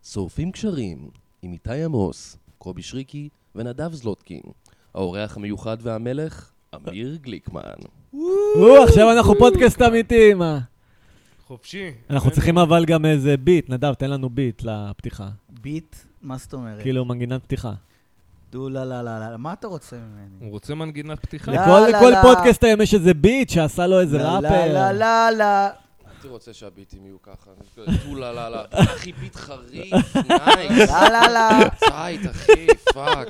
שורפים קשרים עם איתי עמוס, קובי שריקי ונדב זלוטקין. האורח המיוחד והמלך, אמיר גליקמן. עכשיו אנחנו פודקאסט אמיתי, מה? חופשי. אנחנו צריכים אבל גם איזה ביט, נדב, תן לנו ביט לפתיחה. ביט? מה זאת אומרת? כאילו מנגינת פתיחה. דו לא לא לא לא, מה אתה רוצה ממני? הוא רוצה מנגינת פתיחה. לכל פודקאסט היום יש איזה ביט שעשה לו איזה ראפר. לא לא לא. הייתי רוצה שהביטים יהיו ככה. טולה לא לא. אחי ביט חריף, נייס. לא לא לא. צייט אחי, פאק.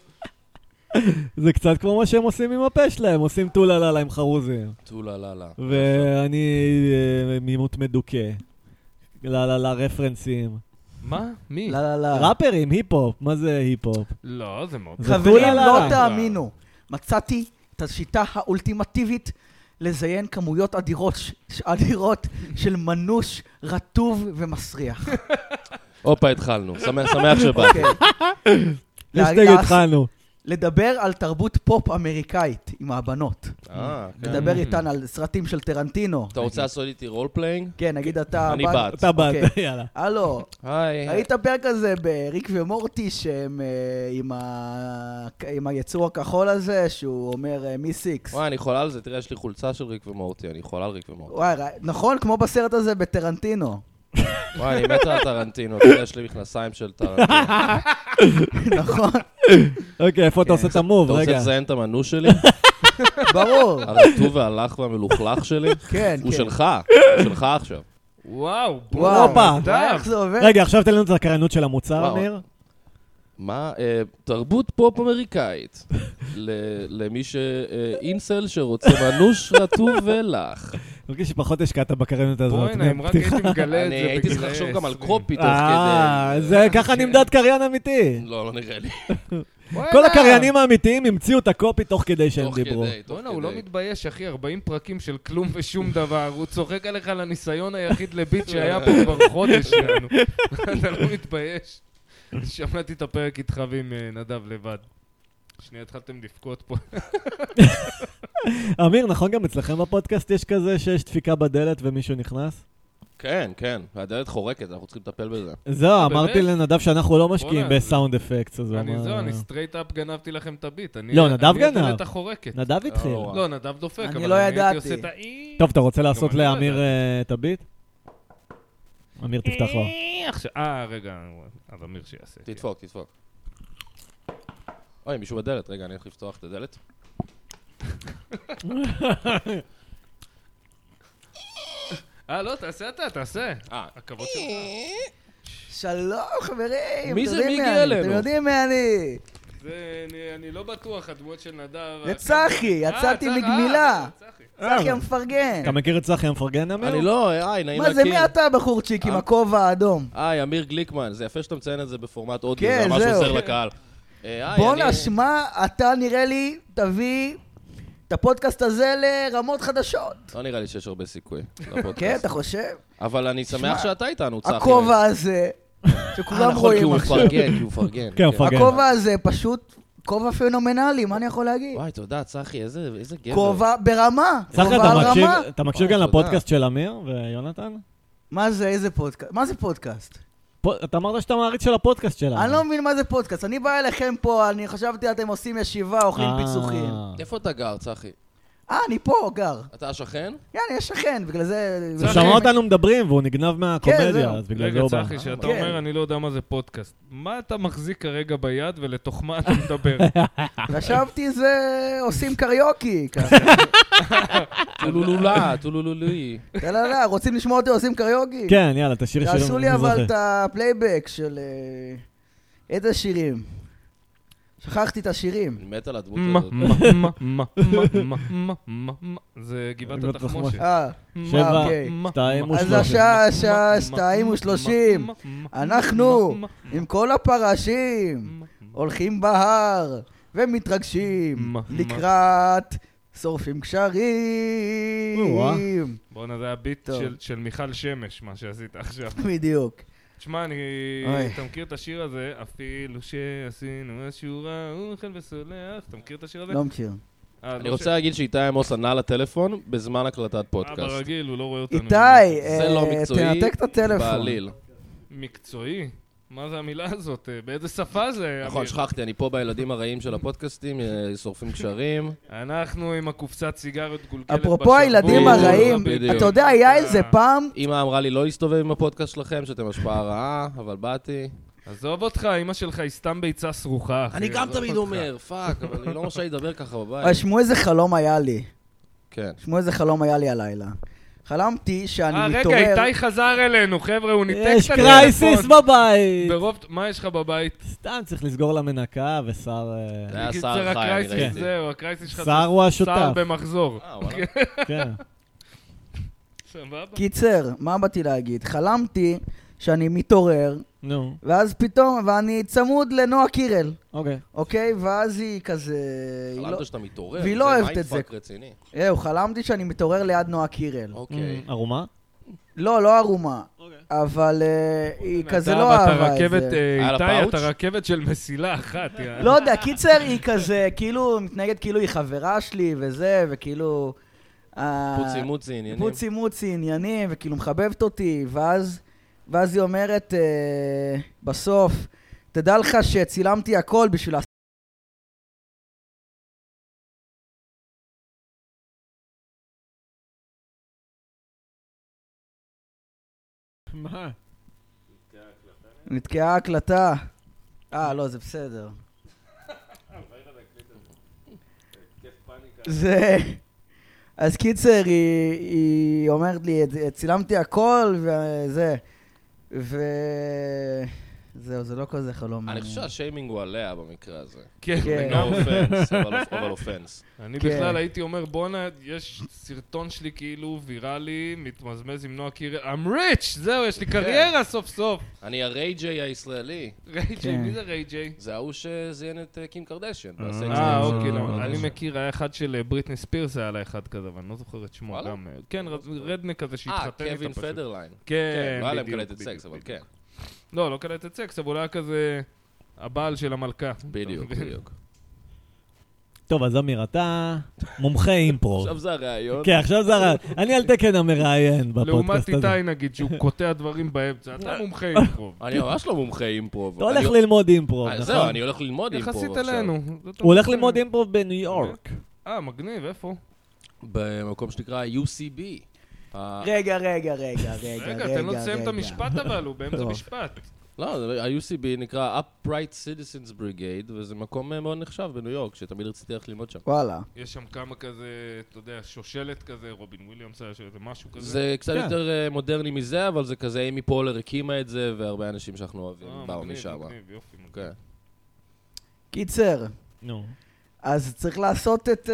זה קצת כמו מה שהם עושים עם הפה שלהם, עושים טולה ללה עם חרוזים. טולה לא לא. ואני מימות מדוכא. ללה רפרנסים. מה? מי? לא לא לא. ראפרים, היפ-הופ, מה זה היפ-הופ? לא, זה מאוד... זה חברים, טולה לא לא. תאמינו. מצאתי את השיטה האולטימטיבית לזיין כמויות אדירות של מנוש רטוב ומסריח. הופה, התחלנו. שמח שבאת. השטג התחלנו. לדבר על תרבות פופ אמריקאית עם הבנות. כן. לדבר איתן על סרטים של טרנטינו. אתה רוצה לעשות איתי רול פליינג? כן, נגיד אתה... אני בת. אתה בת, אוקיי. יאללה. הלו, היי. ראית פרק הזה בריק ומורטי שהם עם היצור הכחול הזה שהוא אומר מי-6. וואי, אני חולה על זה. תראה, יש לי חולצה של ריק ומורטי. אני חולה על ריק ומורטי. וואי, נכון, כמו בסרט הזה בטרנטינו. וואי, אני מתה על טרנטינו. תראה, יש לי מכנסיים של טרנטינו. נכון, אוקיי, איפה אתה עושה את המוב? אתה רוצה רגע. לזיין את המנוש שלי? ברור. הרטוב והלך והמלוכלך שלי? כן, הוא כן. שלך. הוא שלך עכשיו. וואו, הופה. איך זה עובד? רגע, עכשיו תן לנו את הקריינות של המוצר, וואו. אמיר. מה? תרבות פופ אמריקאית. למי אינסל שרוצה מנוש רטוב ולח. אני מרגיש שפחות השקעת בקריינות הזאת. בואי הנה, אם רק הייתי מגלה את אני זה הייתי צריך לחשוב גם על קופי תוך כדי. זה ככה נמדד קריין אמיתי. לא נראה לי. כל הקריינים האמיתיים המציאו את הקופי תוך כדי שהם תוך דיברו. כדי, תוך בוא'נה, הוא לא כדי. מתבייש, אחי, 40 פרקים של כלום ושום דבר. הוא צוחק עליך על הניסיון היחיד לביט שהיה פה כבר חודש שלנו. אתה לא מתבייש. שמעתי את הפרק איתך ועם נדב לבד. שנייה, התחלתם לבכות פה. אמיר, נכון גם אצלכם בפודקאסט יש כזה שיש דפיקה בדלת ומישהו נכנס? כן, כן. והדלת חורקת, אנחנו צריכים לטפל בזה. זהו, אמרתי באמת? לנדב שאנחנו לא משקיעים בוא'נה, בסאונד אפקט. אני סטרייט אפ גנבתי לכם את הביט. לא, נדב אני גנב. הדלת החורקת. נדב התחיל. וואו. לא, נדב דופק, אני אבל לא הייתי ידעתי. עושה את האי... טוב, אתה רוצה לעשות אני לא לאמיר ידעתי. את הביט? אמיר, תפתח לו. עכשיו, רגע, אז אמיר שיעשה. תדפוק, תדפוק. אוי, מישהו בדלת. רגע, אני הולך לפתוח את הדלת. לא, תעשה אתה, תעשה. הכבוד שלך. שלום חברים. מי אתם זה? יודעים מי אני, הגיע אלינו? אתם יודעים מי אני. אני לא בטוח, הדמות של נדב... זה צחי, יצאתי מגמילה. צחי המפרגן. אתה מכיר את צחי המפרגן, אמיר? אני לא, היי, נעים מה זה, להכיר. מי אתה בחורצ'יק עם הכובע האדום? היי, אמיר גליקמן. זה יפה שאתה מציין את זה בפורמט אודיו. כן, זה ממש זהו. עוזר לקהל. היי, בוא אני- נשמע, אתה נראה לי, תביא את הפודקאסט הזה לרמות חדשות. לא נראה לי שיש הרבה סיכוי לפודקאסט. כן, אתה חושב? אבל אני שמע, שמח שאתה איתנו, צחי. הכובע הזה, שכולם נכון, כי רואים הוא עכשיו. מפרגן, כי הוא מפרגן. כן, הוא מפרגן. הכובע הזה פשוט כובע פנומנלי, מה אני יכול להגיד? וואי, תודה, צחי, איזה גבר. כובע ברמה, צחי, כובע על רמה. אתה מקשיב גם וואי, לפודקאסט של אמיר ויונתן? מה זה, איזה פודקאסט? מה זה פודקאסט? אתה אמרת שאתה מעריץ של הפודקאסט שלנו. אני לא מבין מה זה פודקאסט. אני בא אליכם פה, אני חשבתי אתם עושים ישיבה, אוכלים פיצוחים. איפה אתה גר, צחי? אני פה, גר. אתה השכן? יאללה, יש שכן, בגלל זה... הוא שמע אותנו מדברים והוא נגנב מהקומדיה, זהו. אז בגלל זה רגע, הוא בא. צחי, שאתה כן. אומר, אני לא יודע מה זה פודקאסט. מה אתה מחזיק כרגע ביד ולתוך מה אתה מדבר? חשבתי זה עושים קריוקי. ככה. טולולולה, טולולולוי. לא, רוצים לשמוע אותי עושים קריוקי? כן, יאללה, תשאיר שירים תעשו לי אבל מזרחי. את הפלייבק של... איזה שירים? שכחתי את השירים. אני מת על הדמות מה, הזאת. מה, זה גבעת גבעת התחמושת. התחמושת. 7, אוקיי. 2 אז השעה 2:30. אנחנו, עם כל הפרשים, הולכים בהר ומתרגשים לקראת שורפים קשרים. בוא'נה, זה הביט טוב. של מיכל שמש, מה שעשית עכשיו. בדיוק. תשמע, אוי. אתה מכיר את השיר הזה? אפילו שעשינו משהו רע, הוא אוכל וסולח. אתה מכיר את השיר הזה? לא מכיר. אני רוצה להגיד שאיתי עמוס ענה לטלפון בזמן הקלטת פודקאסט. ברגיל, הוא לא רואה אותנו. איתי, זה לא מקצועי תנתק את הטלפון. בעליל. מקצועי? מה זה המילה הזאת? באיזה שפה זה? נכון, שכחתי, אני פה בילדים הרעים של הפודקאסטים, שורפים קשרים. אנחנו עם הקופסת סיגריות גולגלת אפרופו הילדים הרעים, אתה יודע, היה איזה פעם... אמא אמרה לי לא להסתובב עם הפודקאסט שלכם, שאתם השפעה רעה, אבל באתי. עזוב אותך, אמא שלך היא סתם ביצה סרוחה, אחי. אני גם תמיד אומר, פאק, אבל אני לא מרשה לדבר ככה בבית. שמעו איזה חלום היה לי. כן. שמעו איזה חלום היה לי הלילה. חלמתי שאני מתעורר... רגע, איתי חזר אלינו, חבר'ה, הוא ניתק את יש קרייסיס בבית! מה יש לך בבית? סתם צריך לסגור למנקה ושר... זה היה שר חי, אני ראיתי. זהו, הקרייסיס שלך שר הוא השותף. שר במחזור. וואלה. כן. סבבה? קיצר, מה באתי להגיד? חלמתי שאני מתעורר, נו, ואז פתאום, ואני צמוד לנועה קירל, אוקיי. אוקיי? ואז היא כזה... חלמת שאתה מתעורר, והיא לא אוהבת את זה. מיינדפאק רציני. חלמתי שאני מתעורר ליד נועה קירל. אוקיי. ערומה? לא ערומה. אבל היא כזה לא אהבה את זה. היה לה איתי, פאוץ'? אתה רכבת של מסילה אחת. לא יודע, קיצר היא כזה, כאילו, מתנהגת כאילו היא חברה שלי וזה, וכאילו... פוצי מוצי עניינים. פוצי מוצי עניינים, וכאילו מחבבת אותי, ואז היא אומרת בסוף, תדע לך שצילמתי הכל בשביל... מה? נתקעה הקלטה. לא, זה בסדר. זה... אז קיצר, היא אומרת לי, צילמתי הכל וזה. זהו, זה לא כזה חלום. אני חושב שהשיימינג הוא עליה במקרה הזה. כן. No offense, אבל offense. אני בכלל הייתי אומר, בואנה, יש סרטון שלי כאילו ויראלי, מתמזמז עם נועה קירל, I'm rich! זהו, יש לי קריירה סוף סוף. אני הריי ג'יי הישראלי. ריי ג'יי, מי זה ריי ג'יי? זה ההוא שזיין את קים קרדשן. אוקיי, אני מכיר, היה אחד של בריטני ספירס, היה לה אחד כזה, אבל אני לא זוכר את שמו גם. כן, רדנק כזה שהתחתן איתה קווין פדרליין. כן, לא היה להם בדיוק. קלטת סקס, אבל כן. לא קלטת סקס, אבל הוא היה כזה הבעל של המלכה. בדיוק, בדיוק. טוב, אז אמיר, אתה מומחה אימפרו. עכשיו זה הרעיון. כן, עכשיו זה הרעיון. אני על תקן המראיין בפודקאסט לעומת הזה. איתי נגיד, שהוא קוטע דברים באמצע, אתה מומחה אימפרו. אני ממש לא מומחה אימפרו. אתה הולך ללמוד אימפרו, זהו, נכון? אני הולך ללמוד אימפרו עכשיו. יחסית אלינו. הוא הולך ללמוד אימפרו בניו יורק. מגניב, איפה? במקום שנקרא UCB. רגע, תן לו לסיים את המשפט אבל, הוא באמצע משפט. לא, ה-UCB נקרא Upright Citizens Brigade, וזה מקום מאוד נחשב בניו יורק, שתמיד רציתי ללכת ללמוד שם. וואלה. יש שם כמה כזה, אתה יודע, שושלת כזה, רובין וויליאמס, זה משהו כזה. זה קצת יותר מודרני מזה, אבל זה כזה, אימי פולר הקימה את זה, והרבה אנשים שאנחנו אוהבים באו משם. מגניב, יופי. כן. קיצר, נו. אז צריך לעשות את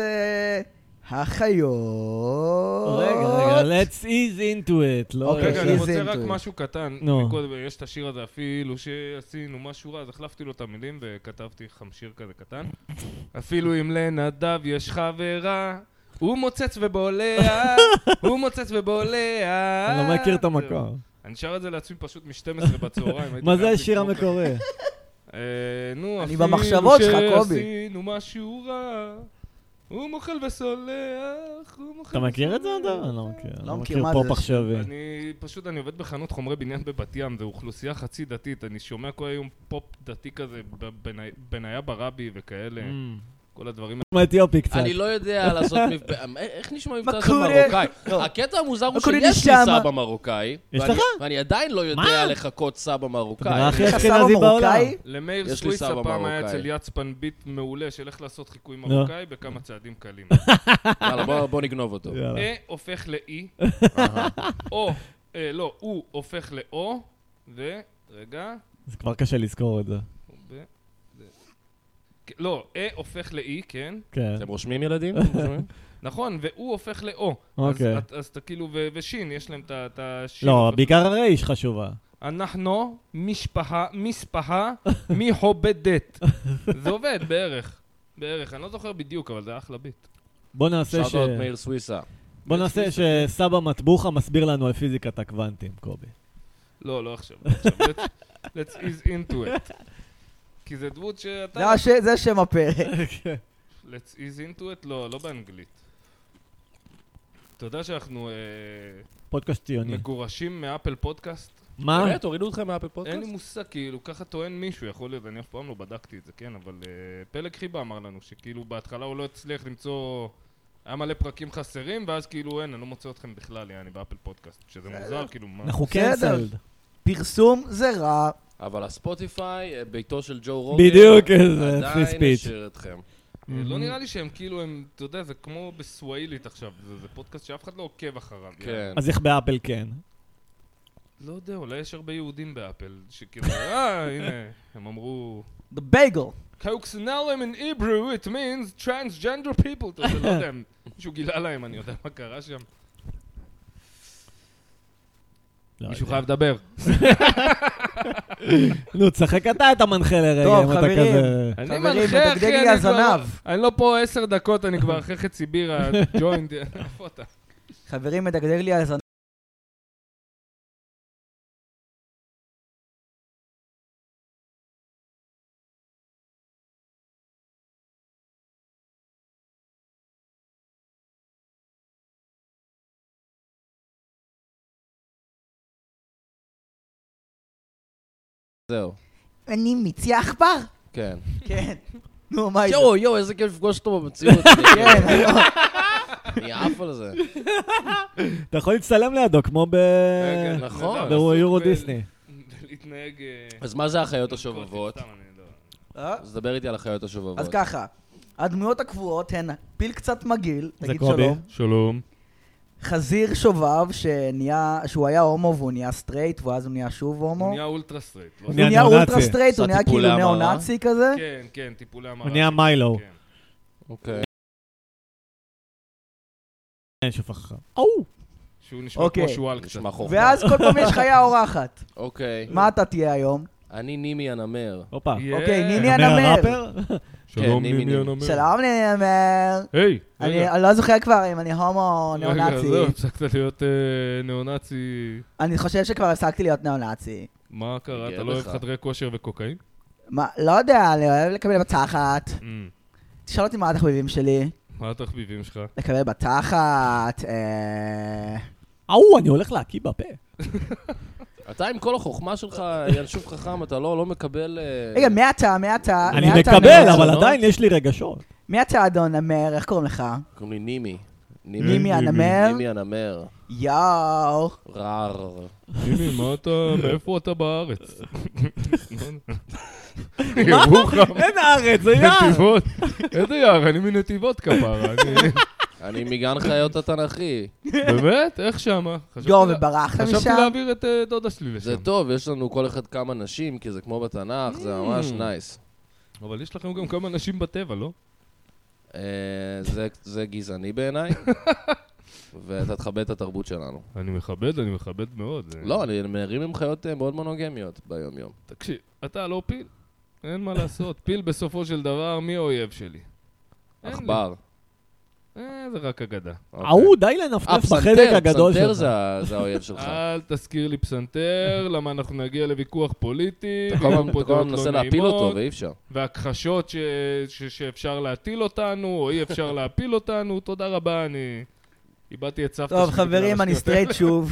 החיות. רגע, let's ease into it. לא... אוקיי, רגע, אני ease רוצה into רק it. משהו קטן. נו. מקודם, יש את השיר הזה, אפילו שעשינו משהו רע, אז החלפתי לו את המילים וכתבתי חמשיר כזה קטן. אפילו אם לנדב יש חברה, הוא מוצץ ובולע, הוא מוצץ ובולע. אני לא מכיר את המקור. אני שר את זה לעצמי פשוט מ-12 בצהריים. מה זה השיר המקורי? נו, אני במחשבות שלך, אפילו קובי. שעשינו משהו רע, הוא מוכל וסולח, הוא מוכל אתה מכיר את זה? וסולח. אני לא מכיר. לא אני מכיר, מכיר מה פופ זה? עכשווי. אני עובד בחנות חומרי בניין בבת ים, זו אוכלוסייה חצי דתית, אני שומע כל היום פופ דתי כזה, בניה ברבי וכאלה, כל הדברים. מאתיופי קצת. אני לא יודע לעשות מבטא, איך נשמע מבטא של מקורי. מרוקאי? לא. הקטע המוזר הוא מקורי שיש לי נשמה. סבא מרוקאי, יש ואני- לך? ואני עדיין לא יודע מה? לחכות סבא מרוקאי. אתה הכי יש לך אשכנזי סבא בעולם. מרוקאי? למאיר יש לי סוויסה סבא פעם היה מרוקאי. אצל יצפן ביט מעולה, שילך לעשות חיקוי מרוקאי בכמה צעדים קלים. יאללה, בוא נגנוב אותו. יאללה. הופך לאי, אהה. לא, הוא הופך לאו, ורגע, זה כבר קשה לזכור את זה. לא, הופך לאי, כן. כן. אתם רושמים ילדים? אתם רושמים? נכון, והוא הופך לאו. אוקיי. אז אתה כאילו, ושין, יש להם את השין. לא, הופך- בעיקר הרייש חשובה. אנחנו מספחה מחובדת. זה עובד בערך. בערך, אני לא זוכר בדיוק, אבל זה אחלה ביט. בוא נעשה שאוט אאוט מאיר סוויסה. בוא נעשה שסבא מטבוחה מסביר לנו על פיזיקת הקוונטים, קובי. לא עכשיו. Let's ease into it. כי זה דמות שאתה... זה שם הפרק. Let's ease into it? לא באנגלית. אתה יודע שאנחנו פודקאסט ציוני. מגורשים מאפל פודקאסט? מה? באמת, הורידו אתכם מהאפל אין פודקאסט? לי מושג, כאילו, ככה טוען מישהו, יכול להיות, אני אף פעם לא בדקתי את זה, כן, אבל פלג חיבה אמר לנו שכאילו בהתחלה הוא לא הצליח למצוא, היה מלא פרקים חסרים, ואז כאילו אין, אני לא מוצא אתכם בכלל, יעני, באפל פודקאסט, שזה מוזר, כאילו, מה? אנחנו בסדר. קנסלד. פרסום זה רע. אבל הספוטיפיי, ביתו של ג'ו רוגן, בדיוק, זה free עדיין speech. השאיר אתכם. לא נראה לי שהם כאילו, הם, אתה יודע, זה כמו בסוואילית עכשיו, זה פודקאסט שאף אחד לא עוקב אחריו. כן. אז איך באפל כן? לא יודע, אולי יש הרבה יהודים באפל, שכאילו, הנה, הם אמרו... The bagel. Coxinellum in Hebrew, it means transgender people. אתה יודע, לא יודע, מישהו גילה להם, אני יודע מה קרה שם. לא מישהו יודע. חייב לדבר. נו, תשחק אתה את המנחה לרגע, טוב, אם אתה חברים. כזה... אני חברים, מנחה, מדגדג אחי, לי הזנב. אני לא פה 10 דקות, אני כבר אחרי חצי בירה, ג'וינט, איפה אתה? חברים, מדגדג לי הזנב. זהו. אני מיצי עכבר? כן. כן. נו, מה איתו? יואו, איזה כיף לפגוש אותו במציאות. כן, היום. אני עף על זה. אתה יכול להצטלם לידו, כמו רגע, נכון. נדב, ביורו עסוק דיסני. להתנהג... אז מה זה החיות השובבות? סתם, אני לא... אז דבר איתי על החיות השובבות. אז ככה, הדמויות הקבועות הן פיל קצת מגעיל, זה תגיד קובי. שלום. שלום. חזיר שובב שהוא היה הומו והוא נהיה סטרייט, ואז הוא נהיה שוב הומו. הוא נהיה אולטרה סטרייט. לא? הוא הוא נהיה ניאו-נאצי. אולטרה סטרייט, הוא עשה נהיה טיפולי כאילו המרה. ניאו-נאצי כזה. כן, כן, טיפולי המרה. הוא נהיה מיילו. כן. אוקיי. אין שופך אחר. אוו! שהוא נשמע אוקיי. כמו שועל קצת. נשמע חוכמה. ואז כל פעם יש חיה אורחת. אוקיי. מה אתה תהיה היום? אני נימי הנמר. הופה. אוקיי, ניני הנמר הנמר. הראפר? שלום כן, נימי נימי. הנמר. שלום ניני הנמר. היי, אני לא זוכר כבר אם אני הומו או רגע, ניאו-נאצי. זהו, הפסקת להיות ניאו-נאצי. אני חושב שכבר הפסקתי להיות ניאו-נאצי. מה קרה? גאה אתה לא אוהב בך. חדרי כושר וקוקאין? מה, לא יודע, אני אוהב לקבל בתחת. תשאל אותי מה התחביבים שלי. מה התחביבים שלך? לקבל בתחת, אוו, אני הולך להקיא בפה. אתה עם כל החוכמה שלך, ינשוף חכם, אתה לא מקבל... רגע, מעתה, אני מעתה מקבל, נמר. אבל עדיין יש לי רגשות. מעתה אדון נמר, איך קוראים לך? קוראים לי נימי. נימי הנמר? נימי הנמר. יואו. רר. נימי, מה אתה... מאיפה אתה בארץ? ירוחם. אין הארץ, זה יער. נתיבות. איזה יער? אני מנתיבות כפרה. אני מגן חיות התנ"כי. באמת? איך שמה? יואו, וברחת חשבתי משם? להעביר את דודה שלי לשם. זה טוב, יש לנו כל אחד כמה נשים, כי זה כמו בתנ"ך, זה ממש נייס. אבל יש לכם גם כמה נשים בטבע, לא? זה גזעני בעיניי, ואתה תכבד את התרבות שלנו. אני מכבד מאוד. לא, נמרים עם חיות מאוד מונוגמיות ביום יום. תקשיב, אתה לא פיל? אין מה לעשות. פיל בסופו של דבר, מי האויב שלי? אין לי. עכבר. זה רק אגדה. אוקיי. ההוא, די לנפנף בחלק הגדול פסנתר שלך. זה האויב שלך. אל תזכיר לי פסנתר, למה אנחנו נגיע לוויכוח פוליטי. אתה כל הזמן וגם דעות מנסה לא להפיל נעימות, אותו, ואי אפשר. והכחשות שאפשר להטיל אותנו, או אי אפשר להפיל אותנו. תודה רבה, אני איבדתי את סבתא טוב, שלי בגלל חברים, אני השטויות סטרייט האלה. שוב.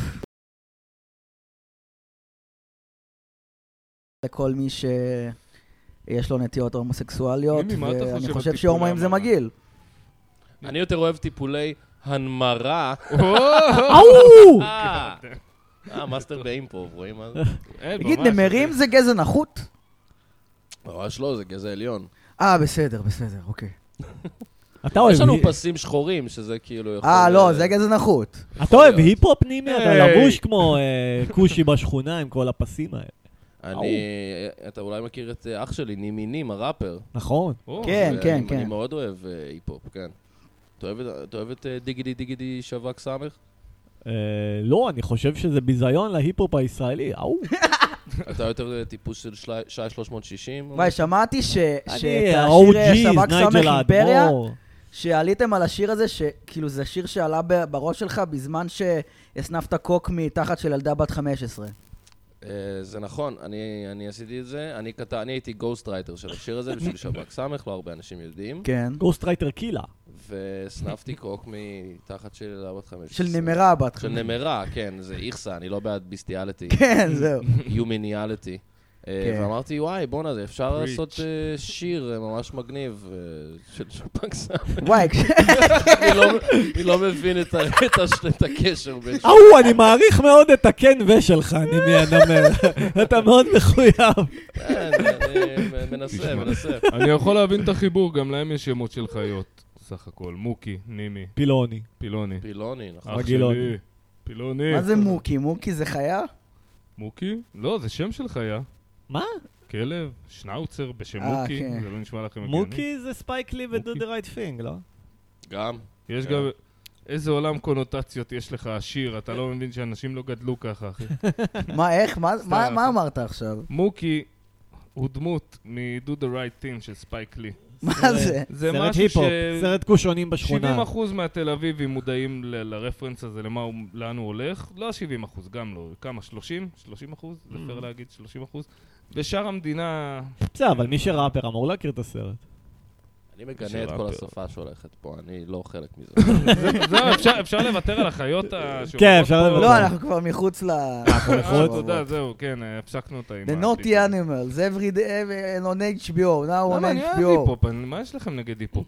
לכל מי שיש לו נטיות הומוסקסואליות, מימי, מה אתה חושב ואני על חושב טיפולי שהומואים זה המרה? מגעיל. אני יותר אוהב טיפולי הנמרה. ההוא! מאסטר באימפרוב, רואים מה זה? תגיד, נמרים זה גזע נחות? ממש לא, זה גזע עליון. בסדר, אוקיי. אתה אוהב יש לנו פסים שחורים, שזה כאילו יכול... לא, זה גזע נחות. אתה אוהב היפ-הופ נימי? אתה היי. לבוש כמו כושי בשכונה עם כל הפסים האלה. אתה אולי מכיר את אח שלי, נימי נים, הראפר. נכון. כן, כן, אני כן. מאוד אוהב היפ-הופ, כן. אתה אוהב את דיגידי שווק סמך? לא, אני חושב שזה ביזיון להיפ-הופ הישראלי. ההוא. אתה יותר טיפוס של שי 360? וואי, שמעתי שאת אני, השיר ה-OG's, שב"כ סמך נייג'ל אימפריה, האדמו"ר. שעליתם על השיר הזה, שכאילו זה שיר שעלה בראש שלך בזמן שהסנפת קוק מתחת של ילדה בת 15. זה נכון, אני עשיתי את זה, אני הייתי גוסט רייטר של השיר הזה בשביל שב"כ סמך, לא הרבה אנשים יודעים. כן. גוסט רייטר קילה. וסנפתי קוק מתחת של 4-5. של נמרה בת של נמרה, כן, זה איכסה, אני לא בעד ביסטיאליטי. כן, זהו. יומיניאליטי. ואמרתי, וואי, בוא'נה, אפשר לעשות שיר ממש מגניב של שב"כ סמך. וואי, אני לא מבין את הקשר בין שם. אני מעריך מאוד את הכן ושלך, נימי הנמר. אתה מאוד מחויב. כן, אני מנסה. אני יכול להבין את החיבור, גם להם יש שמות של חיות. סך הכל, מוקי, נימי, פילוני. פילוני. פילוני, נכון. אח מגילון. שלי, פילוני. מה זה מוקי? מוקי זה חיה? מוקי? לא, זה שם של חיה. מה? כלב, שנאוצר בשם כן. מוקי, זה לא נשמע לכם הגיוני. מוקי זה ספייק לי ו-do the right thing, לא? גם. יש גם... איזה עולם קונוטציות יש לך, עשיר, אתה לא מבין שאנשים לא גדלו ככה, אחי. מה, איך? מה אמרת עכשיו? מוקי הוא דמות מ-do the right thing של ספייק לי. מה זה? זה סרט משהו היפ-הופ, סרט קושונים בשכונה. 70% מהתל אביבים מודעים לרפרנס הזה, לאן הוא הולך. לא 70%, גם לא. כמה? 30? 30%? זה פייר להגיד 30%. ושאר המדינה... בסדר, אבל מי שראפר אמור להכיר את הסרט. אני מגנה את כל השפה שהולכת פה, אני לא חלק מזה. זהו, אפשר לוותר על החיות כן, אפשר לוותר. לא, אנחנו כבר מחוץ ל... תודה, זהו, כן, הפסקנו אותה עם... The Naughty Animals, every day on HBO, now on למה, אני אוהב HBO. היפ-הופ, מה יש לכם נגד היפ-הופ?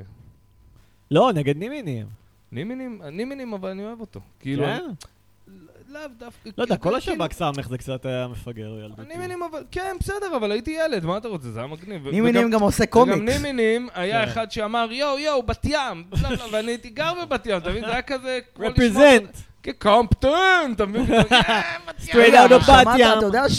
לא, נגד נימינים. נימינים, אבל אני אוהב אותו. כאילו... כן? לאו דווקא... לא יודע, כל השב"כ סמך זה קצת היה מפגר ילדותי. נימינים, אבל... כן, בסדר, אבל הייתי ילד, מה אתה רוצה? זה היה מגניב. נימינים גם עושה וגם קומיקס. נימינים היה אחד שאמר, יואו, בת ים, ואני הייתי גר בבת ים, אתה מבין? זה היה כזה... רפרזנט! כקומפטון, אתה מבין? Straight out of בת ים. אתה יודע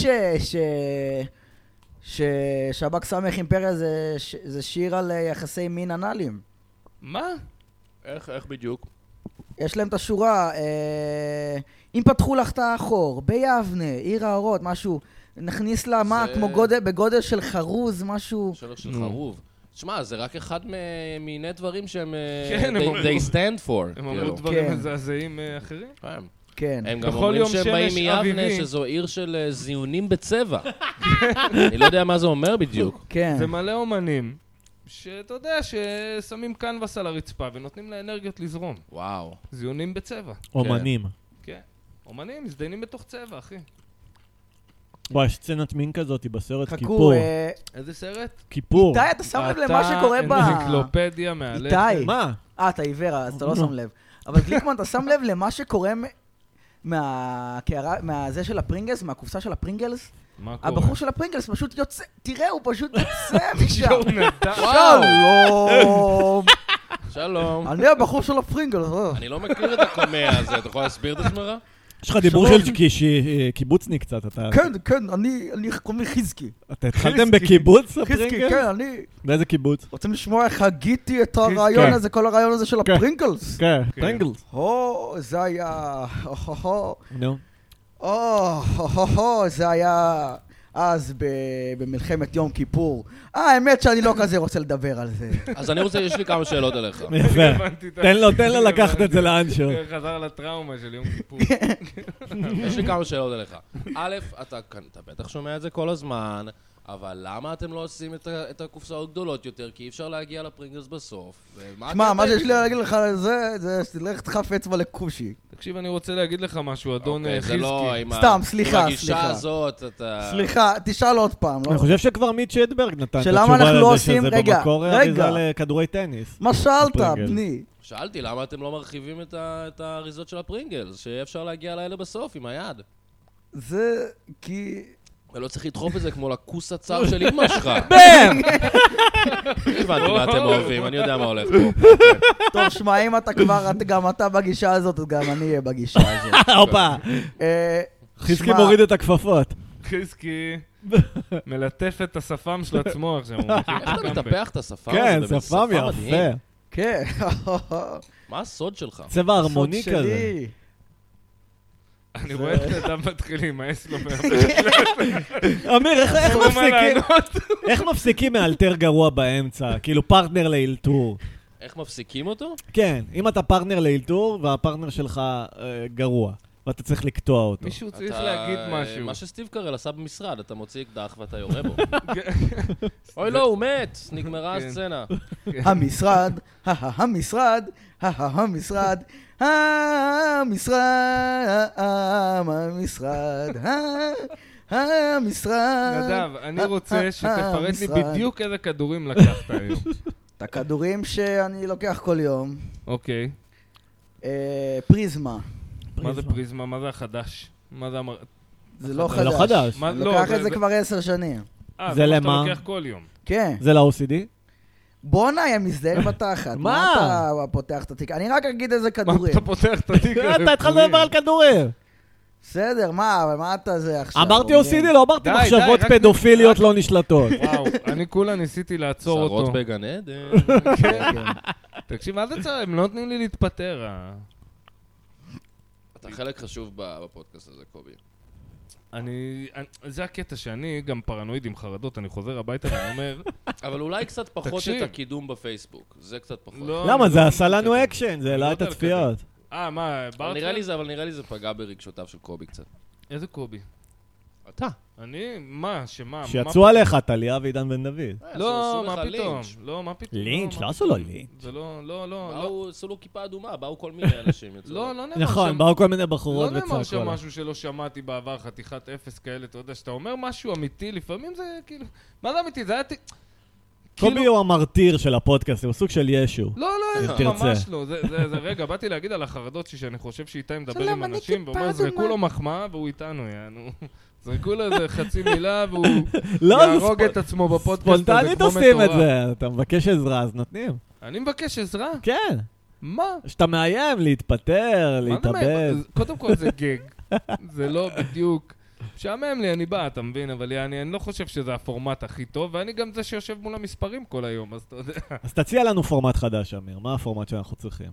ששב"כ סמך אימפריה זה שיר על יחסי מין אנאליים. מה? איך בדיוק? יש להם את השורה, אם פתחו לך את האחור, ביבנה, עיר האורות, משהו, נכניס לה מה, כמו בגודל של חרוז, משהו... של חרוב. תשמע, זה רק אחד מיני דברים שהם... כן, they stand for. הם אמרו דברים מזעזעים אחרים? כן. הם גם אומרים שהם באים מיבנה, שזו עיר של זיונים בצבע. אני לא יודע מה זה אומר בדיוק. כן. זה מלא אומנים, שאתה יודע, ששמים קנבס על הרצפה ונותנים לאנרגיות לזרום. וואו. זיונים בצבע. אומנים. כן. אומנים מזדיינים בתוך צבע, אחי. וואי, יש סצנת מין כזאת בסרט חכו, כיפור. איזה סרט? כיפור. איתי, אתה שם לב למה שקורה ב... אתה אנציקלופדיה מהלכת. איתי. מה? אתה עיוור, אז אתה לא שם לב. אבל גליקמן, אתה שם לב למה שקורה מהזה של הפרינגלס, מהקופסה של הפרינגלס? מה קורה? הבחור של הפרינגלס פשוט יוצא, תראה, הוא פשוט יוצא משם. שלום. שלום. אני הבחור של הפרינגלס. אני לא מכיר את הקומע הזה, אתה יכול להסביר את עצמך? יש לך דיבור של קיבוצני קצת, אתה... כן, אני קוראים לי חיזקי. אתה התחלתם בקיבוץ חיזקי, הפרינגלס? כן, אני... באיזה קיבוץ? רוצים לשמוע איך הגיתי את הרעיון הזה, כל הרעיון הזה של הפרינגלס? כן, פרינגלס. זה היה... נו. זה היה אז במלחמת יום כיפור. האמת שאני לא כזה רוצה לדבר על זה. אז יש לי כמה שאלות אליך. יפה. תן לו לקחת את זה לאנשהו. חזר לטראומה של יום כיפור. יש לי כמה שאלות אליך. א', אתה בטח שומע את זה כל הזמן, אבל למה אתם לא עושים את הקופסאות גדולות יותר? כי אי אפשר להגיע לפרינגלס בסוף. שמע, מה שיש לי להגיד לך על זה שתלך תדחף אצבע לכושי. תקשיב, אני רוצה להגיד לך משהו, אדון זה לא חיזקי. סתם, סליחה. עם הגישה הזאת, אתה... סליחה, תשאל עוד פעם. אני חושב שכבר מיט שטברג נתן את שלמה התשובה אנחנו לא לזה עושים- שזה רגע, במקור רגע. אריזה לכדורי טניס. מה שאלת, הפרינגלס. בני? שאלתי, למה אתם לא מרחיבים את האריזות של הפרינגלס? שיהיה אפשר להגיע לאלה בסוף עם היד. זה כי... ולא צריך לדחוף את זה כמו לכוס הצר של אמא שלך. בם! הבנתי מה אתם אוהבים, אני יודע מה הולך פה. טוב, שמע, אם אתה כבר, גם אתה בגישה הזאת, אז גם אני אהיה בגישה הזאת. הופה. חיזקי שמע, מוריד את הכפפות. חיזקי מלטף את השפם של עצמו עכשיו. איך אתה מטפח את השפם? כן, זה באמת שפם מדהים. יפה. כן. מה הסוד שלך? צבע הרמוני הסוד כזה. שלי. אני רואה את אדם מתחיל להימאס לו אמיר, איך מפסיקים מאלתר גרוע באמצע? כאילו פרטנר לאלתור. איך מפסיקים אותו? כן, אם אתה פרטנר לאלתור והפרטנר שלך גרוע. ואתה צריך לקטוע אותו. מישהו צריך להגיד משהו. מה שסטיב קרל עשה במשרד, אתה מוציא אקדח ואתה יורה בו. אוי לא, הוא מת, נגמרה הסצנה. המשרד, המשרד, המשרד, המשרד. נדב, אני רוצה שתפרט לי בדיוק איזה כדורים לקחת היום. את הכדורים שאני לוקח כל יום. אוקיי. פריזמה. מה זה פריזמה? מה זה החדש? מה זה זה לא זה לא חדש. חדש. אני לוקח את זה כבר 10 שנים. זה למה? אתה לוקח כל יום. כן. זה ל-OCD? בואנה, יא מזדהר בתחת. מה? אתה פותח את התיק? אני רק אגיד איזה מה כדורים. אתה פותח את התיק הזה? אתה התחלת לדבר על כדורים. בסדר, מה אתה זה עכשיו? אמרתי אומרים? OCD, לא אמרתי די, מחשבות רק פדופיליות לא נשלטות. וואו, אני כולה ניסיתי לעצור אותו. שרות בגן עדן. כן. תקשיב, מה זה צריך? הם לא נותנים לי להתפטר. אתה חלק חשוב בפודקאסט הזה, קובי. זה הקטע שאני גם פרנואיד עם חרדות, אני חוזר הביתה ואני אומר... אבל אולי קצת פחות תקשיב. את הקידום בפייסבוק. זה קצת פחות. לא, למה? אני זה לא עשה לנו מתקדם. אקשן, זה העלה לא את יותר הצפיות. מה, אבל ברטלר? נראה לי זה פגע ברגשותיו של קובי קצת. איזה קובי? אתה. אני? מה? שמה? שיצאו עליך, טליה ועידן בן דוד. לא, עשו מה לך פתאום? לינץ'. לא, מה פתאום? לינץ'? מה לא עשו פתאום? לו לינץ'. זה לא, באו, עשו לו כיפה אדומה, באו כל מיני אנשים. יצאו. לא נאמר נכון, שם... באו כל מיני בחורות לא נאמר וצעקו שם עליו. משהו שלא שמעתי בעבר, חתיכת אפס כאלה, אתה יודע, שאתה אומר משהו אמיתי, לפעמים זה כאילו... מה זה אמיתי? זה היה... קובי הוא המרטיר של הפודקאסט, הוא סוג של ישו. לא, אם לא, תרצה. ממש לא. זה, רגע, באתי להגיד על החרדות שאני חושב שאיתה מדבר שלום, עם אני אנשים, טיפה ואומר, זרקו אדומה. לו מחמאה והוא איתנו, יענו. זרקו לו איזה חצי מילה והוא לא, זה יהרוג את עצמו בפודקאסט הזה ספונטנית כמו עושים את מטורף. זה. אתה מבקש עזרה, אז נותנים. אני מבקש עזרה? כן. מה? שאתה מאיים להתפטר, מה זה להתאבד. מה? קודם כל זה גג. זה לא בדיוק... משעמם לי, אני בא, אתה מבין? אבל אני לא חושב שזה הפורמט הכי טוב, ואני גם זה שיושב מול המספרים כל היום, אז אתה יודע. אז תציע לנו פורמט חדש, אמיר. מה הפורמט שאנחנו צריכים?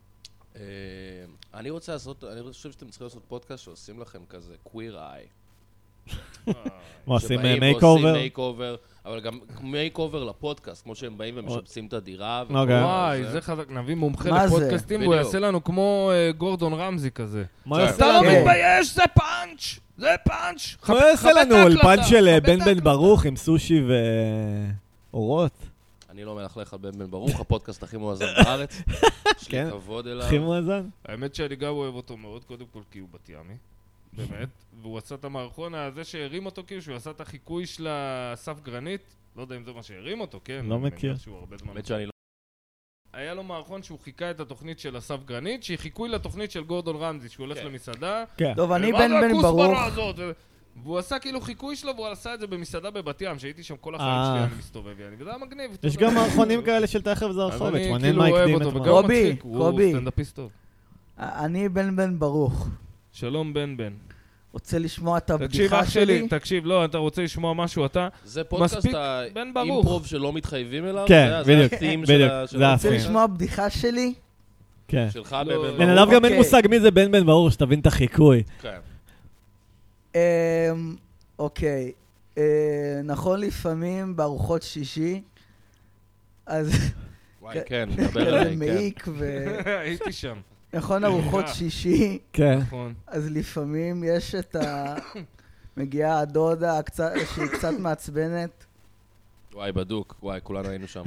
אני חושב שאתם צריכים לעשות פודקאסט שעושים לכם כזה queer eye. מה, עושים שבאים מייק ועושים אובר? מייק אובר, אבל גם מייק אובר לפודקאסט, כמו שהם באים ומשפצים את הדירה. וכל אוקיי. וואי, זה. זה חזק, נביא מומחה מה זה? לפודקאסטים, והוא בדיוק. יעשה לנו כמו גורדון רמזי כזה. מה כן. יעשה אתה לא לנו? מתבייש, זה פאנץ'! זה פאנץ'! מה יעשה לנו? אולפן של בן בן ברוך. ברוך עם סושי ואורות? אני לא מלכלך על בן בן ברוך, הפודקאסט הכי מואזן בארץ. יש כן. לי כבוד אליו. הכי מואזן? האמת שאני גם אוהב אותו מאוד, קודם כל כי הוא בת ימי, באמת. והוא עשה את המערכון הזה שהרים אותו, כאילו שהוא עשה את החיקוי של אסף גרנית. לא יודע אם זה מה שהרים אותו, כן? לא אני מכיר. מניח שהוא הרבה זמן- האמת שאני לא... היה לו מערכון שהוא חיכה את התוכנית של אסף גרנית, שהיא חיקוי לתוכנית של גורדון רמזי, שהוא הולך כן. למסעדה. כן. טוב, אני ומה בן זה בן ברוך. הכוסברה הזאת? והוא עשה כאילו חיקוי שלו, והוא עשה את זה במסעדה בבת ים, שהייתי שם כל החיים שלי, אני מסתובב, וזה היה מגניב. יש גם מערכונים כאלה של תכף אז זרחוביץ', אני מעניין כאילו מה אוהב הקדים אותו, את וגם מה. הוא קובי, מצחיק, הוא קובי. סטנדאפיסט טוב. אני בן בן ברוך. שלום בן בן. רוצה לשמוע את תקשיב הבדיחה אח שלי, שלי? תקשיב, לא, אתה רוצה לשמוע משהו, אתה? זה פודקאסט מספיק, בן ברוך. האימפרוב שלא מתחייבים אליו? כן, זה בדיוק, ה-theme בדיוק, של זה רוצה ה-theme. לשמוע בדיחה שלי? כן. שלך לא, בבן בן ברוך. אדם גם אין אוקיי. מושג מי זה בן בן ברור, שתבין את החיקוי. כן. אוקיי. נכון לפעמים בארוחות שישי, אז וואי, כן, מדבר אליי, כזה כן. מעיק הייתי שם, נכון ארוחות שישי, כן. נכון. אז לפעמים יש את מגיעה הדודה שהיא קצת מעצבנת. וואי, בדוק. וואי, כולנו היינו שם.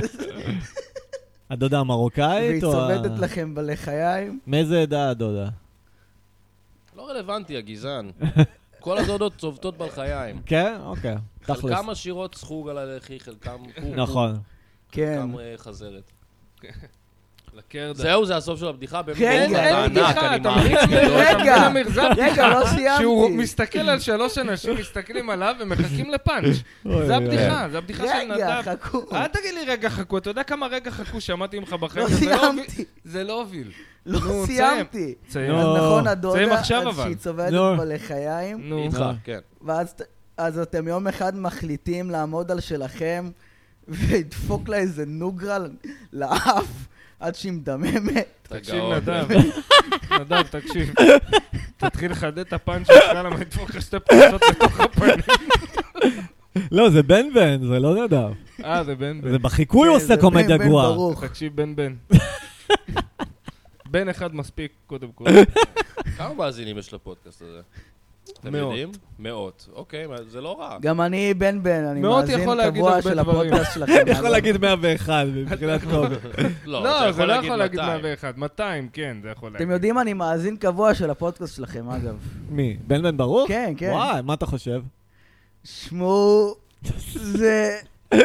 הדודה המרוקאית? והיא או ה- צובדת לכם בלחיים. מאיזה עדה הדודה? לא רלוונטי, הגזען. כל הדודות צובטות בלחיים. כן? אוקיי. תכלס. חלקם עשירות סחוג על הלחי, חלקם פור, נכון. כן. חלקם חזרת. לקרדה. זהו, זה הסוף של הבדיחה. בן רגע, ברוך, אין אתה בדיחה, ענק, אני אתה מעריך מבין? גדול. רגע, רגע, לא סיימתי. שהוא מסתכל על 3 אנשים, מסתכלים עליו ומחכים לפאנץ'. אוי, זה אוי. הבדיחה, זה הבדיחה של רגע, נדב. חכו. אל תגיד לי רגע חכו, אתה יודע כמה רגע חכו שמעתי ממך בחיים? לא זה סיימתי. זה לא הוביל. לא נו, סיימתי. תסיים. נו. אז נכון, סיים הדודה, עכשיו, אז אבל. שהיא צובדת נו. בלחיים, נו. איתך, נו. כן. אז אתם יום אחד מחליטים לעמוד על שלכם ולדפוק לה איזה נוגרה לאף עד שהיא מדממת. אתה תקשיב גאון. נדב, נדב, תקשיב. תתחיל לחדד את הפאנץ' שלך, למה לדפוק לך 2 פרצות לתוך הפנים. לא, זה בן בן, זה לא נדב. זה בן בן. זה בחיקוי הוא כן, עושה זה קומדיה בן גרועה. ברוך. תקשיב בן בן. בן אחד מספיק, קודם כל. כמה מאזינים יש לפודקאסט הזה? אתם מאות. יודעים? מאות. אוקיי, זה לא רע. גם אני בן, אני מאות מאזין יכול להגיד קבוע הרבה של דברים. הפודקאסט שלכם. אני יכול להגיד 101 מבחינת קובי. לא, זה לא יכול להגיד 200. 201. 200, כן, זה יכול להגיד. אתם יודעים, אני מאזין קבוע של הפודקאסט שלכם, אגב. מי? בן ברוך? כן, כן. וואי, מה אתה חושב? שמו, זה...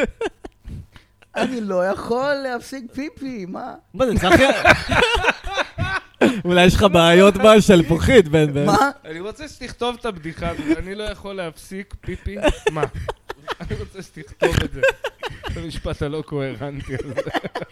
אני לא יכול להפסיק פיפי, מה? מה זה, צחי? אולי יש לך בעיות בשלפוחית, בן. מה? אני רוצה שתכתוב את הבדיחה הזאת, אני לא יכול להפסיק פיפי, מה? אני רוצה שתכתוב את זה. את המשפט הלא קוהרנטי הזה.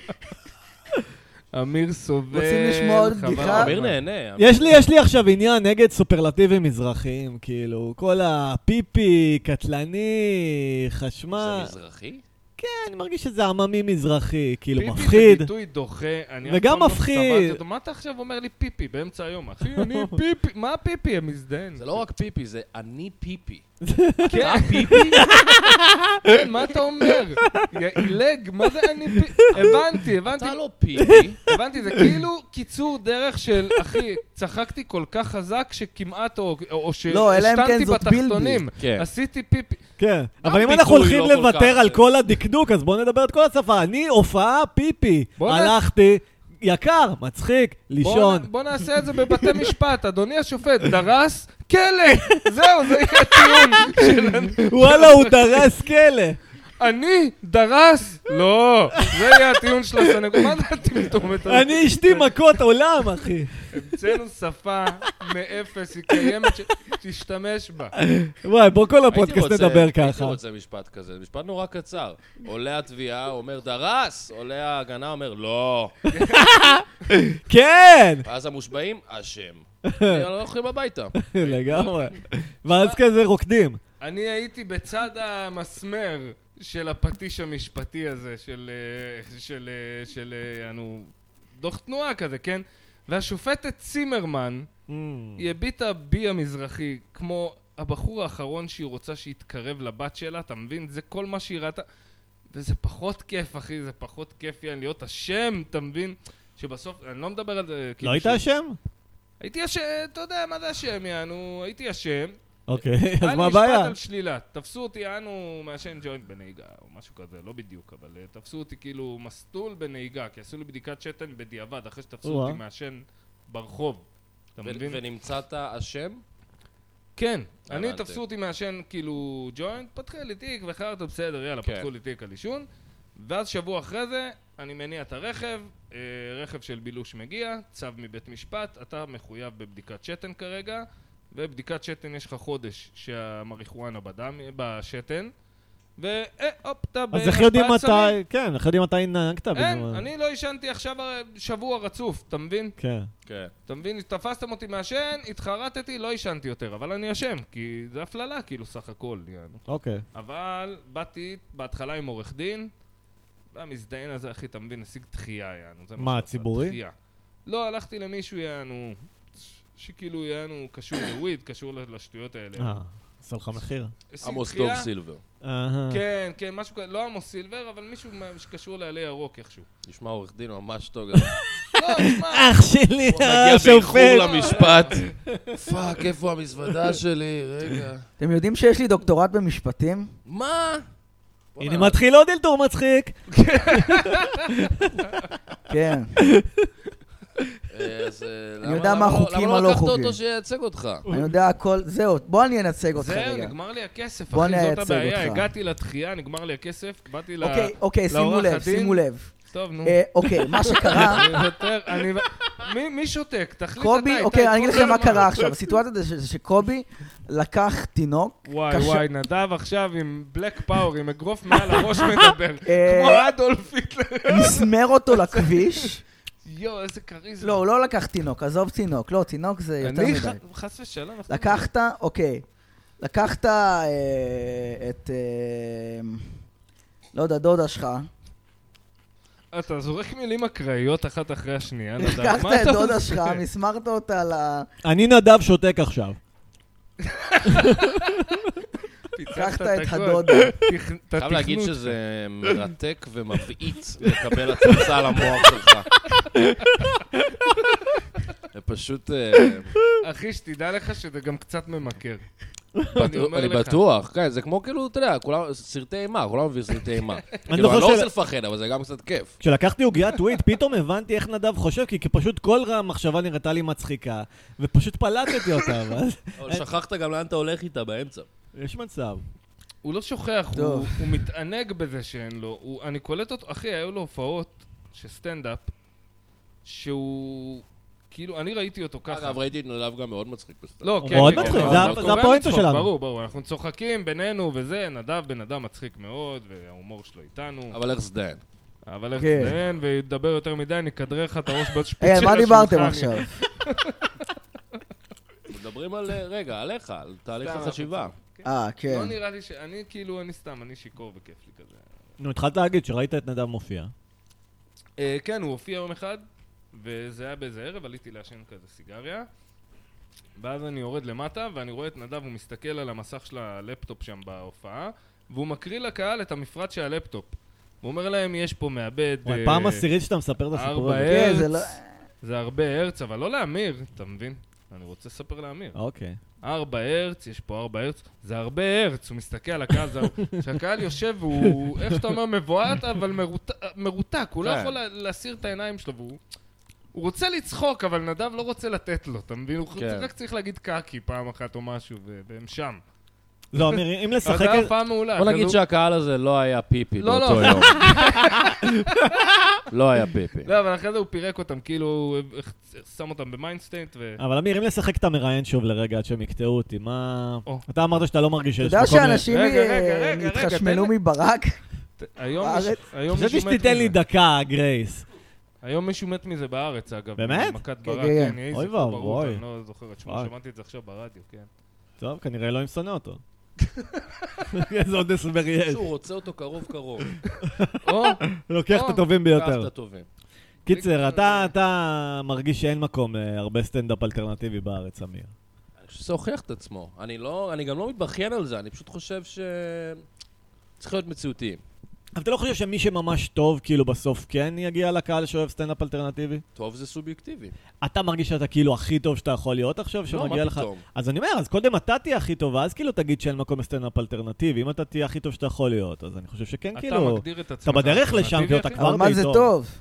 אמיר סובל, רוצים לשמוע עוד חבל בדיחה? אמיר הזמן. נהנה. יש לי עכשיו עניין נגד סופרלטיבים מזרחיים, כאילו, כל הפיפי, קטלני, זה חשמל. מזרחי? כן, אני מרגיש שזה עממי מזרחי, כאילו, פיפי מפחיד. זה ביטוי דוחה, אני וגם אף פעם לא מפחיד. סברתי אותו. מה אתה עכשיו אומר לי פיפי באמצע היום? אחי, אני פיפי. מה פיפי? המזדיין. זה לא רק פיפי, זה אני פיפי. כן, פיפי? כן, מה אתה אומר? ילג, מה זה אני פיפי? הבנתי. אתה לא פיפי. הבנתי, זה כאילו קיצור דרך של, אחי, צחקתי כל כך חזק שכמעט, או לא, אלא אם כן שהשתנתי זאת בילבי. בתחתונים. כן. עשיתי פיפי. כן, גם אבל אם ביטוי אנחנו הולכים לא כל לוותר כך, על כל הדקדוק, אז בואו נדבר את כל השפה. אני הופעה פיפי. הלכתי, יקר, מצחיק, לישון. בוא נעשה את זה בבתי משפט, אדוני השופט, דרס, כלא! זהו, זה יהיה הטיעון שלנו. וואלה, הוא דרס כלא. אני דרס? לא, זה יהיה הטיעון של הסנגור. מה זה הטמטומת הזה? אני אשתי מכות עולם, אחי. המצאנו שפה מאפס, היא קיימת שתשתמש בה. וואי, בוא כל הייתי הפודקאסט רוצה- נדבר הייתי ככה. רוצה משפט כזה, זה משפט נורא קצר. עולה התביעה, אומר דרס, עולה ההגנה, אומר לא. כן! ואז המושבעים, אשם. לא הולכים הביתה. לגמרי. ואז כזה רוקדים. אני הייתי בצד המסמר של הפטיש המשפטי הזה, של דוח תנועה כזה, כן? והשופטת צימרמן, היא הביטה בי המזרחי, כמו הבחור האחרון שהיא רוצה שיתקרב לבת שלה, אתה מבין? זה כל מה שהיא ראתה. וזה פחות כיף, אחי, זה פחות כיף להיות אשם, אתה מבין? שבסוף, אני לא מדבר על זה... לא היית אשם? הייתי אשם, אתה יודע מה זה אשם, יענו, הייתי אשם. אוקיי, אז מה היה לי הבעיה? משפט על שלילה. תפסו אותי, יענו, מעשן ג'וינט בנהיגה, או משהו כזה, לא בדיוק, אבל תפסו אותי כאילו מסטול בנהיגה, כי עשו לי בדיקת שתן בדיעבד, אחרי שתפסו אותי מעשן ברחוב. אתה מבין? ונמצאת אשם? כן, אני הבנתי. תפסו אותי מעשן כאילו ג'וינט, פתחי לי תיק וחרטו בסדר, יאללה, כן. פתחו לי תיק על עישון, ואז שבוע אחרי זה אני מניע את הרכב, רכב של בילוש מגיע, צו מבית משפט, אתה מחויב בבדיקת שתן כרגע, ובדיקת שתן יש לך חודש שהמריחואנה בדם, בשתן, והופ, אתה אז איך יודעים בהשפעת סמים. מתי, כן, איך יודעים מתי נהגת? אין, בזמן? אני לא ישנתי עכשיו שבוע רצוף, אתה מבין? כן. כן. אתה מבין, תפסתם אותי מעשן, התחרטתי, לא ישנתי יותר, אבל אני אשם, כי זה הפללה כאילו סך הכל, יענו. אוקיי. אבל באתי בהתחלה עם עורך דין, והמזדיין הזה, אחי, אתה מבין, השיג דחייה, יענו. זה מה, שעשה, ציבורי? דחייה. לא, הלכתי למישהו, יענו, שכאילו, יענו, קשור לוויד, קשור לשטויות האלה. עשה לך מחיר. השיג עמוס דחייה. דוב סילבר. כן, כן, משהו כזה, לא עמוס סילבר, אבל מישהו שקשור לעלי ירוק איכשהו. נשמע עורך דין ממש טוב. לא, נשמע, אח שלי, מגיע באיחור השופט. למשפט. פאק, איפה המזוודה שלי? רגע. אתם יודעים שיש לי דוקטורט במשפטים? מה? הנה מתחיל עוד אלתור מצחיק. כן. אז אני יודע מה החוקים למה הלא לא לקחת חוקיים. אותו שייצג אותך? אני יודע הכל, זהו, בוא אני אנצג אותך זהו, רגע. נגמר לי הכסף, בוא אחי, אני זאת אייצג הבעיה. אותך. הגעתי לדחייה, נגמר לי הכסף, באתי אוקיי, שימו לעורך לב, הדין. שימו לב. טוב, נו. אוקיי, מה שקרה, מי שותק? תחליט אתה. קובי, אוקיי, אני אגיד לכם מה קרה עכשיו. הסיטואציה זה שקובי לקח תינוק. וואי, נדב עכשיו עם בלק פאור, עם אגרוף מעל הראש מדבר. כמו אדולף היטלר. מסמר אותו לכביש. יואו, איזה קריזמה. לא, הוא לא לקח תינוק, עזוב תינוק. לא, תינוק זה יותר אני מדי. חס ושלום. לקחת, אוקיי. לקחת את, לא יודע, דודה שלך. אתה זורק מילים אקראיות אחת אחרי השנייה, נדב. לקחת מה את אתה דודה עושה? שלך, מסמרת אותה אני נדב שותק עכשיו. לקחת את הכל. הדודה. חייב להגיד שזה מרתק ומבעיץ לקבל הצצה על המוח שלך. זה פשוט... אחי, שתדע לך שזה גם קצת ממכר. אני בטוח, כן, זה כמו כאילו, אתה יודע, סרטי אימה, כולם מביאים סרטי אימה. כאילו, אני לא לא רוצה לפחד, אבל זה גם קצת כיף. כשלקחתי עוגיית טוויט, פתאום הבנתי איך נדב חושב, כי פשוט כל מחשבה נראתה לי מצחיקה, ופשוט פלטתי אותה, אבל... אבל שכחת גם לאן אתה הולך איתה באמצע. יש מצב. הוא לא שוכח, הוא מתענג בזה שאין לו. אני קולט אותו, אחי, היו לו הופעות של סטנדאפ, שהוא... כאילו, אני ראיתי אותו ככה. אגב, ראיתי את נדב גם מאוד מצחיק בסטנדאפ. לא, כן. מאוד מצחיק, זה הפואנטה שלנו. ברור, ברור, אנחנו צוחקים בינינו וזה, נדב בן אדם מצחיק מאוד, וההומור שלו איתנו. אבל איך זדן? אבל איך זדן, וידבר יותר מדי, נכדרר לך את הראש בעוד שפיץ של מה דיברתם עכשיו? מדברים על, רגע, עליך, על תהליך החשיבה. כן. לא נראה לי אני כאילו, אני סתם, אני שיקור וכיף לי כזה. נו, התחלת להגיד שראית את נדב מופיע. כן, הוא הופיע יום אחד, וזה היה באיזה ערב, עליתי לעשן כזה סיגריה, ואז אני יורד למטה, ואני רואה את נדב, הוא מסתכל על המסך של הלפטופ שם בהופעה, והוא מקריא לקהל את המפרט של הלפטופ. הוא אומר להם, יש פה מעבד... פעם עשירית שאתה מספר את הסיפור הזה. 4 כן, הרץ, זה הרבה הרץ, אבל לא לאמיר, אתה מבין? אני רוצה לספר לאמיר. אוקיי. 4 הרץ, יש פה 4 הרץ, זה הרבה הרץ, הוא מסתכל על הקהל, שהקהל יושב והוא, איך שאתה אומר, מבועת, אבל מרותק, הוא לא יכול להסיר את העיניים שלו, הוא רוצה לצחוק, אבל נדב לא רוצה לתת לו, אתה מבין? הוא רק צריך להגיד קאקי פעם אחת או משהו, והם שם. לא, אמיר, אם לשחק... אתה פעם מעולה. בוא נגיד שהקהל הזה לא היה פיפי באותו יום. לא היה פיפי. לא, אבל אחרי זה הוא פירק אותם, כאילו, שם אותם במיינסטייט ו... אבל אמיר, אם לשחק את המראיין שוב לרגע עד שהם יקטעו אותי, מה... אתה אמרת שאתה לא מרגיש שיש אתה יודע שאנשים התחשמלו מברק? היום חשבתי שתיתן לי דקה, גרייס. היום מישהו מת מזה בארץ, אגב. באמת? מכת ברק, כן. אוי ואבוי. אני לא זוכר את שמו, שמעתי את זה עכשיו ברדיו, כן. טוב, כנראה אלוהים שונא אותו. איזה עוד הסבר יש. הוא רוצה אותו קרוב. לוקח את הטובים ביותר. לוקח את הטובים. קיצר, אתה מרגיש שאין מקום להרבה סטנדאפ אלטרנטיבי בארץ, אמיר. אני חושב שזה הוכיח את עצמו. אני גם לא מתבכיין על זה, אני פשוט חושב צריך להיות מציאותיים. אבל אתה לא חושב שמי שממש טוב, כאילו בסוף כן יגיע לקהל שאוהב סטנדאפ אלטרנטיבי? טוב זה סובייקטיבי. אתה מרגיש שאתה כאילו הכי טוב שאתה יכול להיות עכשיו, שמגיע לך... פתאום? אז אני אומר, אז קודם אתה תהיה הכי טוב, ואז כאילו תגיד שאין מקום לסטנדאפ אלטרנטיבי. אם אתה תהיה הכי טוב שאתה יכול להיות, אז אני חושב שכן כאילו... אתה מגדיר את עצמך. אתה בדרך לשם, כאילו אתה כבר אבל מה זה טוב?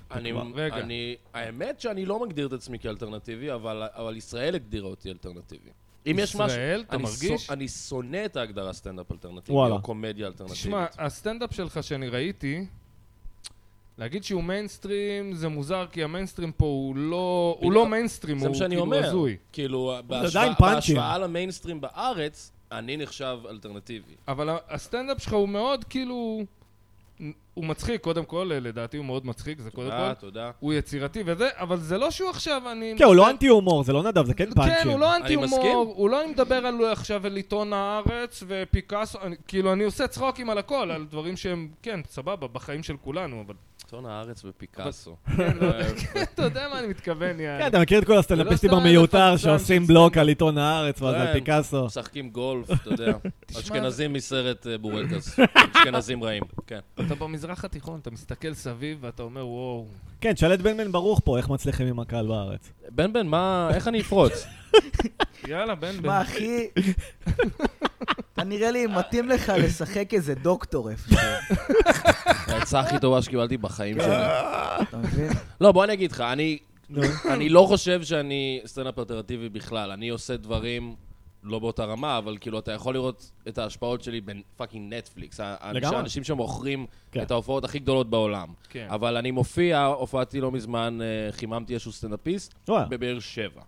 האמת שאני לא מגדיר את עצמי כאלטרנטיבי, אבל ישראל הגדירה אותי אלטרנטיבי. אם יש משהו... ישראל, אתה מרגיש? אני שונא את ההגדרה סטנדאפ אלטרנטיבי, או קומדיה אלטרנטיבית. תשמע, הסטנדאפ שלך שאני ראיתי, להגיד שהוא מיינסטרים זה מוזר, כי המיינסטרים פה הוא לא מיינסטרים, הוא כאילו הזוי. כאילו, בהשוואה למיינסטרים בארץ, אני נחשב אלטרנטיבי. אבל הסטנדאפ שלך הוא מאוד כאילו... הוא מצחיק, קודם כל, לדעתי הוא מאוד מצחיק, זה קודם כל. תודה. הוא יצירתי וזה, אבל זה לא שהוא עכשיו, כן, הוא לא אנטי-הומור, זה לא נדב, זה כן פאנצ'ים. כן, הוא לא אנטי-הומור, הוא לא מדבר על עכשיו על עיתון הארץ ופיקאסו, כאילו אני עושה צחוקים על הכל, על דברים שהם, כן, סבבה, בחיים של כולנו, אבל... עיתון הארץ ופיקאסו. אתה יודע מה אני מתכוון, יאללה. כן, אתה מכיר את כל הסטנדאפיסטים המיותר שעושים בלוק על עיתון הארץ ועל פיקאסו. משחקים גולף, אתה יודע. אשכנזים מסרט בורקס. אשכנזים רעים, כן. אתה במזרח התיכון, אתה מסתכל סביב ואתה אומר וואו. כן, שלט בן בן ברוך פה, איך מצליחים עם הקהל בארץ. בן בן, איך אני אפרוץ? יאללה, בן בן. מה, אחי? אתה נראה לי מתאים לך לשחק איזה דוקטור איפה. ההצעה הכי טובה שקיבלתי בחיים שלי. אתה מבין? לא, בוא אני אגיד לך, אני לא חושב שאני סטנדאפ אלטרנטיבי בכלל. אני עושה דברים לא באותה רמה, אבל כאילו אתה יכול לראות את ההשפעות שלי בין פאקינג נטפליקס. האנשים שמוכרים את ההופעות הכי גדולות בעולם. אבל אני מופיע, הופעתי לא מזמן, חיממתי איזשהו סטנדאפיסט בבאר שבע.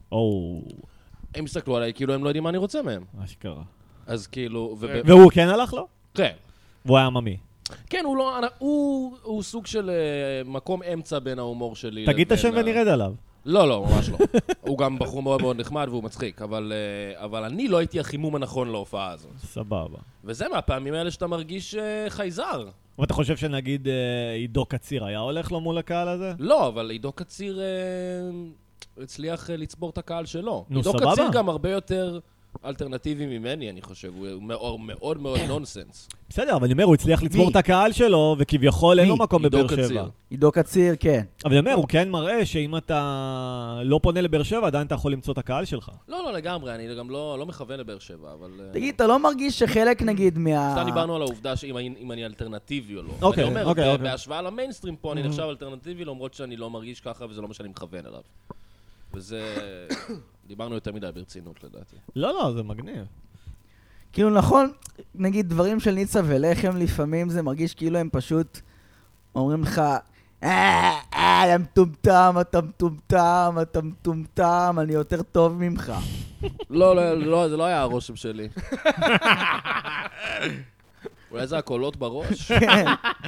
הם הסתכלו עליי, כאילו הם לא יודעים מה אני רוצה מהם. אשכרה. אז כאילו... והוא כן הלך לו? כן. והוא היה עממי. כן, הוא סוג של מקום אמצע בין ההומור שלי. תגיד את השם ונרד עליו. לא, ממש לא. הוא גם בחור מאוד מאוד נחמד והוא מצחיק, אבל אני לא הייתי החימום הנכון להופעה הזאת. סבבה. וזה מהפעמים האלה שאתה מרגיש חייזר. ואתה חושב שנגיד עידו קציר היה הולך לו מול הקהל הזה? לא, אבל עידו קציר הצליח לצבור את הקהל שלו. נו, עידו סבבה. קציר גם הרבה יותר אלטרנטיבי ממני, אני חושב. הוא מאוד מאוד נונסנס. בסדר, אבל אני אומר, הוא הצליח לצבור את הקהל שלו, וכביכול אין לו מקום בבאר שבע. עידו קציר, כן. אבל אני אומר, הוא כן מראה שאם אתה לא פונה לבאר שבע, עדיין אתה יכול למצוא את הקהל שלך. לא, לגמרי, אני גם לא מכוון לבאר שבע, אבל... תגיד, אתה לא מרגיש שחלק, נגיד, סתם דיברנו על העובדה שאם אני אלטרנטיבי או לא. אוקיי, אני אומר, אוקיי. בהשוואה למיינסטרים פה, אני נחשב אלטרנטיבי, למרות שאני לא מרגיש ככה, וזה לא מה שאני מכוון אליו. וזה... דיברנו יותר מדי ברצינות, לדעתי. לא, זה מגניב. כאילו נכון, נגיד דברים של ניצה ולחם לפעמים זה מרגיש כאילו הם פשוט אומרים לך אתה מטומטם, אתה מטומטם, אני יותר טוב ממך. לא, זה לא היה הרושם שלי. אולי זה הקולות בראש? כן.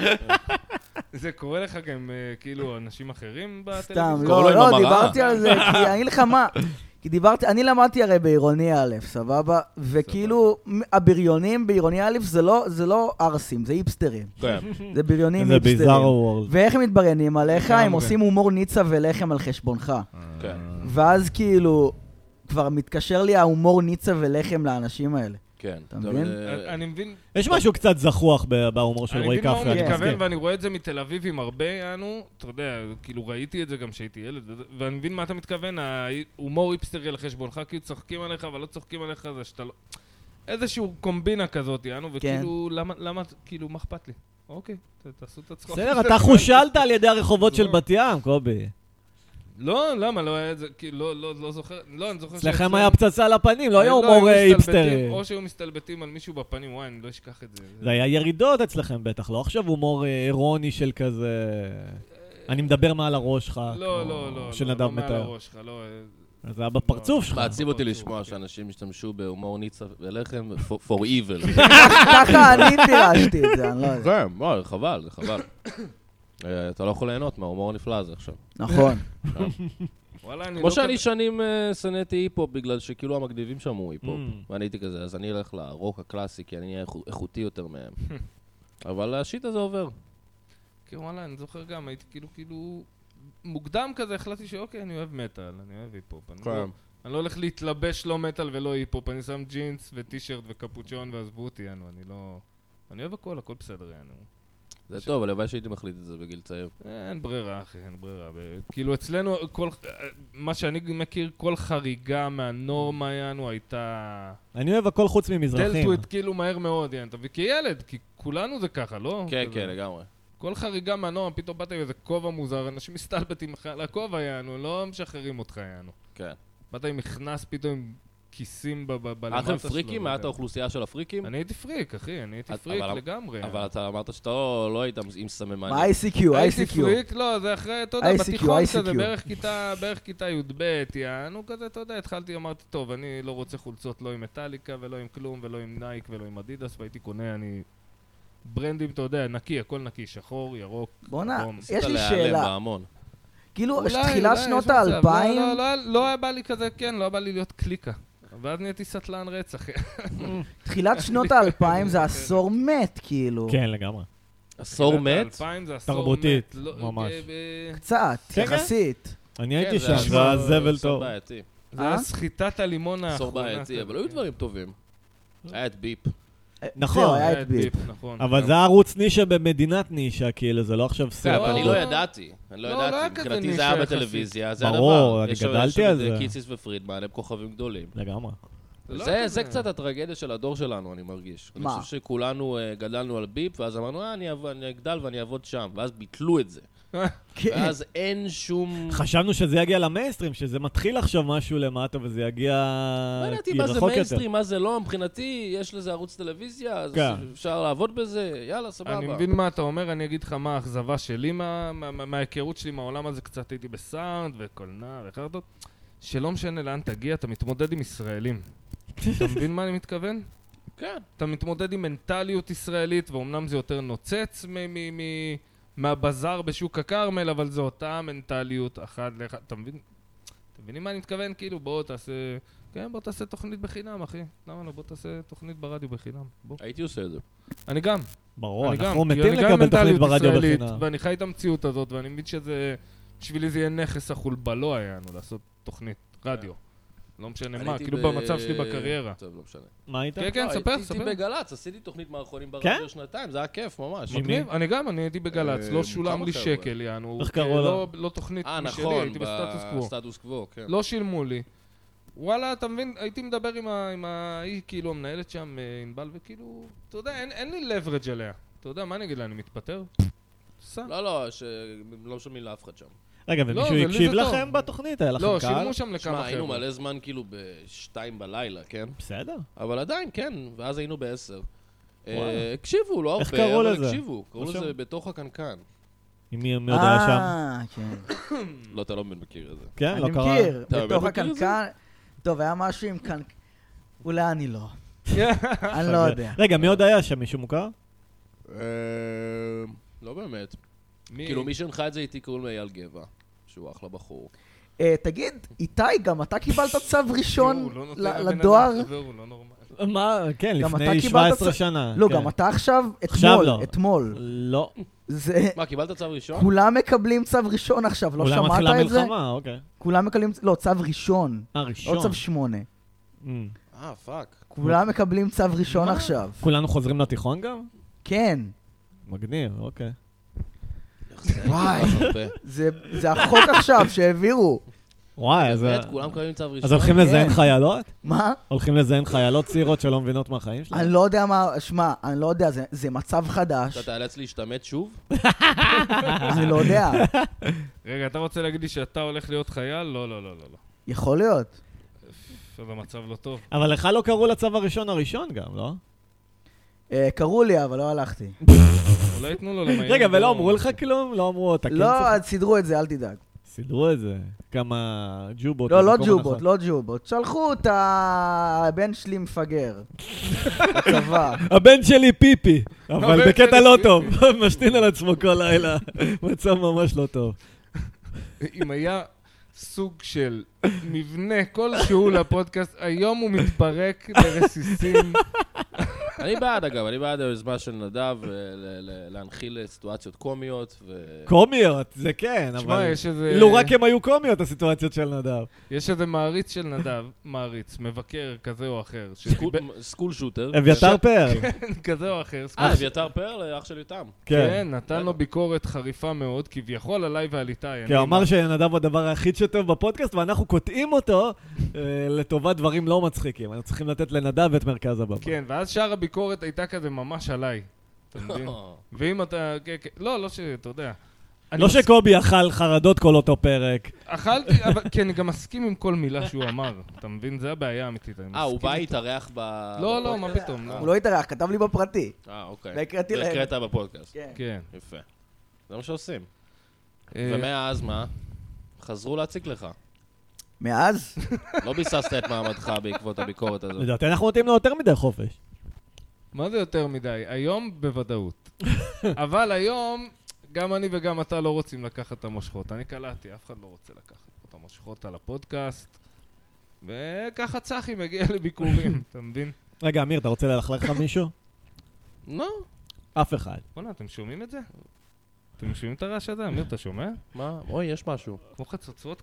זה קורה לך גם כאילו אנשים אחרים בטלוויזיה? סתם, לא, דיברתי על זה, כי אני אגיד לך מה, כי אני למדתי הרי בעירוני א', סבבה? וכאילו, הבריונים בעירוני א' זה לא ארסים, זה היפסטרים. זה בריונים זה היפסטרים. ביזאר וורד. ואיך הם מתבריינים עליך? הם עושים הומור ניצה ולחם על חשבונך. ואז כאילו, כבר מתקשר לי ההומור ניצה ולחם לאנשים האלה. כן. אתה מבין? אני מבין... יש משהו קצת זחוח בהומור של רועי כפרי. אני מבין מה הוא מתכוון, ואני רואה את זה מתל אביב עם הרבה, אתה יודע, כאילו ראיתי את זה גם כשהייתי ילד, ואני מבין מה אתה מתכוון, ההומור היפסטרי על חשבונך, כאילו צוחקים עליך, אבל לא צוחקים עליך, זה שאתה לא... איזשהו קומבינה כזאת, וכאילו, למה, כאילו, מה אכפת לי? אוקיי, תעשו את הצחוק. בסדר, אתה חושלת על ידי הרחובות של בת ים, קובי. לא, למה? לא היה את זה, כאילו, לא זוכר, לא, אני זוכר אצלכם היה פצצה על הפנים, לא היה הומור היפסטרי. או שהיו מסתלבטים על מישהו בפנים, וואי, אני לא אשכח את זה. זה היה ירידות אצלכם בטח, לא עכשיו הומור אירוני של כזה... אני מדבר מעל הראש שלך, של נדב מתאר. מעל הראש שלך, לא... זה היה בפרצוף שלך. מעציב אותי לשמוע שאנשים השתמשו בהומור ניצה ולחם for evil. ככה אני פירשתי את זה, אני לא יודע. כן, חבל, זה חבל. אתה לא יכול ליהנות מההומור הנפלא הזה עכשיו. נכון. כמו שאני שנים סנאתי היפ-הופ בגלל שכאילו המגניבים שמעו היפ-הופ. ואני הייתי כזה, אז אני אלך לרוק הקלאסי, כי אני אהיה איכותי יותר מהם. אבל השיט הזה עובר. כי וואלה, אני זוכר גם, הייתי כאילו... מוקדם כזה החלטתי שאוקיי, אני אוהב מטל, אני אוהב היפ-הופ. אני לא הולך להתלבש לא מטל ולא היפ-הופ, אני שם ג'ינס וטישרט וקפוצ'ון ועזבו אותי, אני לא... אני אוהב הכל, הכל בסדר, זה טוב, אבל הלוואי שהייתי מחליט את זה בגיל צעיר. אין ברירה, אחי, אין ברירה. כאילו אצלנו, מה שאני מכיר, כל חריגה מהנורמה הייתה... אני אוהב הכל חוץ ממזרחים. דלתו את כאילו מהר מאוד, וכילד, כי כולנו זה ככה, לא? כן, כן, לגמרי. כל חריגה מהנורמה, פתאום באתי עם איזה כובע מוזר, אנשים מסתלבטים על הכובע, לא משחררים אותך, כן. באתי עם מכנס פתאום עם כיסים בלמטה שלו. אתם פריקים? מה את האוכלוסייה של הפריקים? אני הייתי פריק, אחי, אני הייתי פריק לגמרי. אבל אתה אמרת שאתה לא היית עם סממנים. מה ICQ? הייתי פריק, לא, זה אחרי, אתה יודע, בתיכון כזה, בערך כיתה י"ב, יענו כזה, אתה יודע, התחלתי, אמרתי, טוב, אני לא רוצה חולצות לא עם מטליקה ולא עם כלום ולא עם נייק ולא עם אדידס, והייתי קונה, אני... ברנדים, אתה יודע, נקי, הכל נקי, שחור, ירוק, בונה, יש לי שאלה. כאילו, תחילת שנות ה-2000... לא היה בא לי כזה, כן, לא היה בא לי להיות קליקה. ואז נהייתי סטלן רצח. תחילת שנות ה-2000 זה עשור מת, כאילו. כן, לגמרי. עשור מת? תרבותית, ממש. קצת, יחסית. אני הייתי שם, זה היה זבל טוב. זה היה סחיטת הלימון האחרונה. עשור בעייתי, אבל היו דברים טובים. היה את ביפ. נכון, היה את ביפ. אבל זה ערוץ נישה במדינת נישה, כאילו, זה לא עכשיו סרט. אני לא ידעתי, מבחינתי זה היה בטלוויזיה, זה הדבר. ברור, אני גדלתי על זה. קיציס ופרידמן הם כוכבים גדולים. לגמרי. זה קצת הטרגדיה של הדור שלנו, אני מרגיש. אני חושב שכולנו גדלנו על ביפ, ואז אמרנו, אני אגדל ואני אעבוד שם, ואז ביטלו את זה. ואז אין שום... חשבנו שזה יגיע למיינסטרים, שזה מתחיל עכשיו משהו למטה וזה יגיע רחוק יותר. לא ידעתי מה זה מיינסטרים, מה זה לא, מבחינתי יש לזה ערוץ טלוויזיה, אז אפשר לעבוד בזה, יאללה, סבבה. אני מבין מה אתה אומר, אני אגיד לך מה האכזבה שלי, מההיכרות שלי מהעולם הזה, קצת הייתי בסאונד וקולנוע וחרדות, שלא משנה לאן תגיע, אתה מתמודד עם ישראלים. אתה מבין מה אני מתכוון? כן. אתה מתמודד עם מנטליות ישראלית, ואומנם זה יותר נוצץ מהבזר בשוק הקרמל, אבל זו אותה מנטליות אחת לאחד. אתה מבינים מה אני מתכוון? כאילו, בוא תעשה תוכנית בחינם, אחי. למה לא? בוא תעשה תוכנית ברדיו בחינם. בוא. הייתי עושה את זה. אני גם. ברור, אנחנו מתים לקבל תוכנית ברדיו בחינם. ואני חי את המציאות הזאת, ואני מבין שזה, בשבילי זה יהיה נכס החולבלו היה לנו לעשות תוכנית רדיו. לא משנה מה, כאילו במצב שלי בקריירה. טוב, לא משנה. מה היית? כן, ספר. הייתי בגלץ, עשיתי תוכנית מערכונים ברדיו שנתיים, זה היה כיף ממש. מגניב, אני הייתי בגלץ, לא שולם לי שקל, יענו. איך קראו לה? לא תוכנית משלי, נכון, הייתי בסטטוס קוו. בסטטוס קוו, כן. לא שילמו לי. וואלה, אתה מבין, הייתי מדבר עם היא, כאילו, המנהלת שם, ענבל, וכאילו, אתה יודע, אין לי leverage עליה. אתה יודע, מה אני אגיד לה, אני מתפטר? לא, לא משלמים לאף אחד שם. רגע, ומישהו הקשיב לכם בתוכנית? היה לכם קהל? לא, שילמו שם לכמה שמע, חבר'ה. היינו מלא זמן כאילו ב-2 בלילה, כן? בסדר. אבל עדיין, כן, ואז היינו ב-10. הקשיבו, לא איך הרבה, קראו אבל לזה? הקשיבו. קראו לזה בתוך הקנקן. מי עוד היה שם? כן. לא, אתה לא מכיר את זה. כן, לא אני קרה. מכיר, אתה בתוך באמת מכיר את הקנקן. טוב, היה משהו עם קנקן. אולי אני לא. אני לא יודע. רגע, מי עוד היה שם? מישהו מוכר? לא באמת. כאילו, מי שהנחה את זה איתי קוראים לאייל גבע, שהוא אחלה בחור. תגיד, איתי, גם אתה קיבלת צו ראשון הוא לא נותן לבן לדואר? אדם חבר, הוא לא נורמלי. מה? כן, גם לפני אתה קיבלת 17 שנה. לא, כן. גם אתה עכשיו, עכשיו לא. אתמול. לא. זה... מה, קיבלת צו ראשון? כולם מקבלים צו ראשון עכשיו, לא אולי שמעת מתחילה את זה? מלחמה, אוקיי. כולם מקבלים, לא, צו ראשון. ראשון. לא צו 8. פאק. כולם מקבלים צו ראשון עכשיו. כולנו חוזרים לתיכון גם? כן. מגניב, אוקיי. וואי. זה החוק עכשיו שהעבירו. וואי, אז... באמת, כולם מקבלים צו ראשון. אז הולכים לזיין חיילות? מה? הולכים לזיין חיילות צעירות שלא מבינות מהחיים שלהם? אני לא יודע מה, שמע, אני לא יודע, זה מצב חדש. אתה תאלץ להשתמט שוב? אני לא יודע. רגע, אתה רוצה להגיד לי שאתה הולך להיות חייל? לא, לא, לא, לא. יכול להיות. זה מצב לא טוב. אבל לך לא קראו לצו הראשון גם, לא? קראו לי, אבל לא הלכתי. אולי יתנו לו למיין. רגע, ולא אמרו לך כלום? לא אמרו, אתה כן לא, צריך... אז סידרו את זה, אל תדאג. סידרו את זה. כמה ג'ובות. לא, לא במקום ג'ובות, הנכון. לא ג'ובות. שלחו את הבן שלי מפגר. בצבא. הבן שלי פיפי, אבל הבן בקטע שלי לא פיפי. טוב. משתין על עצמו כל לילה. מצב ממש לא טוב. אם היה סוג של מבנה כלשהו לפודקאסט, היום הוא מתפרק לרסיסים. אני בעד, אגב, אני בעד היוזמה של נדב להנחיל סיטואציות קומיות. קומיות, זה כן, שמע, אבל... יש איזה... אילו רק הם היו קומיות, הסיטואציות של נדב. יש איזה מעריץ של נדב, מבקר כזה או אחר. סקול שוטר. אביתר פרל. כזה או אחר. אביתר פרל, אח של יותם. כן, נתן לו ביקורת חריפה מאוד, כביכול עליי ועל איתי. כן, הוא אמר שנדב הוא הדבר היחיד שטוב בפודקאסט, ואנחנו קוטעים אותו לטובת דברים לא מצחיקים. אנחנו צריכים לתת לנדב את מרכז הבמה. כן, ואז שאר הביקורת הייתה כזה ממש עליי. אתה מבין? ואם אתה... לא שאתה יודע. לא שקובי אכל חרדות כל אותו פרק. אכלתי, כי אני גם מסכים עם כל מילה שהוא אמר. אתה מבין? זה הבעיה האמיתית. הוא בא להתארח ב... לא, מה פתאום. הוא לא התארח, כתב לי בפרטי. אוקיי. והקראתי להם. והקראת בפודקאסט. כן. יפה. זה מה שעושים. ומאז מה? חזרו להציג לך. מאז? לא ביססת את מעמדך בעקבות הביקורת הזאת. לדעתי אנחנו נותנים לו יותר מדי חופש. מה זה יותר מדי? היום בוודאות. אבל היום, גם אני וגם אתה לא רוצים לקחת את המושכות. אני קלטתי, אף אחד לא רוצה לקחת את המושכות על הפודקאסט. וככה צחי מגיע לביקורים, אתה מבין? רגע, אמיר, אתה רוצה ללכלך לך מישהו? לא. אף אחד. בוא'נה, אתם שומעים את זה? אתם שומעים את הרעש הזה? אמיר, אתה שומע? מה? אוי, יש משהו. כמו חצוצרות?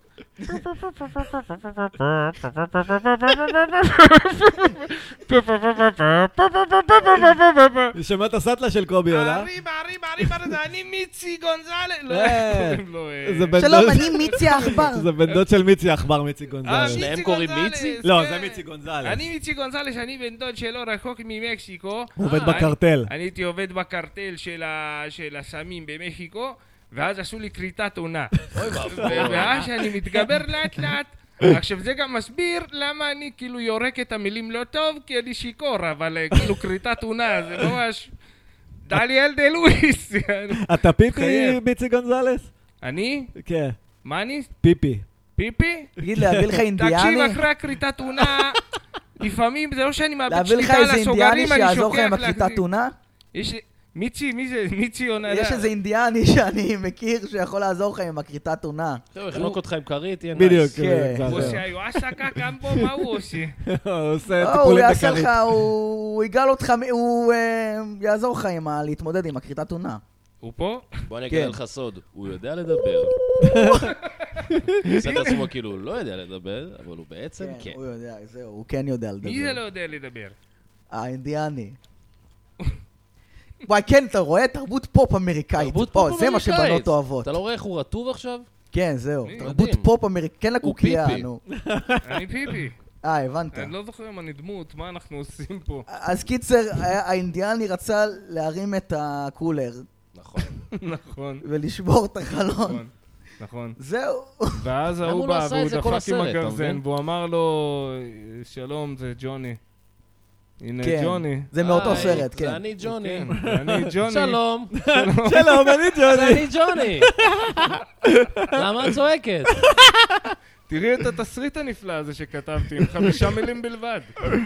שמע את הסטלה של קובי עולה? אני מיצי גונזלס! שלום, אני מיצי העכבר. זה בן דוד של מיצי העכבר, מיצי גונזלס. שניהם קוראים מיצי? לא, זה מיצי גונזלס. אני מיצי גונזלס, אני בן דוד שלו רחוק ממקסיקו. הוא עובד בקרטל. אני הייתי עובד בקרטל של הסמים במקסיקו, ואז עשו לי קריטת עונה. ואז אני מתגבר לאט לאט. עכשיו זה גם מסביר למה אני כאילו יורק את המילים לא טוב, כי אני שיקור, אבל כאילו קריטת עונה זה ממש... דניאל דה לואיס. אתה פיפי מיצי גונזלס? אני? כן. מה אני? פיפי. פיפי? תגיד, להביא לך אינדיאני? תקשיב, אחרי הקריטת עונה, לפעמים זה לא שאני מאבד להביא לך שליטה על איזה אינדיאני הסוגרים, אני שיעזור לך שוכח עם הקליטת טונה? יש... מיצי, מי זה? מיצי עונה. יש איזה אינדיאני שאני מכיר שיכול לעזור לך עם הקליטת טונה. הוא יחנוק אותך עם כרית, יהיה נייס. בדיוק. הוא עושה היואסקה גם בו, מה הוא עושה? הוא עושה הוא טיפולים יעשה בקרית. לך, הוא יגל אותך, הוא יעזור לך להתמודד עם הקליטת טונה. הוא פה? בוא אני אגלה לך סוד, הוא יודע לדבר. עושה את עצמו כאילו, הוא לא יודע לדבר, אבל הוא בעצם כן. הוא יודע, זהו, הוא כן יודע לדבר. מי זה לא יודע לדבר? האינדיאני. וואי, כן, אתה רואה תרבות פופ אמריקאית. תרבות פופ אמריקאית. זה מה שבנות אוהבות. אתה לא רואה איך הוא רטוב עכשיו? כן, זהו. מדהים. תרבות פופ אמריקאית. כן לקוקייה, פיפי. נו. אני פיפי. הבנת. אני לא זוכר אם אני דמות, מה אנחנו עושים פה? אז קיצר, האינדיאני רצה להרים את הקולר נכון. נכון. ולשבור את החלון. נכון. זהו. ואז למה ההוא הוא לא בא עשה והוא את זה כל דפק עם הסרט, אתה הגרזן, מבין? והוא אמר לו, שלום, זה ג'וני. הנה כן. ג'וני. זה מאותו היי, סרט, זה כן. אני ג'וני. כן, זה אני ג'וני. שלום. שלום, אני זה ג'וני. אני ג'וני. למה את צועקת? תראי את התסריט הנפלא הזה שכתבתי, עם 5 מילים בלבד.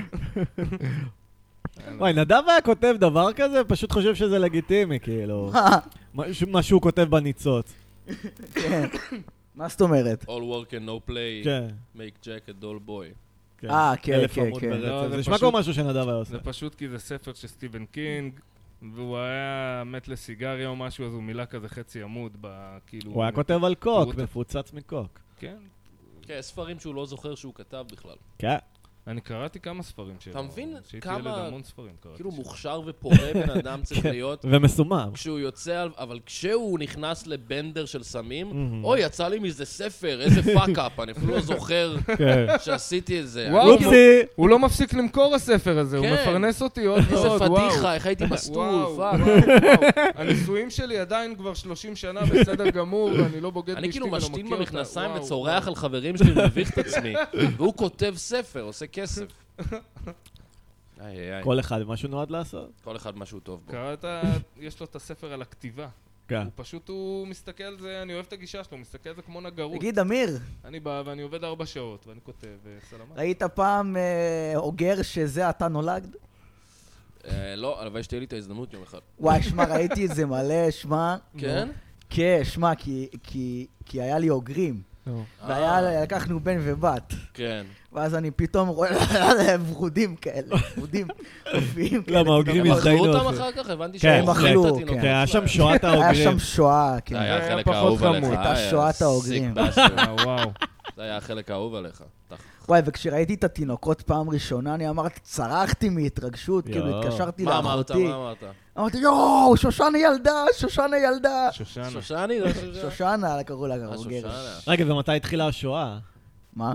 וואי, נדב היה כותב דבר כזה, פשוט חושב שזה לגיטימי, כאילו. מה שהוא כותב בניצוץ. כן. מה זאת אומרת? All work and no play, כן. make Jack a dull boy. כן, 1000 כן, עמוד כן. ברצף. לא, זה זה נשמע פשוט- כמו משהו שנדב היה עושה. זה פשוט כי זה ספר של סטיבן קינג, והוא היה מת לסיגריה או משהו, אז הוא מילא כזה חצי עמוד, כאילו... הוא היה כותב על קוק, תראו את- מפוצץ מקוק. כן. כן, ספרים שהוא לא זוכר שהוא כתב בכלל. כן. אני קראתי כמה ספרים שלו. אתה מבין כשהייתי כמה- ילד המון ספרים קראתי. כאילו שלו. מוכשר ופורה בן אדם צריך להיות. ומסומם. כשהוא יוצא, אבל כשהוא נכנס לבנדר של סמים, Mhm. אוי, יצא לי מזה ספר, איזה פאק-אפ, אני אפילו לא זוכר כן. שעשיתי את זה. וואו, אופסי. הוא לא מפסיק למכור הספר הזה, הוא כן. מפרנס אותי עוד איזה ועוד, וואו. פדיחה, איך הייתי מסטול, וואו, פאק. וואו. הנישואים שלי עדיין כבר 30 שנה בסדר גמור, ואני לא בוגד אני באשתי כאילו ולא מכיר משתין אותה. במכנסיים וואו, וצורח וואו. על חברים שלי ומביך את עצמי. והוא כותב ספר, עושה כסף. איי, איי, כל אחד מה שהוא נועד לעשות. כל אחד משהו טוב בו. קראת, יש לו את הספר על הכתיבה. כן. הוא פשוט, הוא מסתכל על זה, אני אוהב את הגישה שלו, הוא מסתכל על זה כמו נגרות. תגיד, אמיר, אני בא ואני עובד 4 שעות, ואני כותב, סלמה. ראית פעם אוגר שזה אתה נולד? לא, הלוואי שתהיה לי את ההזדמנות יום אחד. וואי, שמע, ראיתי את זה מלא, שמע. כן? כן, שמע, כי היה לי אוגרים. לקחנו בן ובת. כן. ואז אני פתאום רואה להם ורודים כאלה, ורודים מופיעים כאלה. למה, האוגרים הם אכלו הזדיינו אותם אותי. אחר כך? הבנתי כן, שהם הם אכלו, את התינוקות כן. כן, היה שם שלהם. שואת היה האוגרים. שם שואה, כן. זה היה היה החלק פחות האהוב חמוד. עליך. הייתה היה שואת sick האוגרים. bastard. וואו. זה היה החלק האהוב עליך. וואי, וכשראיתי את התינוקות פעם ראשונה, אני אמרתי, צרחתי מהתרגשות, כאילו יואו. התקשרתי מה אמרת? לאחותי. מה אמרת? אמרתי, יואו, שושנה ילדה, שושנה ילדה. שושנה. שושני? זה שושנה. שושנה, קראו לה אוגרת. שושנה. רגע, ומתי התחילה השואה? מה?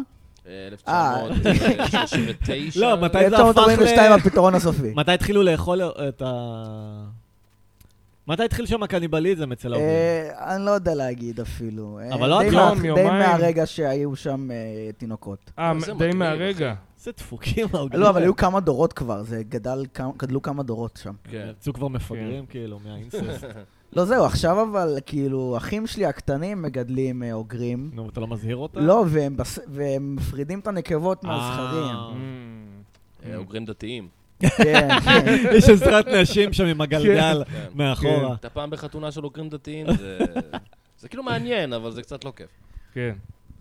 1939. לא, מתי זה הפך 1942 הפתרון הסופי. מתי התחילו לאכול את ה... מתי התחיל שם הקניבליזם אצל האוגרים? אני לא יודע להגיד אפילו. אבל לא די עד מה- יום, די יומיים. מהרגע שהיו שם תינוקות. זה די מגניב, מהרגע. זה דפוקים האוגרים. לא, אבל היו כמה דורות כבר, זה גדלו כמה דורות שם. כן. יצאו כבר מפגרים, כאילו, מהאינססט. לא זהו, עכשיו אבל, כאילו, אחים שלי הקטנים מגדלים אוגרים. נו, אתה לא מזהיר אותם? לא, והם מפרידים את הנקבות מהזכרים. אוגרים דתיים. כן, כן. יש עזרת נשים שם עם הגלגל כן. מאחורה. אתה פעם בחתונה של אוגרים דתיים, זה כאילו מעניין, אבל זה קצת לא כיף. כן.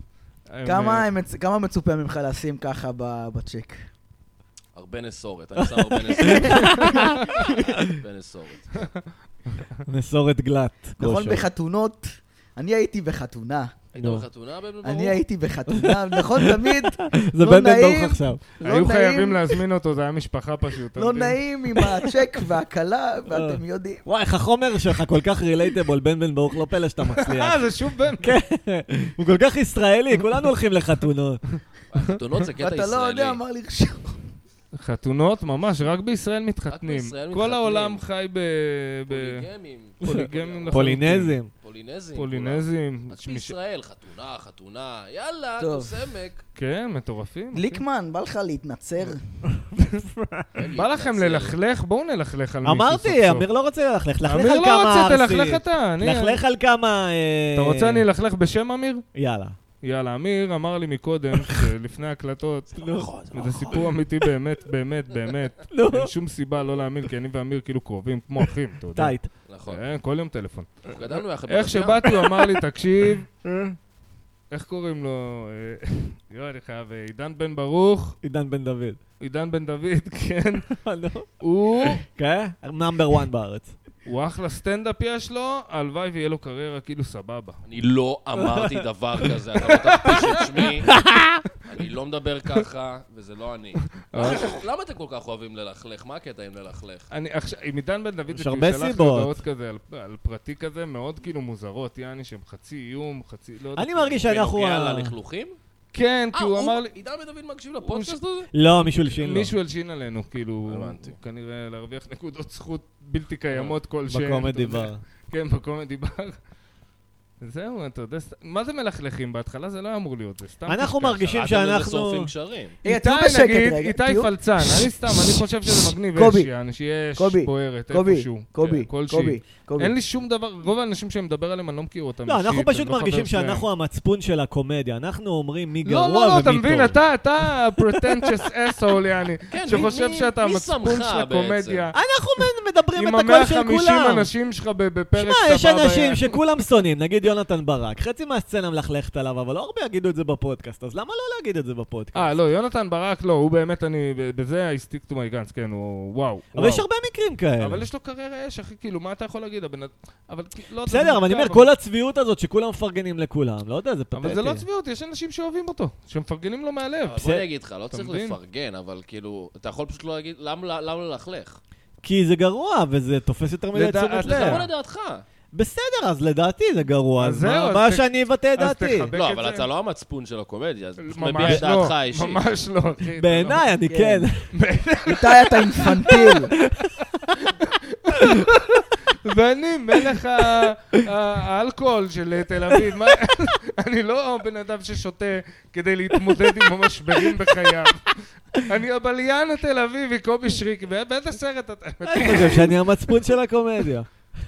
כמה מצופה ממך לשים ככה בצ'ק? הרבה נסורת, אני שם הרבה נסורת. הרבה נסורת. נסורת גלת. נכון, גושו. בחתונות, אני הייתי בחתונה. היית נו. בחתונה בבן ברוך? אני הייתי בחתונה, נכון, תמיד זה לא בן בן נעים. ברוך עכשיו. לא היו חייבים נעים, להזמין אותו, זה היה משפחה פשוט. אתה לא מבין? נעים עם הצ'ק והקלה, ואתם יודעים. וואי, איך החומר שלך כל כך רילייטבול, בן בן ברוך, לא פלא שאתה מצליח. זה שוב בן. כן, הוא כל כך ישראלי, כולנו הולכים לחתונות. חתונות זה קטע ואתה לא ישראלי. יודע מה לרשום. חתונות, ממש, רק בישראל מתחתנים. בישראל כל מתחתנים. העולם חי פוליגמים. פוליגמים. פולינזים. פולינזים. פולינזים. אז בישראל, חתונה, יאללה, טוב. נושא עמק. כן, מטורפים. גליקמן, בא לך להתנצר? בא לכם ללכלך? בואו נלכלך על מישהו סוף אמרתי, סוף. אמיר לא רוצה ללכלך. לכלך אמיר על לא כמה רוצה, תלכלך ארסי. אתה. לכלך על כמה... אתה רוצה אני אלכלך בשם אמיר? יאללה. יאללה, אמיר אמר לי מקודם, שלפני הקלטות, וזה סיפור אמיתי באמת, באמת, באמת. אין שום סיבה לא להאמין, כי אני ואמיר כאילו קרובים, כמו אחים, אתה יודע. טייט. נכון. כל יום טלפון. גדלנו יחד. איך בבת ים. שבאתי הוא אמר לי, תקשיב, איך קוראים לו? יואו, אני חייב, עידן בן ברוך, עידן בן דוד. עידן בן דוד, כן. נו. הוא... כן? נאמבר 1 בארץ. הוא אחלה סטנדאפ יש לו, הלוואי ויהיה לו קריירה כאילו סבבה. אני לא אמרתי דבר כזה, אתה לא תכפיש את שמי, אני לא מדבר ככה, וזה לא אני. למה אתם כל כך אוהבים ללכלך? מה הקטע עם ללכלך? עם עידן בן דוד, יש הרבה סיבות. כזה, על פרטי כזה, מאוד כאילו מוזרות, יעני, שהם חצי איום, חצי... אני מרגיש שאנחנו... בנוגע ללכלוכים? כן, כי הוא אמר לי... עידן בן דוד מקשיב לפודקאסט הזה? לא, מישהו הלשין לו. מישהו הלשין עלינו, כאילו... כנראה להרוויח נקודות זכות בלתי קיימות כלשהן. בקומדי בר. כן, בקומדי בר. זהו, אתה יודע, מה זה מלכלכים? בהתחלה זה לא אמור להיות, זה סתם... אנחנו מרגישים שאנחנו... איתי נגיד, איתי פלצן, אני סתם, אני חושב שזה מגניב, שיש בוערת, איפשהו. קובי. אין לי שום דבר, רוב האנשים שאני מדבר עליהם, אני לא מכיר אותם. לא, אנחנו פשוט מרגישים שאנחנו המצפון של הקומדיה, אנחנו אומרים מי גרוע ומי טוב. לא, אתה מבין, אתה pretentious asshole, יעני, שחושב שאתה המצפון של הקומדיה. אנחנו מדברים את הקול של כולם. עם 150 אנשים שלך בפרק סבבה. יש אנשים שכולם שונאים, נגיד יונתן ברק, חצי מהסצנה מלכלכת עליו, אבל לא הרבה יגידו את זה בפודקאסט, אז למה לא להגיד את זה בפודקאסט? לא, יונתן ברק לא, הוא באמת, בזה I stick to my guns, כן, הוא וואו. אבל יש הרבה מקרים כאלה. אבל יש לו קריירה אש, אחי, כאילו, מה אתה יכול להגיד? בסדר, אבל אני אומר, כל הצביעות הזאת שכולם מפרגנים לכולם, לא יודע, זה פתטי. אבל זה לא צביעות, יש אנשים שאוהבים אותו, שמפרגנים לו מהלב. בוא אני אגיד לך, לא צריך לפרגן, אבל כאילו, אתה יכול פשוט לא להגיד, למה ללכלך? כי זה גרוע, וזה תופס יותר מדי תשומת לב. למה לדעתך? בסדר, אז לדעתי זה גרוע, אז מה שאני אבטא את דעתי? לא, אבל אתה לא המצפון של הקומדיה, אז מביע את דעתך האישית. ממש לא, אחי. בעיניי, אני כן. איתי אתה אינפנטיל. ואני מלך האלכוהול של תל אביב. אני לא בן אדם ששותה כדי להתמודד עם המשברים בחייו. אני הבליין התל אביבי, קובי שריק, באיזה סרט אתה... אני חושב שאני המצפון של הקומדיה.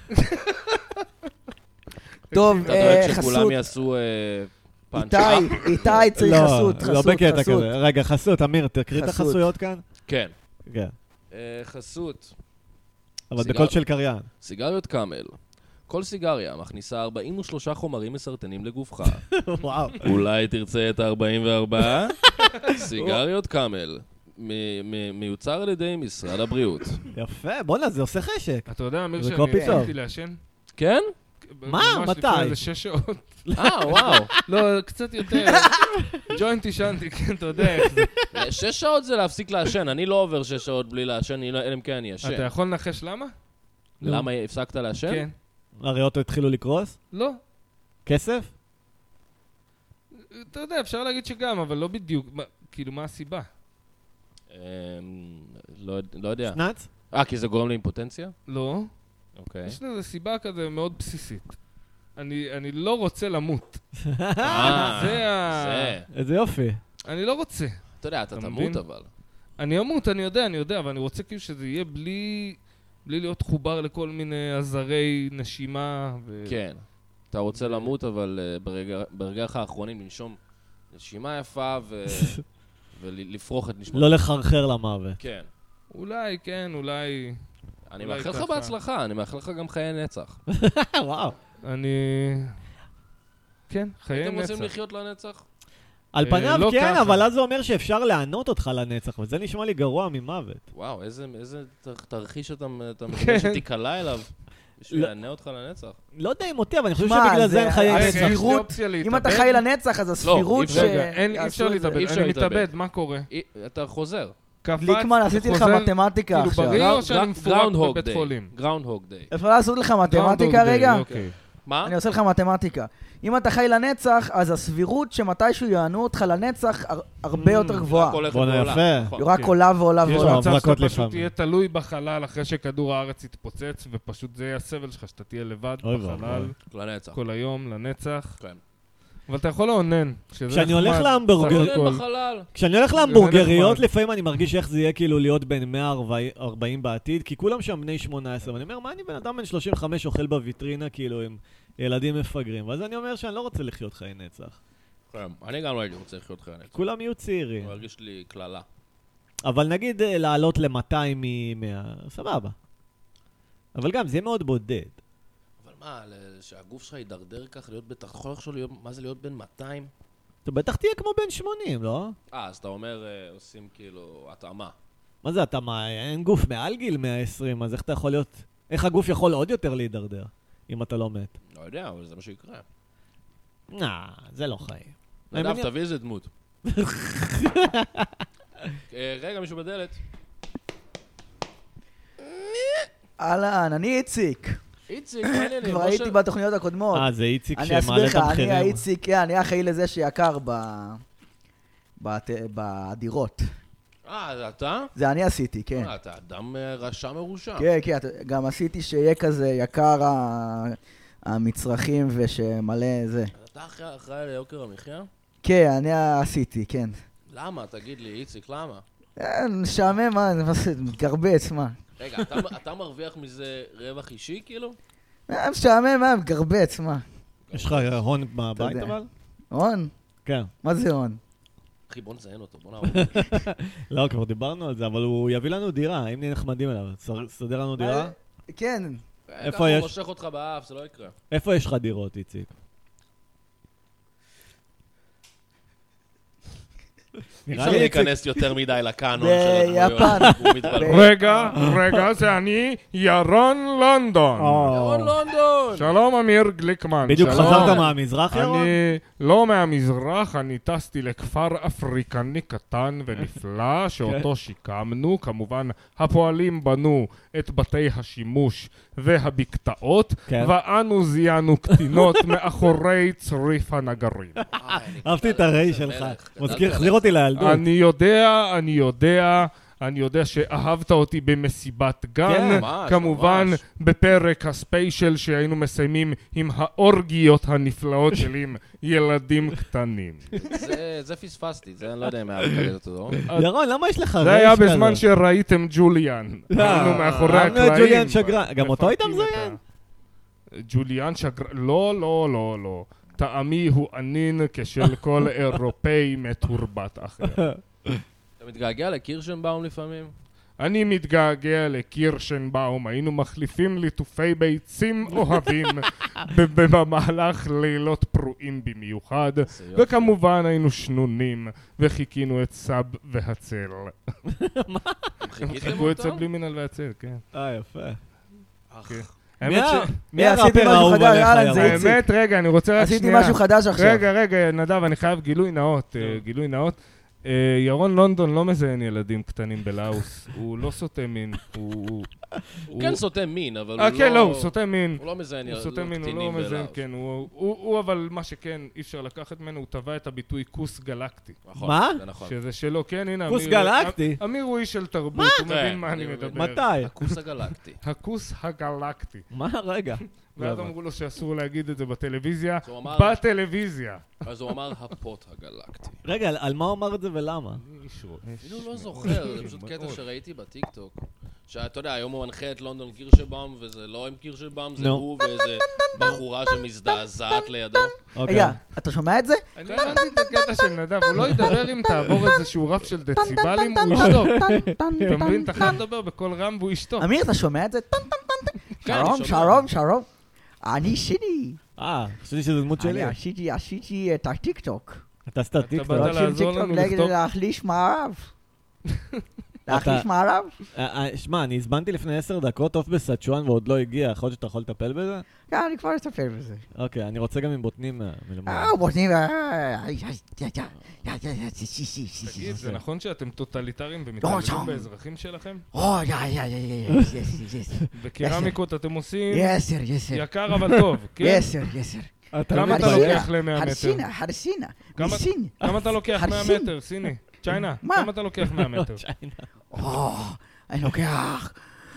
טוב, אתה דואג חסות. שכולם יעשו פאנץ' איתי צריך חסות. לא בקטע כזה. רגע, חסות, אמיר, תקריא את החסויות כאן. כן. כן. חסות. אבל בקול של קריין. סיגריות קאמל. כל סיגריה מכניסה 43 חומרים מסרטנים לגופך. וואו. אולי תרצה את ה-44? סיגריות קאמל. מיוצר על ידי משרד הבריאות. יפה, בוא'נה, זה עושה חשק. אתה יודע, אמיר, שאני התחלתי לעשן? כן? מה? מתי? ממש לפני איזה 6 שעות. וואו. לא, קצת יותר. ג'וינט עישנתי, כן, אתה יודע איך זה. 6 שעות זה להפסיק לעשן. אני לא עובר 6 שעות בלי לעשן, אלא אם כן אני אשן. אתה יכול לנחש למה? למה הפסקת לעשן? כן. הריאות התחילו לקרוס? לא. כסף? אתה יודע, אפשר להגיד שגם, אבל לא בדיוק. כאילו, מה הסיבה? לא יודע. שנץ? כי זה גורם לאימפוטנציה? לא. אוקיי. יש לזה סיבה כזה מאוד בסיסית. אני לא רוצה למות. איזה יופי. אני לא רוצה. אתה יודע, אתה תמות אבל. אני אמות, אני יודע, אבל אני רוצה כאילו שזה יהיה בלי להיות חובר לכל מיני עזרי נשימה. כן. אתה רוצה למות, אבל ברגעיך האחרונים לנשום נשימה יפה ולפרוח את נשמתך. לא לחרחר למוות. כן. אולי, כן, אולי... אני מאחל לך בהצלחה, אני מאחל לך גם חיי נצח. וואו. כן, חיי נצח. אתם רוצים לחיות לנצח? על פניו כן, אבל אז זה אומר שאפשר לענות אותך לנצח, וזה נשמע לי גרוע ממוות. וואו, איזה תרחיש אתה מבין שתיקלה אליו, בשביל לענה אותך לנצח. לא יודע אם אותי, אבל אני חושב שבגלל זה אין חיי נצח. אם אתה חי לנצח, אז הסבירות ש... אי אפשר להתאבד, אני מתאבד, מה קורה? אתה חוזר. גליקמן, עשיתי לך מתמטיקה עכשיו. כאילו בריא או שאני מפורק בבית חולים? גראונד דיי. אפשר לעשות לך מתמטיקה רגע? מה? אני עושה לך מתמטיקה. אם אתה חי לנצח, אז הסבירות שמתישהו יענו אותך לנצח הרבה יותר גבוהה. בוא יפה. רק עולה ועולה ועולה. יש מצב שאתה פשוט תהיה תלוי בחלל אחרי שכדור הארץ יתפוצץ, ופשוט זה יהיה הסבל שלך, שאתה תהיה לבד בחלל. לנצח. כל היום, לנצח. כן. אבל אתה יכול לעונן. כשאני הולך להמבורגריות, לפעמים אני מרגיש איך זה יהיה כאילו להיות בין 140 בעתיד, כי כולם שם בני 18, ואני אומר, מה אני בן אדם בן 35 אוכל בוויטרינה, כאילו עם ילדים מפגרים, ואז אני אומר שאני לא רוצה לחיות חיי נצח. אני גם לא הייתי רוצה לחיות חיי נצח. כולם יהיו צעירים. הוא הרגיש לי כללה. אבל נגיד לעלות ל-200 מ-100, סבבה. אבל גם זה יהיה מאוד בודד. מה, שהגוף שלך יידרדר כך, אתה יכול לחשוב מה זה להיות בין 200? אתה בטח תהיה כמו בין 80, לא? אז אתה אומר, עושים כאילו התאמה. מה זה התאמה? אין גוף מעל גיל 120, אז איך אתה יכול להיות איך הגוף יכול עוד יותר להידרדר, אם אתה לא מת? לא יודע, אבל זה מה שיקרה. זה לא חיים. נדב, תביא איזה דמות. רגע, מישהו בדלת. אהלן, אני איציק. איציק, מעניין. כבר הייתי בתוכניות הקודמות. זה איציק אני שמעלה אסביר לך, במחירים. אני האיציק, אני אחראי לזה שיקר בדירות. זה אתה? זה אני עשיתי, כן. אתה אדם רשע מרושע. כן, כן, גם עשיתי שיהיה כזה יקר המצרכים ושמלא זה. אתה אחראי ליוקר המחיה? כן, אני עשיתי, כן. למה? תגיד לי, איציק, למה? משעמם, מה, זה מתגרבץ, מה? רגע, אתה מרוויח מזה רווח אישי, כאילו? משעמם, מה, מתגרבץ, מה? יש לך הון בבית אבל? הון? כן. מה זה הון? אחי, בוא נזיין אותו, בוא נעבור. לא, כבר דיברנו על זה, אבל הוא יביא לנו דירה, אם נהיה נחמדים אליו. סדר לנו דירה? כן. איפה יש? הוא מושך אותך באף, זה לא יקרה. איפה יש לך דירות, איציק? אי אפשר להיכנס יותר מדי לקאנון של הדמויות. רגע, זה אני, ירון לונדון. ירון לונדון! שלום, אמיר גליקמן. בדיוק חזרת מהמזרח, ירון? אני לא מהמזרח, אני טסתי לכפר אפריקני קטן ונפלא, שאותו שיקמנו. כמובן, הפועלים בנו את בתי השימוש והבקתאות, ואנו זיינו קטינות מאחורי צריף הנגרים. אהבתי את הראי שלך. החזיר אותי לילדות. אני יודע שאהבת אותי במסיבת גן, כמובן בפרק הספיישל שהיינו מסיימים עם האורגיות הנפלאות שלי עם ילדים קטנים. זה פספסתי, זה אני לא יודע אם היה לקראת אותו. ירון, למה יש לך ראש כזה? זה היה בזמן שראיתם ג'וליאן. היינו מאחורי הקלעים. ג'וליאן שגרן, גם אותו היית מזיין? ג'וליאן שגרן, לא. טעמי הוא ענין כשל כל אירופאי מתורבת אחר. אתה מתגעגע לקירשנבאום לפעמים? אני מתגעגע לקירשנבאום, היינו מחליפים ליטופי ביצים אוהבים במהלך לילות פרועים במיוחד, וכמובן היינו שנונים וחיכינו את סב והצל. מה? חיכו את סב לימינל והצל, כן. יפה. מי עשיתי משהו חדש? האמת, רגע, אני רוצה רק שנייה. עשיתי משהו חדש עכשיו. רגע, נדב, אני חייב גילוי נאות. ירון לונדון לא מזיין ילדים קטנים בלאוס, הוא לא סוטה מין, הוא כן סוטה מין, אבל הוא לא... כן, לא, הוא סוטה מין. הוא לא מזיין קטינים בלאוס. כן, הוא אבל מה שכן, אי אפשר לקחת ממנו, הוא טבע את הביטוי כוס גלקטי. מה? שזה שלו, כן, הנה, כוס גלקטי? אמיר הוא איש של תרבות, הוא מבין מה אני מדבר. מתי? הכוס הגלקטי. הכוס הגלקטי. מה? רגע. ואז אמרו לו שאסור להגיד את זה בטלוויזיה. בטלוויזיה. אז הוא אמר הפוט הגלקטי. רגע, על מה הוא אמר את זה ולמה? אפילו לא זוכר, זה פשוט קטע שראיתי בטיקטוק. שאתה יודע, היום הוא מנחה את לונדון קירשנבאום, וזה לא עם קירשנבאום, זה הוא ואיזה בחורה שמזדעזעת לידו. רגע, אתה שומע את זה? אני הבנתי את הקטע של נדב, הוא לא ידבר אם תעבור איזשהו רף של דציבלים, הוא ישתוק. אתה מבין? אתה חייב לדבר בקול רם והוא ישתוק. אמיר, אתה שומע את זה? שלום. אני שיני. חשבתי שזה דמות שלי. אני עשיתי את הטיקטוק. אתה עשית טיקטוק? אתה באת לעזור לנו לכתוב? להחליש מערב. להחליש מערב? שמע, אני הזמנתי לפני 10 דקות עוף בסצ'ואן ועוד לא הגיע, יכול להיות שאתה יכול לטפל בזה? כן, אני כבר אטפל בזה. אוקיי, אני רוצה גם עם בוטנים מלמעלה. בוטנים... תגיד, זה נכון שאתם טוטליטריים ומתעללים באזרחים שלכם? בקרמיקות אתם עושים יקר אבל טוב, כן? כמה אתה לוקח ל-100 מטר? חרסינה. כמה אתה לוקח 100 מטר, סיני? צ'יינה, כמה אתה לוקח 100 מטר? אני לוקח...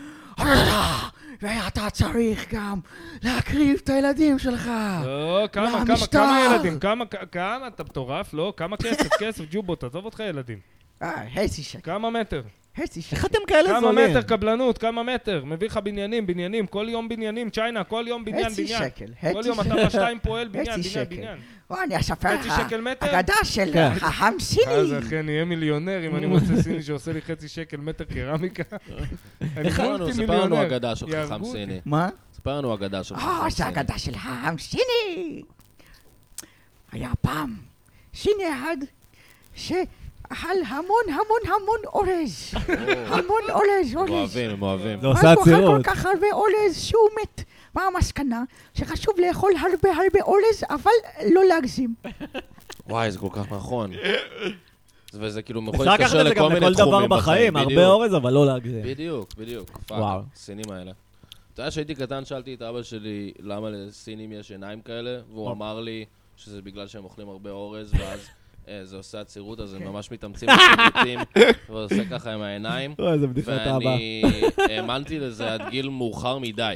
ואתה צריך גם להקריב את הילדים שלך. לא, כמה ילדים? כמה? אתה מטורף? לא, כמה כסף, ג'ובו, תעזוב אותך ילדים. חצי שקל. כמה מטר? חצי שקל. איך אתם כאלה זולים? כמה מטר קבלנות, כמה מטר? מביא לך בניינים, כל יום בניינים, צ'יינה, כל יום בניין. חצי שקל. כל יום אתה בשתיים פועל בניין. אני אספר לך, חצי שקל מטר? אגדה של חכם סיני. אז אחי, אני אהיה מיליונר אם אני מוצא סיני שעושה לי חצי שקל מטר קרמיקה. ספר לנו אגדה של חכם סיני. מה? ספר לנו אגדה של חכם סיני. זה אגדה של חכם סיני. היה פעם סיני אחד אכל המון אורז. המון אורז. הם אוהבים. זה עושה אז הוא עצירות. אכל כל כך הרבה אורז שהוא מת. מה המסקנה? שחשוב לאכול הרבה אורז, אבל לא להגזים. וואי, זה כל כך נכון. וזה כאילו יכול אפשר לקחת להתקשר את זה לכל גם מיני לכל דבר תחומים בחיים, הרבה אורז, אבל לא להגזים. בדיוק. וואו. פאק, הסינים האלה. אתה יודע שהייתי קטן, שאלתי את אבא שלי למה לסינים יש עיניים כאלה, והוא אמר לי שזה בגלל שהם אוכלים הרבה אורז, ואז זה עושה עצירות, אז הם ממש מתאמצים בשירותים, ועושה ככה עם העיניים. אוי, זה בדיחת אבא. ואני האמנתי לזה עד גיל מאוחר מדי.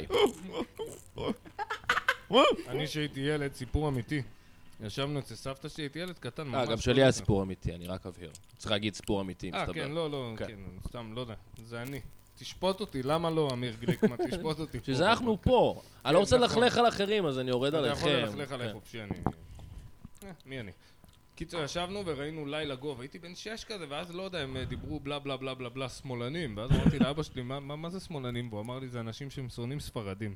אני שהייתי ילד, סיפור אמיתי. ישבנו אצל סבתא שלי, הייתי ילד קטן. ממש גם שלי היה סיפור אמיתי, אני רק אבהיר. צריך להגיד סיפור אמיתי, מסתבר. כן, לא, כן, סתם, לא יודע. זה אני. תשפוט אותי, למה לא, אמיר גליקמן? תשפוט אותי פה. שזה אנחנו פה. אני לא רוצה ללכלך על אחרים, אז אני יורד עליכם. אתה יכול ללכלך עליי חופשי, אני... מי אני? קיצור, ישבנו וראינו לילה גוב, הייתי בן 6 כזה, ואז לא יודע, הם דיברו בלה בלה בלה בלה בלה שמאלנים, ואז אמרתי לאבא שלי, מה זה שמאלנים? והוא אמר לי, זה אנשים שהם שונאים ספרדים.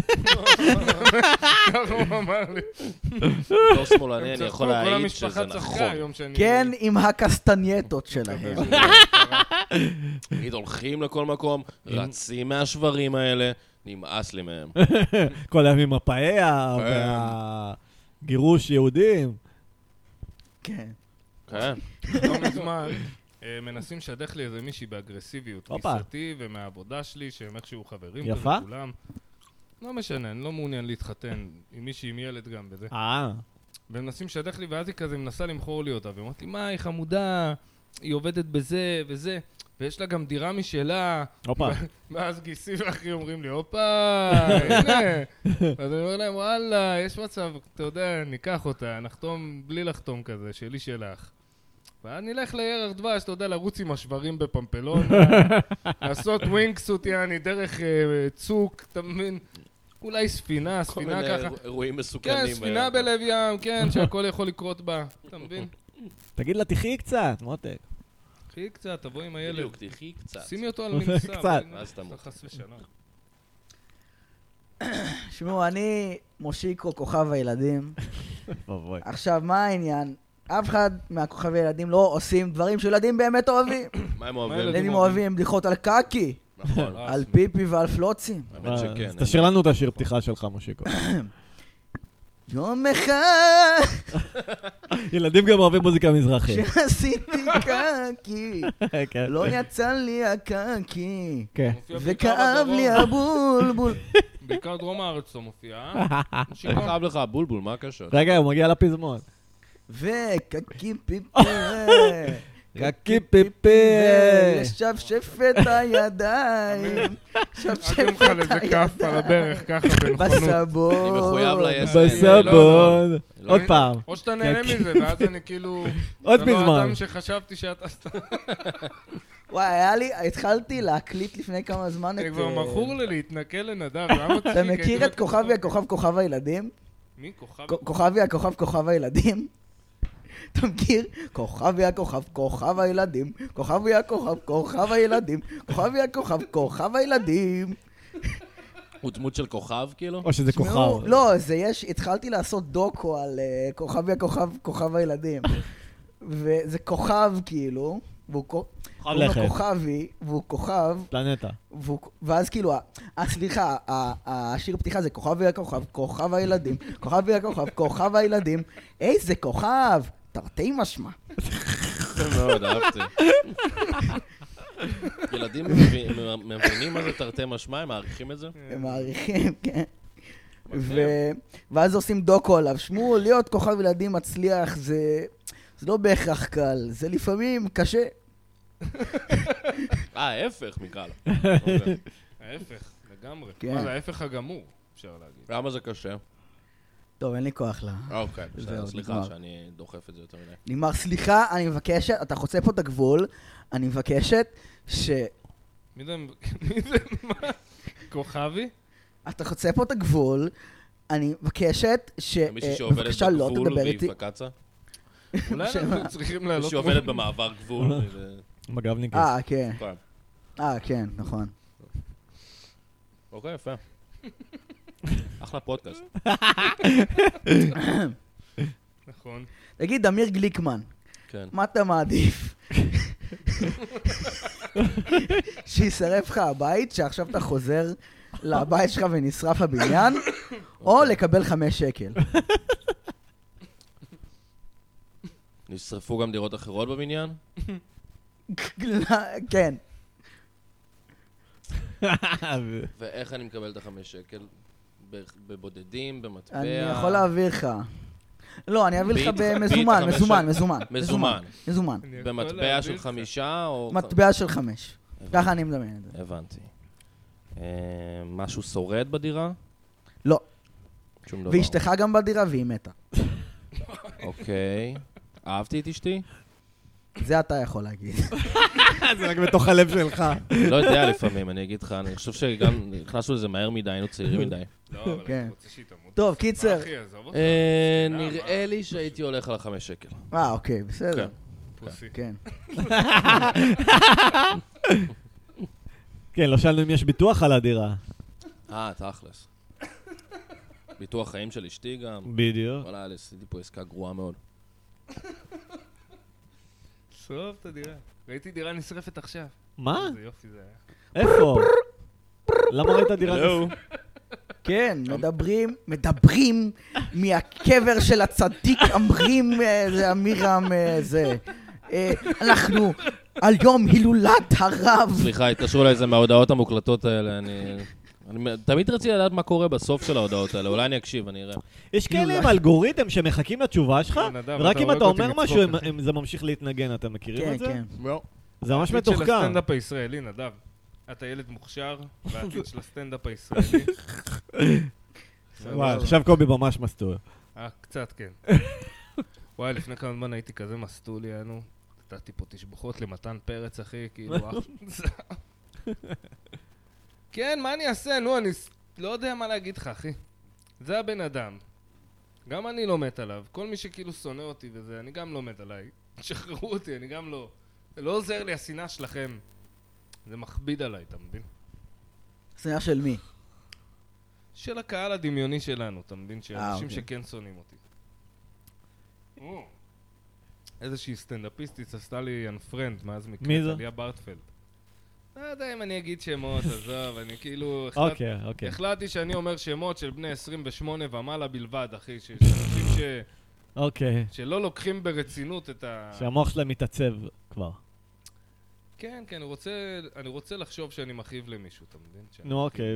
ככה הוא אמר לי. לא שמאלני, אני יכול להעיד שזה נכון. כן, עם הקסטנייטות שלהם. נגיד, הולכים לכל מקום, רצים מהשברים האלה, נמאס לי מהם. כל היום עם הפאיה, והגירוש יהודים. כן. כן. לא מזמן, מנסים לשדך לי איזה מישהי באגרסיביות. גיסתי ומהעבודה שלי, שהם איכשהו חברים. יפה? כולם. לא משנה, אני לא מעוניין להתחתן עם מישהי עם ילד גם בזה. והם מנסים לשדך לי, ואז היא כזה מנסה למכור לי אותה. ואמרתי, מה, היא חמודה, היא עובדת בזה וזה, ויש לה גם דירה משלה. הופה. ואז גיסי ואחי אומרים לי, הופה, הנה. אז אני אומר להם, וואלה, יש מצב, אתה יודע, ניקח אותה, נחתום בלי לחתום כזה, שלי שלך. ואז נלך לירח דבש, אתה יודע, לרוץ עם השברים בפמפלון, לעשות ווינקסוט, יעני, דרך צוק, אתה מבין? אולי ספינה ככה. כל מיני אירועים מסוכנים. כן, ספינה בלב ים, כן, שהכל יכול לקרות בה, אתה מבין? תגיד לה, תחי קצת, מותק. תחי קצת, תבוא עם הילד. בדיוק, תחי קצת. שימי אותו על מנסה. קצת. אז תמות. חס ושלום. שמעו, אני מושיקו, כוכב הילדים. עכשיו, מה העניין? אף אחד מהכוכב הילדים לא עושים דברים שילדים באמת אוהבים. מה הם אוהבים? ילדים אוהבים בדיחות על קקי, נכון. על פיפי ועל פלוצים. האמת שכן. אז תשאיר לנו את השיר פתיחה שלך, מושיקו. יום אחד ילדים גם אוהבים מוזיקה מזרחית. שעשיתי קקי, לא יצא לי הקקי, כן. וכאב לי הבולבול. בעיקר דרום הארץ לא מופיע, כאב לך הבולבול, מה הקשר? רגע, הוא מגיע לפזמון. וקקי פיפי, קקי פיפי. שפשף את הידיים, שפשף אתם לך לזה כף על הברך, ככה בנכונות. בסבון. אני מחויב ל-yes. בסבון. עוד פעם. או שאתה נהנה מזה, ואז אני כאילו... עוד זה לא פזמון. אדם שחשבתי שאתה... וואי, התחלתי להקליט לפני כמה זמן את... אני כבר מכור לי להתנקל לנדב. אתה מכיר את כוכבי הכוכב כוכב הילדים? מי? כוכב? כוכבי הכוכב כוכב הילדים? אתה מכיר? כוכבי הכוכב כוכב הילדים, כוכבי הכוכב כוכב הילדים, כוכבי הכוכב כוכב הילדים. הוא דמות של כוכב, כאילו? או שזה כוכב. לא, זה יש, התחלתי לעשות דוקו על כוכבי הכוכב כוכב הילדים. וזה כוכב כאילו, והוא כוכבי, והוא כוכב. פלנטה. ואז כאילו, סליחה, השיר פתיחה זה כוכבי הכוכב כוכב הילדים, כוכבי הכוכב כוכב הילדים. איזה כוכב! תרתי משמע. זה מאוד, אהבתי. ילדים מבינים מה זה תרתי משמע? הם מעריכים את זה? הם מעריכים, כן. ואז עושים דוקו עליו. שמעו, להיות כוכב ילדים מצליח זה לא בהכרח קל, זה לפעמים קשה. ההפך, מקל. ההפך, לגמרי. כן. מה זה ההפך הגמור, אפשר להגיד. למה זה קשה? טוב, אין לי כוח לה. אוקיי, בסדר, סליחה נגמר. שאני דוחף את זה יותר מדי. נגמר, סליחה, אני מבקשת, אתה חוצה פה את הגבול, אני מבקשת מי זה? מה? כוכבי? אתה חוצה פה את הגבול, אני מבקשת מישהי שעובדת בבקשה לא בגבול תדבר והיא איתי. פקצה? אולי אנחנו צריכים לעלות... מישהי עובדת במעבר גבול. מג"בניקית. כן. כן, נכון. אוקיי, יפה. אחלה פודקאסט. נכון. תגיד, אמיר גליקמן, כן. מה אתה מעדיף? שישרף לך הבית, שעכשיו אתה חוזר לבית שלך ונשרף הבניין, או לקבל 5 שקל. נשרפו גם דירות אחרות בבניין? כן. ואיך אני מקבל את ה5 שקל? בבודדים, במטבע? אני יכול להעביר לך. לא, אני אעביר לך ביט במזומן, מזומן. מזומן. במטבע של 5 או... מטבע של 5. ככה אני מדמיין את זה. הבנתי. משהו שורד בדירה? לא. שום דבר. ואשתך גם בדירה והיא מתה. אוקיי. אהבתי את אשתי? זה אתה יכול להגיד. זה רק בתוך הלב שלך. לא יודע לפעמים, אני אגיד לך, אני חושב שגם נכנסנו לזה מהר מדי, היינו צעירים מדי. לא, אבל כן. אני רוצה שהיא תמות. טוב, קיצר. מה, אחי, עזוב אותך. נראה לי שהייתי הולך על ה5 שקל. אוקיי, בסדר. פוסי. כן. כן, לא שאלנו אם יש ביטוח על הדירה. תכלס. ביטוח חיים של אשתי גם. בדיוק. וואלה, עשיתי פה עסקה גרועה מאוד. שרוף את הדירה. ראיתי דירה נשרפת עכשיו. מה? איזה יופי זה היה. איפה? למה ראית דירה? כן, מדברים מהקבר של הצדיק אמרים, זה אמירם, זה. אנחנו על יום הילולת הרב. סליחה, התקשרו אליי זה מההודעות המוקלטות האלה, אני תמיד רציתי לדעת מה קורה בסוף של ההודעות האלה, אולי אני אקשיב, אני אראה. יש כאלה עם אלגוריתם שמחכים לתשובה שלך, ורק אם אתה אומר משהו, זה ממשיך להתנגן, אתם מכירים את זה? כן, כן. זה ממש העתיד של מתוחכם. הסטנדאפ הישראלי, נדב. אתה ילד מוכשר, והעתיד של הסטנדאפ הישראלי. וואי, עכשיו קובי ממש מסתור. קצת, כן. וואי, לפני כמה זמן הייתי כזה מסטולי, יענו. נתתי פה תשבחות למתן פרץ, אחי, כאילו, כן, מה אני אעשה? נו, אני לא יודע מה להגיד לך, אחי. זה הבן אדם. גם אני לא מת עליו. כל מי שכאילו שונא אותי וזה, אני גם לא מת עליי. שחררו אותי, אני גם לא. זה לא עוזר לי השנאה שלכם. זה מכביד עליי, אתה מבין? שנאה של מי? של הקהל הדמיוני שלנו, אתה מבין? של אנשים אוקיי. שכן שונאים אותי. איזושהי סטנדאפיסטית עשתה לי unfriend מאז מקלט. מי זו? עליה ברטפלד. לא יודע אם אני אגיד שמות, עזוב, אני כאילו... אוקיי. החלטתי שאני אומר שמות של בני 28 ומעלה בלבד, אחי, שיש אנשים אוקיי. שלא לוקחים ברצינות את שהמוח שלהם מתעצב כבר. כן, אני רוצה לחשוב שאני מכאיב למישהו, אתה מבין? נו, אוקיי,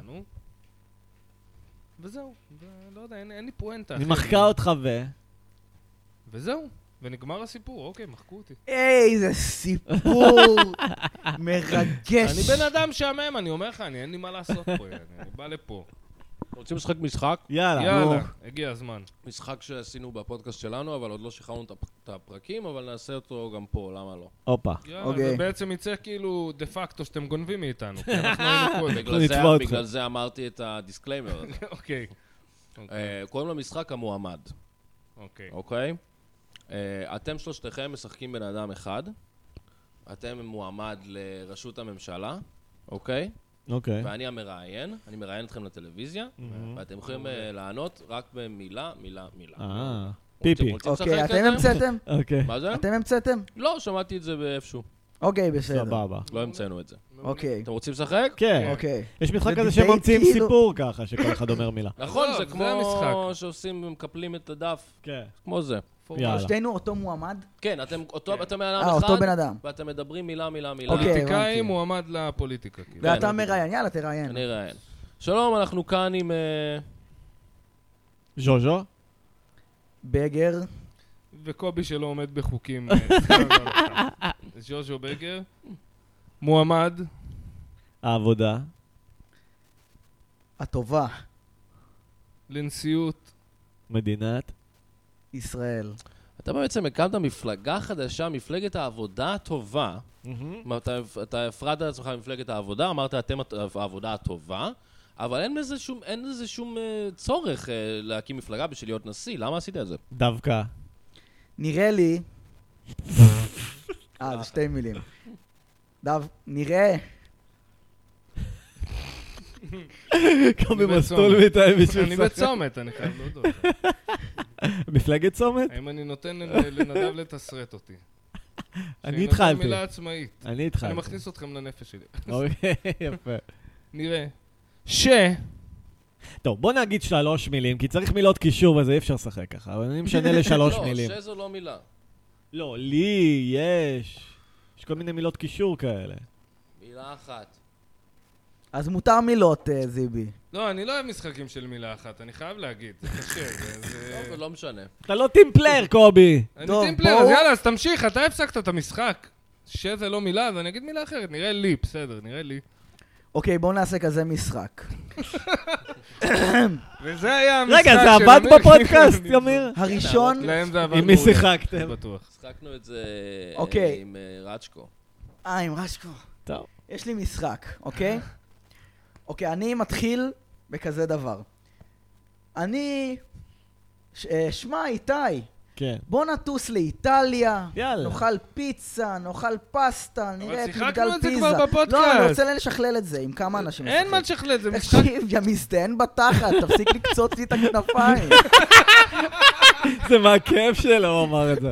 וזהו, לא יודע, אין לי פואנטה. אני מחקה אותך וזהו, ונגמר הסיפור, אוקיי, מחקו אותי. איזה סיפור מרגש. אני בן אדם שעמם, אני אומר לך, אין לי מה לעשות פה, אני בא לפה. רוצים לשחק משחק? יאללה, הגיע הזמן. משחק שעשינו בפודקאסט שלנו, אבל עוד לא שחררנו את הפרקים, אבל נעשה אותו גם פה, למה לא? הופה. יאללה, זה בעצם יצא כאילו דה פקטו שאתם גונבים מאיתנו, כי אנחנו היינו קודם. בגלל זה אמרתי את הדיסקליימר הזה. אוקיי. קוראים למשחק המועמד. אוקיי? אתם שלושתכם משחקים בן אדם אחד, אתם מועמד לראשות הממשלה, אוקיי? אוקיי. ואני המראיין, אני מראיין אתכם לטלוויזיה, ואתם יכולים לענות רק במילה. פיפי. אוקיי, אתם המצאתם? אוקיי. מה זה? אתם המצאתם? לא, שמעתי את זה באיפשהו. אוקיי, בסדר. סבבה. לא המצאנו את זה. אוקיי. אתם רוצים לשחק? כן. אוקיי. יש משחק זה כזה דיבייט שממציאים כאילו? סיפור ככה, שכל אחד אומר מילה. נכון, עזוב, זה זה כמו המשחק. שעושים ומקפלים את הדף. כן. כמו זה. יאללה. שתינו אותו מועמד? כן, אתם בן אדם אותו אחד, בן אדם. ואתם מדברים מילה. אוקיי. פוליטיקאי הבנתי. מועמד לפוליטיקה. כאילו. ואתה מראיין, יאללה, תראיין. אני אראיין. שלום, אנחנו כאן עם... ז'וז'ו? בגר. וקובי שלא עומד בחוקים. ז'וז'ו בגר. מועמד. העבודה. הטובה. לנשיאות. מדינת. ישראל. אתה בעצם הקמת מפלגה חדשה, מפלגת העבודה הטובה. אתה הפרדת לעצמך ממפלגת העבודה, אמרת אתם העבודה הטובה, אבל אין לזה שום צורך להקים מפלגה בשביל להיות נשיא. למה עשית את זה? דווקא. נראה לי... זה שתי מילים. נראה... קובי מסטול מתאם בשביל אני בצומת, אני חייב להודות. מפלגת צומת? האם אני נותן לנדב לתסרט אותי? אני שהיא התחלתי. נותן מילה עצמאית. אני התחלתי. אני מכניס אתכם לנפש שלי. אוקיי, יפה. נראה. טוב, בוא נגיד 3 מילים, כי צריך מילות קישור וזה אי אפשר לשחק ככה, אבל אני משנה ל3 מילים. לא, שזו לא מילה. לא, לי יש כל מיני מילות קישור כאלה. מילה אחת. אז מותר מילות, זיבי. לא, אני לא אוהב משחקים של מילה אחת, אני חייב להגיד. זה קשה, טוב, לא משנה. אתה לא טימפלר, קובי. אני טוב, טימפלר, בואו. אז יאללה, אז תמשיך, אתה הפסקת את המשחק. שזה לא מילה, אז אני אגיד מילה אחרת. נראה לי, בסדר, נראה לי. אוקיי, בואו נעשה כזה משחק. וזה היה המשחק רגע, זה של עבד אמיר. בפודקאסט, ימיר? הראשון, להם זה עבד עם מי מעולה, שיחקתם? בטוח. שחקנו את זה אוקיי. עם רצ'קו. עם רשקו. טוב. יש לי משחק, אוקיי? אוקיי, אני מתחיל בכזה דבר. שמע, איתי, כן. בוא נטוס לאיטליה, יאללה. נאכל פיצה, נאכל פסטה, נראה את שיחקנו מגדל את זה פיזה. כבר בפודקאסט. לא, אני רוצה לשכלל את זה, עם כמה אנשים אין מה לשחק. לשכלל, זה משחק. תקשיב, יא מזדיין בתחת, תפסיק לקצוץ לי את הכנפיים. זה מהכאב שלו, הוא אמר את זה.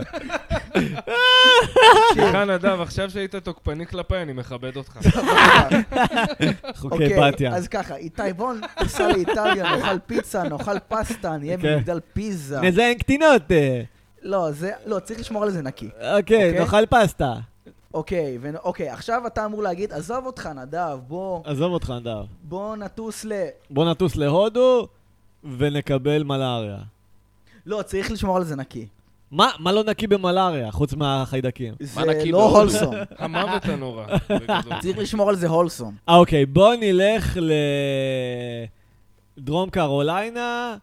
סליחה נדב, עכשיו שהיית תוקפני כלפיי, אני מכבד אותך. חוקי בתיה. אז ככה, איתי, בוא ניסע לאיטליה, נאכל פיצה, נאכל פסטה, נהיה אוקיי. במגדל פיזה. נזיין קטינות. לא, צריך לשמור על זה נקי. אוקיי, אוקיי. נאכל פסטה. אוקיי, עכשיו אתה אמור להגיד, עזוב אותך נדב, עזוב אותך, נדב. בוא נטוס בוא נטוס להודו ונקבל מלאריה. לא, צריך לשמור על זה נקי. מה לא נקי במלאריה, חוץ מהחיידקים? זה נקי לא בהודו? הולסום. המוות הנורא. בגדול. צריך לשמור על זה הולסום. אוקיי, בוא נלך לדרום קרוליינה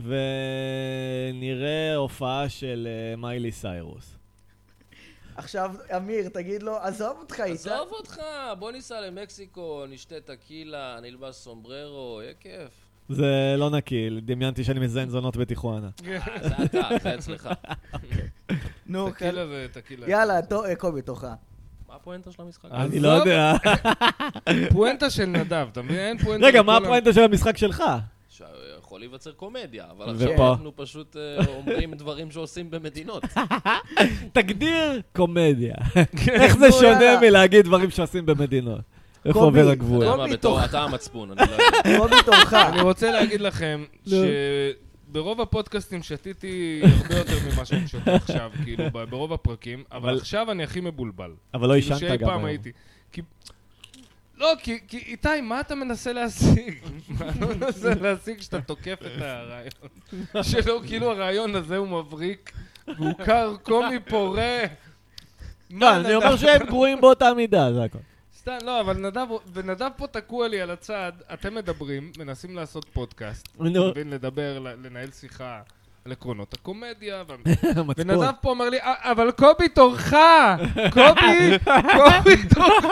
ונראה הופעה של מיילי סיירוס. עכשיו, אמיר, תגיד לו, עזוב אותך איתה. עזוב אותך, בוא ניסע למקסיקו, נשתה טקילה, נלבש סומבררו, יהיה כיף. זה לא נקי, דמיינתי שאני מזיין זונות בטיחואנה. זה אתה, זה אצלך. נו, טקילה זה טקילה. יאללה, קובי, תורך. מה הפואנטה של המשחק? אני לא יודע. פואנטה של נדב, אתה מבין? אין פואנטה. רגע, מה הפואנטה של המשחק שלך? יכול להיווצר קומדיה, אבל ופה? עכשיו אנחנו פשוט אומרים דברים שעושים במדינות. תגדיר קומדיה. איך זה שונה מלהגיד דברים שעושים במדינות? איפה קובי, עובר הגבול? אתה יודע קובי, מה, תורך. אתה המצפון, אני לא יודע. קובי, תורך. אני רוצה להגיד לכם שברוב הפודקאסטים שתיתי הרבה יותר ממה שאני שותה עכשיו, כאילו, ברוב הפרקים, אבל עכשיו אני הכי מבולבל. אבל לא כאילו ישנת שאי גם פעם היום. הייתי. לא, כי איתי, מה אתה מנסה להשיג? מה אתה מנסה להשיג כשאתה תוקף את הרעיון? שלא, כאילו הרעיון הזה הוא מבריק, והוא קר קומי פורה. לא, אני אומר שהם גרועים באותה מידה, זה הכל. סתם, לא, אבל נדב פה תקוע לי על הצד, אתם מדברים, מנסים לעשות פודקאסט, נו. מבין לדבר, לנהל שיחה על עקרונות הקומדיה, מצפון. ונדב פה אומר לי, אבל קובי תורך! קובי תורך!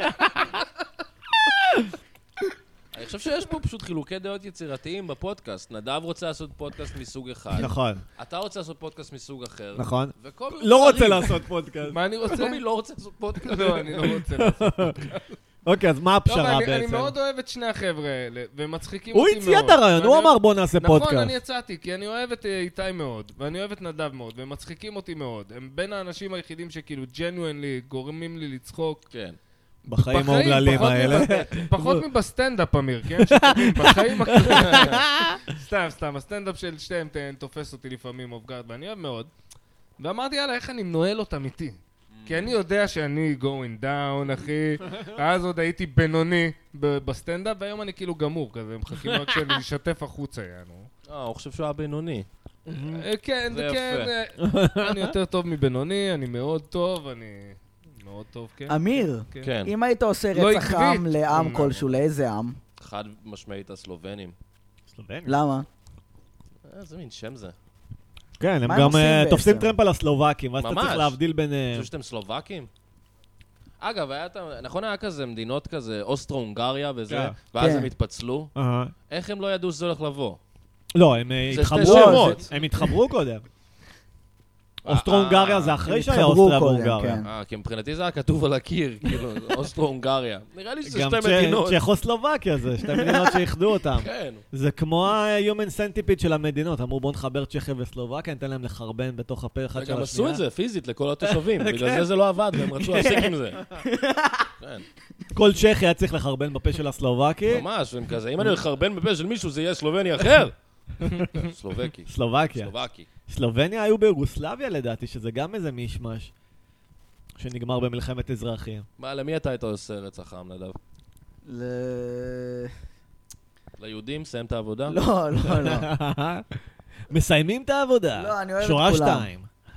אני חושב שיש פה פשוט חילוקי דעות יצירתיים בפודקאסט. נדב רוצה לעשות פודקאסט מסוג אחד. נכון, אתה רוצה לעשות פודקאסט מסוג אחר. נכון. וקובי לא רוצה חריג. לעשות פודקאסט. מה אני רוצה? קובי לא רוצה לעשות פודקאסט. לא, אני לא רוצה לעשות. אוקיי, אז מה לא, הפשרה אבל אני בעצם? מאוד אוהב את שני החבר'ה האלה, והם מצחיקים הוא אותי מאוד. הציע את הרעיון, הוא ואני- אמר בוא נעשה נכון, פודקאסט. אני יצאתי, כי אני אוהב את איתי מאוד, ואני אוהב את נדב מאוד, והם מצחיקים אותי מאוד. הם בין האנשים היחידים שכאילו ג'נואנלי גורמים לי לצחוק. כן. בחיים האומללים פחות האלה. פחות מבסטנדאפ, אמיר, כן? שתבין, בחיים... סתם, הסטנדאפ של שתיהם תופס אותי לפעמים אוף גארד, ואני אוהב מאוד. ואמרתי, יאללה, איך אני מנוהל אותם איתי? כי אני יודע שאני going down, אחי. אז עוד הייתי בינוני בסטנדאפ, והיום אני כאילו גמור כזה, מחכים רק שאני אשתף החוצה, יענו. הוא חושב שהוא היה בינוני. כן, זה כן, אני יותר טוב מבינוני, אני מאוד טוב, אני מאוד טוב, כן. אמיר, כן. אם היית עושה לא רצח עקבית. עם לעם כלשהו, לאיזה עם? חד משמעית הסלובנים. למה? איזה מין שם זה. כן, הם מה הם גם עושים תופסים בעצם? טרמפ על הסלובקים, ואז אתה ממש. צריך להבדיל אני ביניהם. חושב שאתם סלובקים? אגב, נכון היה כזה מדינות כזה, אוסטרו-הונגריה וזה, כן. ואז כן. הם התפצלו. איך הם לא ידעו שזה הולך לבוא? לא, הם זה שתי התחברו. שמות. הם התחברו קודם. אוסטרו-הונגריה זה אחרי שהיה התחברו אוסטריה קודם, והונגריה. כן. כי מבחינתי זה היה כתוב על הקיר, כאילו, אוסטרו-הונגריה. נראה לי שזה גם שתי מדינות. צ'כוסלובקיה זה, שתי מדינות שאיחדו אותם. כן. זה כמו ה-human centipede של המדינות. אמרו בוא נחבר צ'כיה וסלובקיה, ניתן להם לחרבן בתוך הפה אחד של וגם השנייה. עשו את זה פיזית לכל התושבים, בגלל זה לא עבד, והם רצו להפסיק עם זה. כן. כל צ'כי היה צריך לחרבן בפה של הסלובקי. ממש, והם כזה, אם אני לחרבן בפה של מישהו, זה יהיה סלובני אחר. סלובקי. סלובקיה. סלובקי. סלובניה היו ביוגוסלביה לדעתי, שזה גם איזה מישמש שנגמר במלחמת אזרחים. מה, למי אתה היית עושה רצח עם, נדב? ליהודים? סיים את העבודה? לא. מסיימים את העבודה. לא, אני אוהב את שורה כולם. 2.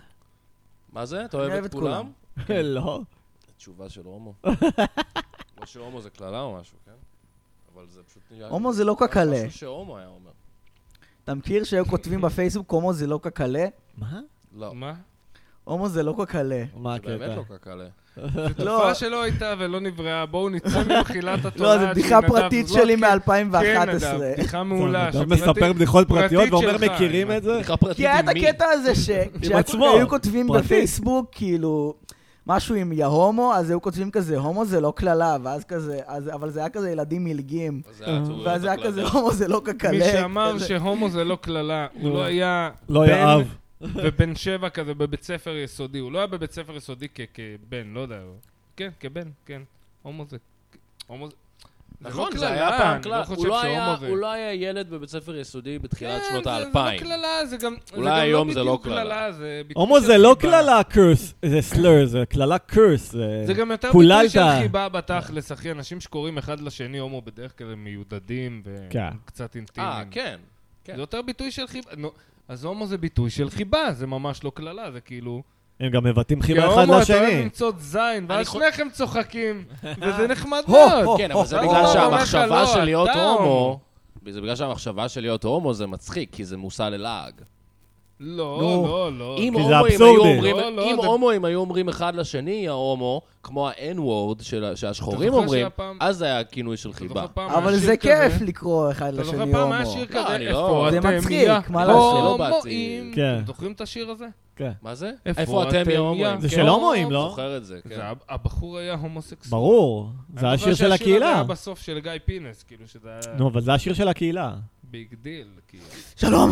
מה זה? אתה אוהב את כולם? לא. תשובה של הומו. לא שהומו זה כללה או משהו, כן? אבל זה פשוט... הומו זה לא קקלה. משהו שהומו היה אומר. אתה מכיר שהיו כותבים בפייסבוק הומו זה לא קקלה? מה? לא. מה? הומו זה לא קקלה. מה זה באמת הקטע? לא קקלה. זו תופעה שלא הייתה ולא נבראה, בואו נצא ממחילת התורה. לא, זו בדיחה פרטית שלי מ-2011. כן, נדב, בדיחה מעולה. אתה מספר בדיחות פרטיות ואומר שלך, מכירים את זה? בדיחה פרטית כי היה עם את מי? הקטע הזה עצמו, שהיו כותבים פרטי. בפייסבוק, כאילו, משהו עם יא הומו, אז היו כותבים כזה, הומו זה לא קללה, ואז כזה, אבל זה היה כזה ילדים מלגים, ואז זה היה כזה, הומו זה לא קקלה. מי שאמר שהומו זה לא קללה, הוא לא היה לא היה בן אב. ובן 7 כזה בבית ספר יסודי. הוא לא היה בבית ספר יסודי כבן, לא יודע. כן, כבן, כן. הומו זה... הומו זה... נכון, זה היה פעם אני כלל. לא חושב שהומו זה... הוא לא היה ילד בבית ספר יסודי בתחילת שנות זה ה-2000. לא קללה, זה גם... אולי היום זה לא בדיוק קללה. זה ביטוי הומו של זה לא חיבה. קללה קורס, זה סלר, זה קללה קורס. זה גם יותר קוללת. ביטוי של חיבה בתכלס, אחי. אנשים שקוראים אחד לשני הומו בדרך כלל מיודדים כן. וקצת אינטימיים. כן. זה יותר ביטוי של חיבה. נו, אז הומו זה ביטוי של חיבה, זה ממש לא קללה, זה כאילו... הם גם מבטאים חיבה כי אחד ההומו אתה אוהב לשני. למצוא זין, ואז שניכם צוחקים, וזה נחמד הו, מאוד. הו. כן, אבל זה או, בגלל או, שהמחשבה לא, של להיות אתה הומו... הומו. זה בגלל שהמחשבה של להיות הומו זה מצחיק, כי זה מושא ללעג. לא, נו. לא, לא. אם כי זה הומואים אבסורדי. היו אומרים- לא, לא, אם זה- הומואים היו אומרים אחד לשני, ההומו, כמו ה-N-word שהשחורים זוכר אומרים, שהפעם- אז זה היה כינוי של אתה חיבה. זוכר פעם היה אבל שיר זה כזה? כיף לקרוא אחד אתה זוכר לשני פעם היה הומו. שיר לא, כזה? אני איפה לא- זה אתם, מצחיק, יא מה לעשות? לא באתי. הומואים? כן. זוכרים את השיר הזה? כן. מה זה? איפה איפה אתם אתם, יא יא? הומואים? זה כן. של הומואים, לא? זוכר את זה, כן. הבחור היה הומוסקסואל. ברור. זה אני השיר זוכר של שהשיר הזה הקהילה. היה בסוף של גיא פינס, כאילו שזה היה נו, אבל זה השיר של הקהילה. ביג דיל, כאילו. שלום.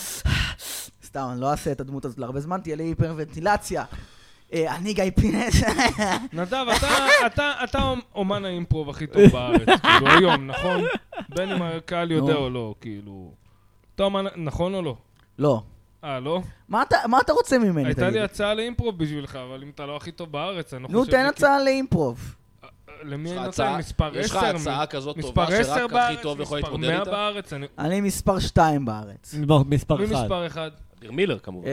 סתם, אני לא אעשה את הדמות הזאת להרבה זמן, תהיה לי היפרוונטילציה. אני גיא פינס. נדב, אתה אומן האימפרוב הכי טוב בארץ, כאילו היום, נכון? בין אם הקהל יודע או לא, כאילו... אתה אומן, נכון או לא? לא. לא? מה אתה רוצה ממני? הייתה תגיד? לי הצעה לאימפרוב בשבילך, אבל אם אתה לא הכי טוב בארץ, אני לא חושב... נו, תן הצעה לאימפרוב. למי יש לך אני הצעה- נותן? מספר 10? יש לך הצעה כזאת טובה מספר 10 שרק הכי בארץ, טוב יכול מספר להתמודד 100 איתה? בארץ, אני... אני מספר 2 בארץ. מספר מי 1. מספר 1? אדיר מילר כמובן.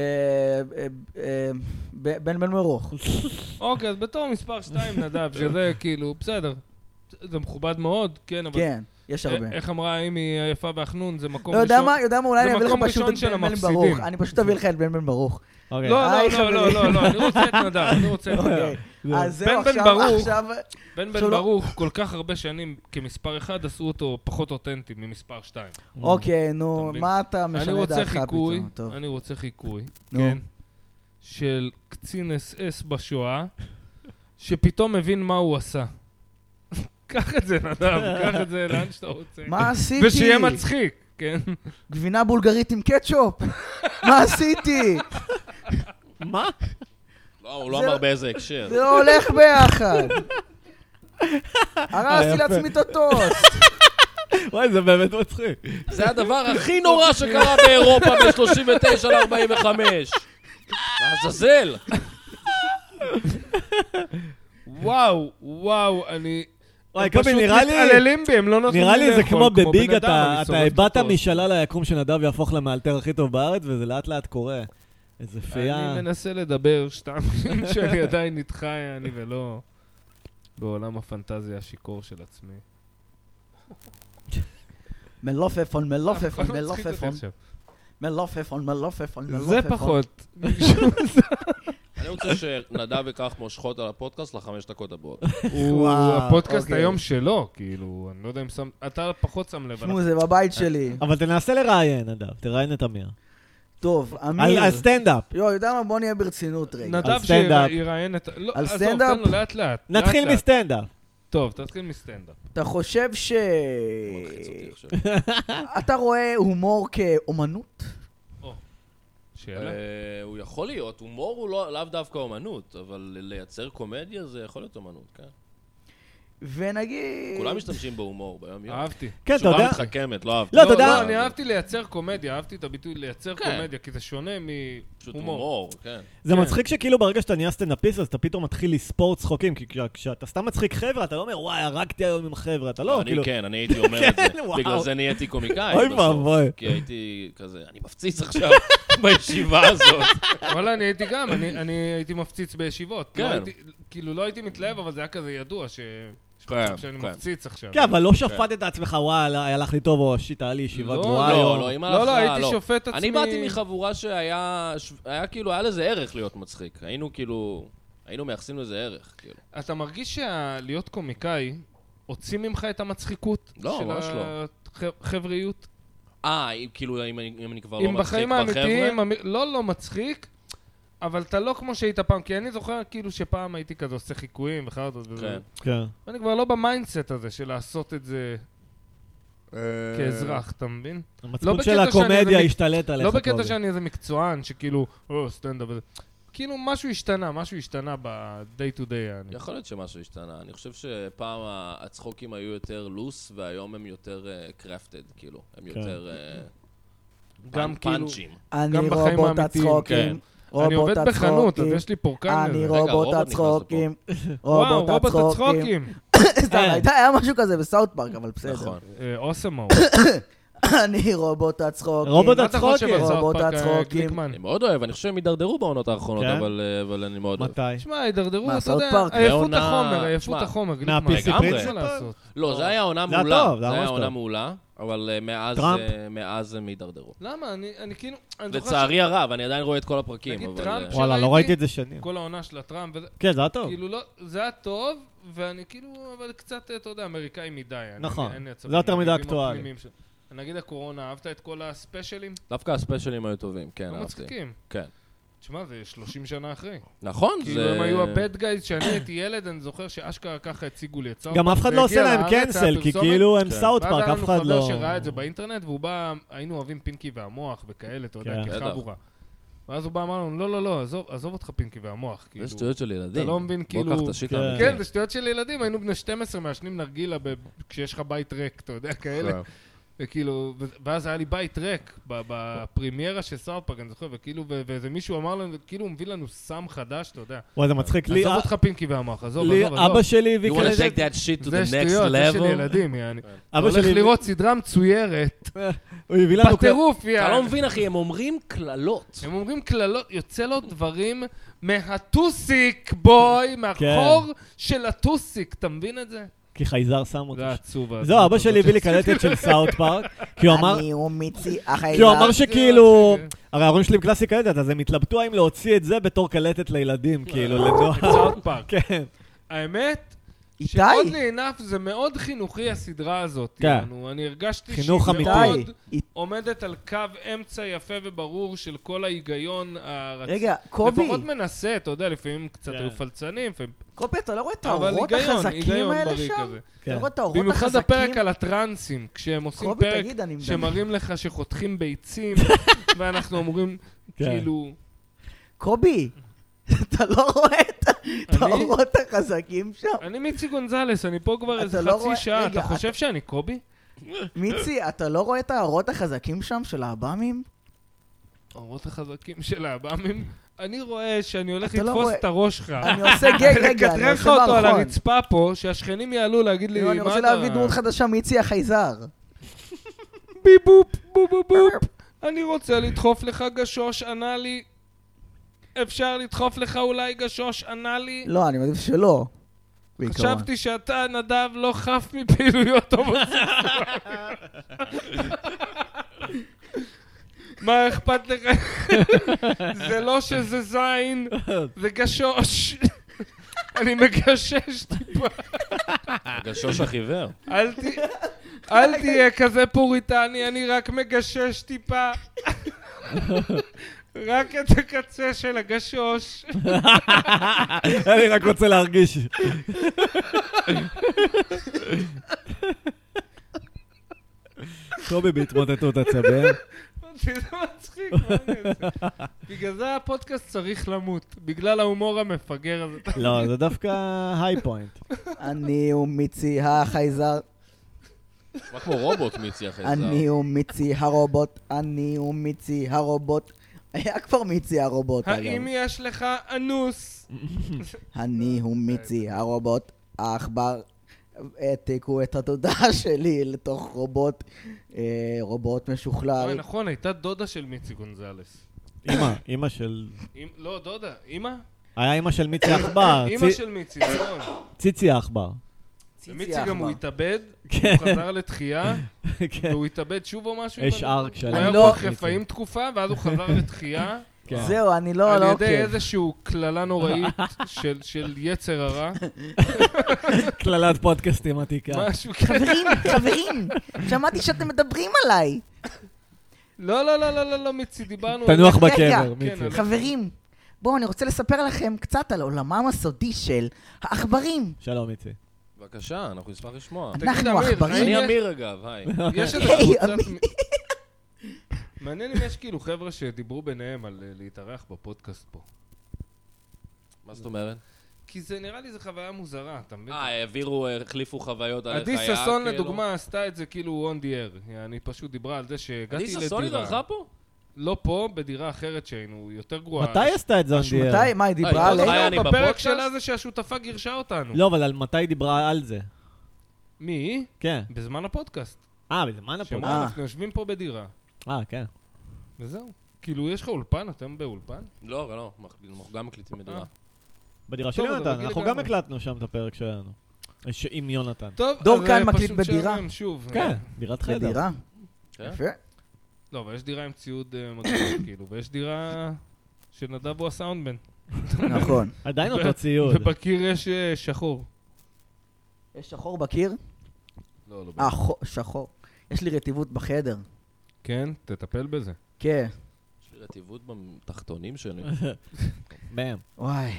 בן מרוך. אוקיי, אז בתור מספר 2 נדב, שזה כאילו, בסדר. זה מכובד מאוד, כן, אבל... כן, יש הרבה. איך אמרה האמי היפה והחנון, זה מקום לא יודע מה, אולי זה אני אביא לך מקום פשוט ראשון את של בן בן המפסידים. ברוך. אני פשוט אביא לך את בן בן ברוך. אוקיי. לא, היי, לא, אני רוצה את נדב, אני רוצה את נדב. אוקיי. אז זהו, בן בן עכשיו... ברוך. בן עכשיו לא- ברוך, כל כך הרבה שנים כמספר 1, עשו אותו פחות אותנטי ממספר 2. אוקיי, אתה נו, מבין? מה אתה אני משנה רוצה דעתך חיקוי, פתאום? טוב. אני רוצה חיקוי, נו. כן, של קצין אס בשואה, שפתאום מבין מה הוא עשה. קח את זה, נדב, קח את זה לאן שאתה רוצה. מה עשיתי? ושיהיה מצחיק, כן? גבינה בולגרית עם קטשופ? מה עשיתי? מה? לא, הוא לא זה- אמר באיזה הקשר. זה לא הולך ביחד. הרסתי יפה. לעצמי את הטוסט. וואי, זה באמת מצחיק. זה הדבר הכי נורא שקרה באירופה ב-39 ל-45. לעזאזל. וואו, אני... וואי, הם קובי, פשוט נראה לי... מתעללים בי, הם לא נותנים לי נראה לי זה לאכול, כמו בביג, בן אדם, אני אתה סובל את הבאת הטוסט. משאלה ליקום שנדב יהפוך למאלתר הכי טוב בארץ, וזה לאט לאט קורה. איזה פייה. אני מנסה לדבר שתם שאני עדיין איתך, אני ולא בעולם הפנטזיה השיכור של עצמי. מלופפון, מלופפון, אף אחד לא מצחיק אותי מלופפון. עכשיו. מלופפון, מלופפון, מלופפון. זה פחות. אני רוצה שנדב ייקח מושכות על הפודקאסט ל5 דקות הבאות. וואו, הפודקאסט אוקיי. היום שלו, כאילו, אני לא יודע אם שם... אתה פחות שם לב. תשמעו, זה בבית שלי. אבל תנסה לראיין, נדב. תראיין את אמיר. טוב, אמיר. על סטנדאפ. יודע מה? בוא נהיה ברצינות רגע. נדב סטנדאפ. שיראיין את... לא, על עזוב, סטנדאפ? תן לו לאט לאט. נתחיל לאט לאט. מסטנדאפ. טוב, תתחיל מסטנדאפ. אתה חושב הוא מלחיץ אותי עכשיו. אתה רואה הומור כאומנות? שאלה? הוא יכול להיות, הומור הוא לאו דווקא אומנות, אבל לייצר קומדיה זה יכול להיות אומנות, כן. ונגיד... כולם משתמשים בהומור ביום יום. אהבתי. כן, אתה יודע... תשובה מתחכמת, לא אהבתי. לא, אתה יודע- לא, אני אהבתי לייצר קומדיה, אהבתי את הביטוי לייצר כן. קומדיה, כי זה שונה פשוט מהומור. הומור, כן. זה כן. מצחיק שכאילו ברגע שאתה נהיה סטנדאפיסט, אז אתה פתאום מתחיל לספור צחוקים, כי כשאתה סתם מצחיק חבר'ה, אתה לא אומר, וואי, הרגתי היום עם חבר'ה, אתה לא, כאילו... כן, אני הייתי אומר את זה. כן, וואו. בגלל זה נהייתי קומיקאי. אוי בסוף. ואבוי. כי הייתי כזה, אני מפציץ עכשיו בישיבה הזאת. וואלה, אני הייתי גם, אני הייתי מפציץ בישיבות. כן. לא הייתי- כאילו, לא הייתי מתלהב, אבל זה היה כזה ידוע כן, שאני כן. מפציץ עכשיו. כן, אבל לא שפט את עצמך, וואי, הלך לי טוב, או שיט, היה לי ישיבה לא, גרועה לא, היום. לא, עם לא, ההכרעה, הייתי שופט עצמי. אני באתי מחבורה שהיה כאילו, היה לזה ערך להיות מצחיק. היינו מייחסים לזה ערך, כאילו. אתה מרגיש שלהיות קומיקאי, הוציא ממך את המצחיקות? לא, ממש לא. של החבריות? כאילו, אם אני כבר לא אם מצחיק בחיים האמיתיים, לא מצחיק, אבל אתה לא כמו שהיית פעם, כי אני זוכר כאילו שפעם הייתי כזה עושה חיקויים וחרדות וזה. כן. כן. ואני כבר לא במיינדסט הזה של לעשות את זה כאזרח, אתה מבין? המצפון בקטע של שאני הקומדיה איזה השתלט עליך. לא בקטע קובי. שאני איזה מקצוען שכאילו, סטנדאפ וזה. כאילו משהו השתנה ב-day to day. יכול להיות שמשהו השתנה. אני חושב שפעם הצחוקים היו יותר לוס, והיום הם יותר קרפטד, כאילו. הם יותר גם כאילו... פאנצ'ים. אני גם בחיים רובוט האמיתיים, הצחוקים. אני עובד רובוט בחנות, אז הצחוקים. יש לי פורקן אני לזה. רגע, רובוט רובוט נכנס הצחוקים. וואו, רובוט הצחוקים. הצחוקים. סתם, היה משהו כזה בסאוט פארק, אבל בסדר. נכון. אוסמו. אני רובוט הצחוקים. רובוט מה אתה חושב על סאוט רובוט פארק, הצחוקים. גליקמן? אני מאוד אוהב, אני חושב שהם הידרדרו בעונות האחרונות, כן? אבל אני מאוד אוהב. מתי? שמע, הידרדרו, מה, אתה סאוט יודע, פארק? עייפות בעונה- החומר, עייפות שמע, החומר, גליקמן. מה-PC לגמרי. מה לעשות? לא, זה היה עונה זה היה מעולה. טוב, זה היה זה היה ממש עונה טוב. מעולה, אבל טראמפ? מאז הם הידרדרו. למה? אני כאילו... אני זוכר לצערי הרב, אני עדיין רואה את כל הפרקים, נגיד אבל... טראמפ וואלה, לא ראיתי את זה שנים. כל העונה של הטראמפ וזה... כן, זה היה טוב. כאילו לא, זה היה טוב, ואני כאילו, אבל קצת, אתה יודע, אמריקאי מדי. נכון. אין לי עצבים זה יותר מדי מהגיבים אקטואלי. הפנימיים של- נגיד הקורונה, אהבת את כל הספיישלים? דווקא הספיישלים היו טובים, כן, לא אהבתי. מצחיקים. כן. תשמע, זה 30 שנה אחרי. נכון, כאילו הם היו הבד גייז, שאני הייתי ילד, אני זוכר שאשכרה ככה הציגו לי את סאוט גם פארק. אף אחד זה לא הגיע עושה להם לארץ, היה קנסל, כי פרסומת, כאילו הם כן. סאוט ואז פארק, היה אף לנו אחד חבר לא... שראה את זה באינטרנט, והוא בא, היינו אוהבים פינקי והמוח וכאלה, אתה יודע, כן. כחבורה. ואז הוא בא, אמר לנו, לא, עזוב אותך פינקי והמוח. כאילו, זה שטויות של ילדים. אתה לא מבין, בוא כאילו... קח את השיט כן. האמיתי. כן, זה שטויות של ילדים, היינו בני 12 מעשנים נרגילה כשיש לך בית ריק, אתה יודע, כאלה. וכאילו, ואז היה לי בית ריק בפרימיירה של סאוט פארק, אני זוכר, וכאילו, ואיזה מישהו אמר לנו, כאילו הוא מביא לנו סם חדש, אתה יודע. וואי, זה מצחיק. לי, עזוב אותך פינקי והמוח, עזוב. אבא שלי הביא You want כאלה... to take that shit to זה the next שטויות, זה של level? ילדים, יעני. אתה אבא הולך שלי... לראות סדרה מצוירת, הוא הביא לנו... בטירוף, אתה לא יעני. מבין, אחי, הם אומרים קללות. הם אומרים קללות, יוצא לו דברים מהטוסיק, בוי, מהחור של הטוסיק, אתה מבין את זה? כי חייזר שם אותי. זה עצוב. זהו, אבא שלי הביא לי קלטת של סאוט פארק, כי הוא אמר... אני ומיצי כי הוא החייזר. אמר שכאילו... הרי ההורים שלי עם קלאסי קלטת, אז הם התלבטו האם להוציא את זה בתור קלטת לילדים, כאילו, לנוער. סאוט פארק. כן. האמת, איתי? שעוד לעינף זה מאוד חינוכי הסדרה הזאת. כן. יענו. אני הרגשתי שהיא חינוך אמיתי. מאוד איתי. עומדת על קו אמצע יפה וברור של כל ההיגיון הרצוי. רגע, קובי, לפחות מנסה, אתה יודע, לפעמים קצת כן. היו פלצנים, לפעמים... קובי, אתה לא רואה את אבל האורות היגיון, החזקים היגיון האלה בריא שם? כזה. אתה לא רואה את האורות החזקים? במיוחד הפרק על הטרנסים, כשהם עושים קובי, פרק תגיד, אני מדבר. שמראים לך שחותכים ביצים, ואנחנו אמורים, כן. כאילו... קובי, אתה לא רואה את האורות החזקים שם? אני מיצי גונזלס, אני פה כבר אתה איזה לא חצי רואה- שעה, רגע, אתה חושב שאני קובי? מיצי, אתה לא רואה את האורות החזקים שם של האב"מים? האורות החזקים של האב"מים, אני רואה שאני הולך אתה לא לתפוס רואה- את הראש שלך. אני עושה גג, רגע, אני לכתרר לך עושה אותו על מערכון. הרצפה פה, שהשכנים יעלו להגיד לי, אני מה רוצה אתה... להביא דמות חדשה, מיצי החייזר. ביבופ, בובובופ. אני רוצה לדחוף לך גשוש, ענה לי. אפשר לדחוף לך אולי גשוש, ענה לי. לא, אני מעדיף שלא. בעיקרון. חשבתי שאתה, נדב, לא חף מפעילויות הומוסקסואליות. מה אכפת לך? זה לא שזה זין, זה גשוש. אני מגשש טיפה. גשוש החיוור. אל תהיה כזה פוריטני, אני רק מגשש טיפה. רק את הקצה של הגשוש. אני רק רוצה להרגיש. קובי בהתמוטטות עצבים. זה מצחיק, מה אני אעשה? בגלל זה הפודקאסט צריך למות, בגלל ההומור המפגר הזה. לא, זה דווקא היי פוינט. אני ומיצי החייזר, מה כמו רובוט מיצי אחרי זה? אני ומיצי הרובוט, אני ומיצי הרובוט. היה כבר מיצי הרובוט, האם אגב. יש לך אנוס? אני ומיצי הרובוט, העכבר. העתיקו את התודעה שלי לתוך רובוט, רובוט אוי, משוכלל. נכון, הייתה דודה של מיצי גונזלס. אמא של... לא, דודה, אמא? היה אמא של מיצי עכבר. אמא של מיצי, נכון. ציצי העכבר. מיצי גם הוא התאבד, כן. הוא חזר לתחייה, כן. והוא התאבד שוב או משהו. יש ארק שלם. הוא היה לא- רוח רפאים תקופה, ואז הוא חזר לתחייה, כן. זהו, אני לא על ידי עוקב. איזשהו כללה נוראית של יצר הרע. כללת פודקאסטים עתיקה. משהו כזה. חברים, שמעתי שאתם מדברים עליי. לא, מיצי, דיברנו... תנוח רגע, בקבר, כן, מיצי. חברים, בואו, אני רוצה לספר לכם קצת על עולמם הסודי של העכברים. שלום, מיצי. בבקשה, אנחנו נשמח לשמוע. תגיד, אנחנו אמיר, עכברים. אני יש- אמיר אגב, היי. יש איזה היי, קבוצת... מעניין אם יש כאילו חבר'ה שדיברו ביניהם על להתארח בפודקאסט פה. מה זאת אומרת? כי זה נראה לי זו חוויה מוזרה, אתה מבין? החליפו חוויות עליך. עדי היה ששון כאילו- לדוגמה עשתה את זה כאילו on the air. אני פשוט דיברה על זה שהגעתי עדי לדירה. ששון התארחה פה? לא פה, בדירה אחרת שהיינו יותר גרועה. מתי עשתה את זה? אנדיאר? מתי? מה, היא דיברה היא עלינו? חיה אני בפרק בפודקאסט? שלה זה שהשותפה גירשה אותנו. לא, אבל מתי היא דיברה על זה? מי? כן. בזמן הפודקאסט. בזמן שאמרו, הפודקאסט. אנחנו יושבים פה בדירה. כן. וזהו. כאילו, יש לך אולפן? אתם באולפן? לא, אנחנו גם מקליטים בדירה. בדירה של טוב, יונתן. אבל אנחנו לגמרי. גם הקלטנו שם את הפרק שלנו. עם יונתן. טוב, דור אז כאן פשוט מקליט בדירה? שלם, שוב. כן, דירת חדר. בדירה? כן? יפה. לא, אבל יש דירה עם ציוד מגניב, כאילו, ויש דירה שנדב הוא הסאונדמן. נכון. עדיין אותו ציוד. ובקיר יש שחור. יש שחור בקיר? לא, לא. שחור. יש לי רטיבות בחדר. כן, תטפל בזה. כן. יש לי רטיבות בתחתונים שלי. בהם. וואי.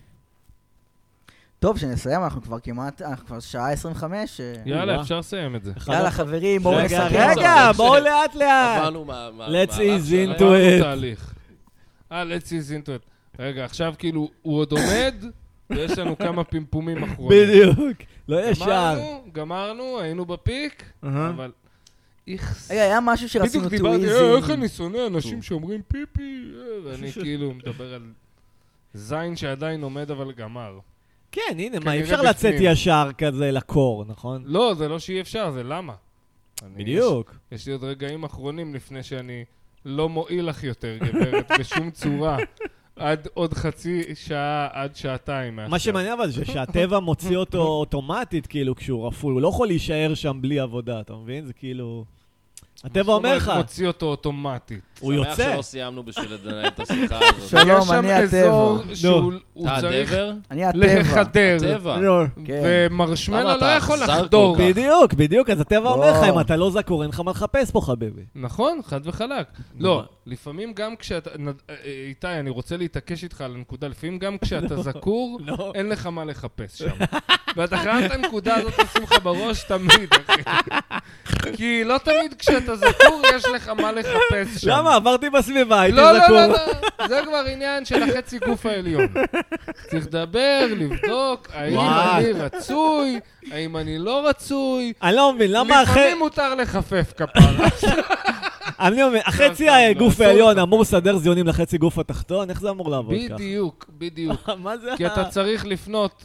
טוב, שנסיים, אנחנו כבר שעה 25. יאללה, אפשר לסיים את זה. יאללה, חברים, בואו רגע, נסכם. רגע, בואו לאט לאט. עברנו Let's ease into עברנו it. תהליך. let's ease into it. רגע, עכשיו כאילו, הוא עוד עומד, ויש לנו כמה פמפומים אחרונים. בדיוק. לא ישר. גמרנו, היינו בפיק, אבל... רגע, היה משהו שרצינו בדיוק דיברתי, טוויזים. איך אני שונא אנשים שאומרים פיפי, ואני כאילו מדבר על זין שעדיין עומד אבל גמר. כן, הנה, מה, כנראה אי אפשר לצאת בפנים. ישר כזה לקור, נכון? לא, זה לא שאי אפשר, זה למה. בדיוק. יש לי עוד רגעים אחרונים לפני שאני לא מועיל לך יותר, גברת, בשום צורה. עד עוד חצי שעה, עד שעתיים. מה שמעניין אבל זה שהטבע מוציא אותו אוטומטית, כאילו, כשהוא רפוי. הוא לא יכול להישאר שם בלי עבודה, אתה מבין? זה כאילו... הטבע אומר לך, מוציא אותו אוטומטית. הוא שמח יוצא. שלא סיימנו בשביל לנהל את השיחה הזאת. שלום, יש אני שם אזור הטבע. שהוא אתה צריך הדבר? אני הטבע. לחדר. טבע. כן. ומרשמלו למה לא אתה יכול אכזר לחדור. כל כך? בדיוק, אז הטבע אומר לך, לא. אם אתה לא זכור, אין לך מה לחפש פה, חביבי. נכון, חד וחלק. לא, לפעמים גם כשאתה... איתי, אני רוצה להתעקש איתך על הנקודה. לפעמים גם כשאתה זקור, לא. אין לך מה לחפש שם. ואתה חייב את הנקודה הזאת לשים לך בראש תמיד, אחי. כי לא תמיד כשאתה זקור יש לך מה לחפש שם. למה? עברתי בסביבה, הייתי לא, לא, זכור. לא, לא, זה כבר עניין של החצי גוף העליון. צריך לדבר, לבדוק, האם וואי. אני רצוי, האם אני לא רצוי. אני לא מבין, למה אחרי... לפעמים מותר לחפף כפרה. אני לא מבין, החצי סתם, הגוף לא, העליון אסור. אמור לסדר זיונים לחצי גוף התחתון? איך זה אמור לעבוד ככה? בדיוק, בדיוק. מה זה? כי אתה צריך לפנות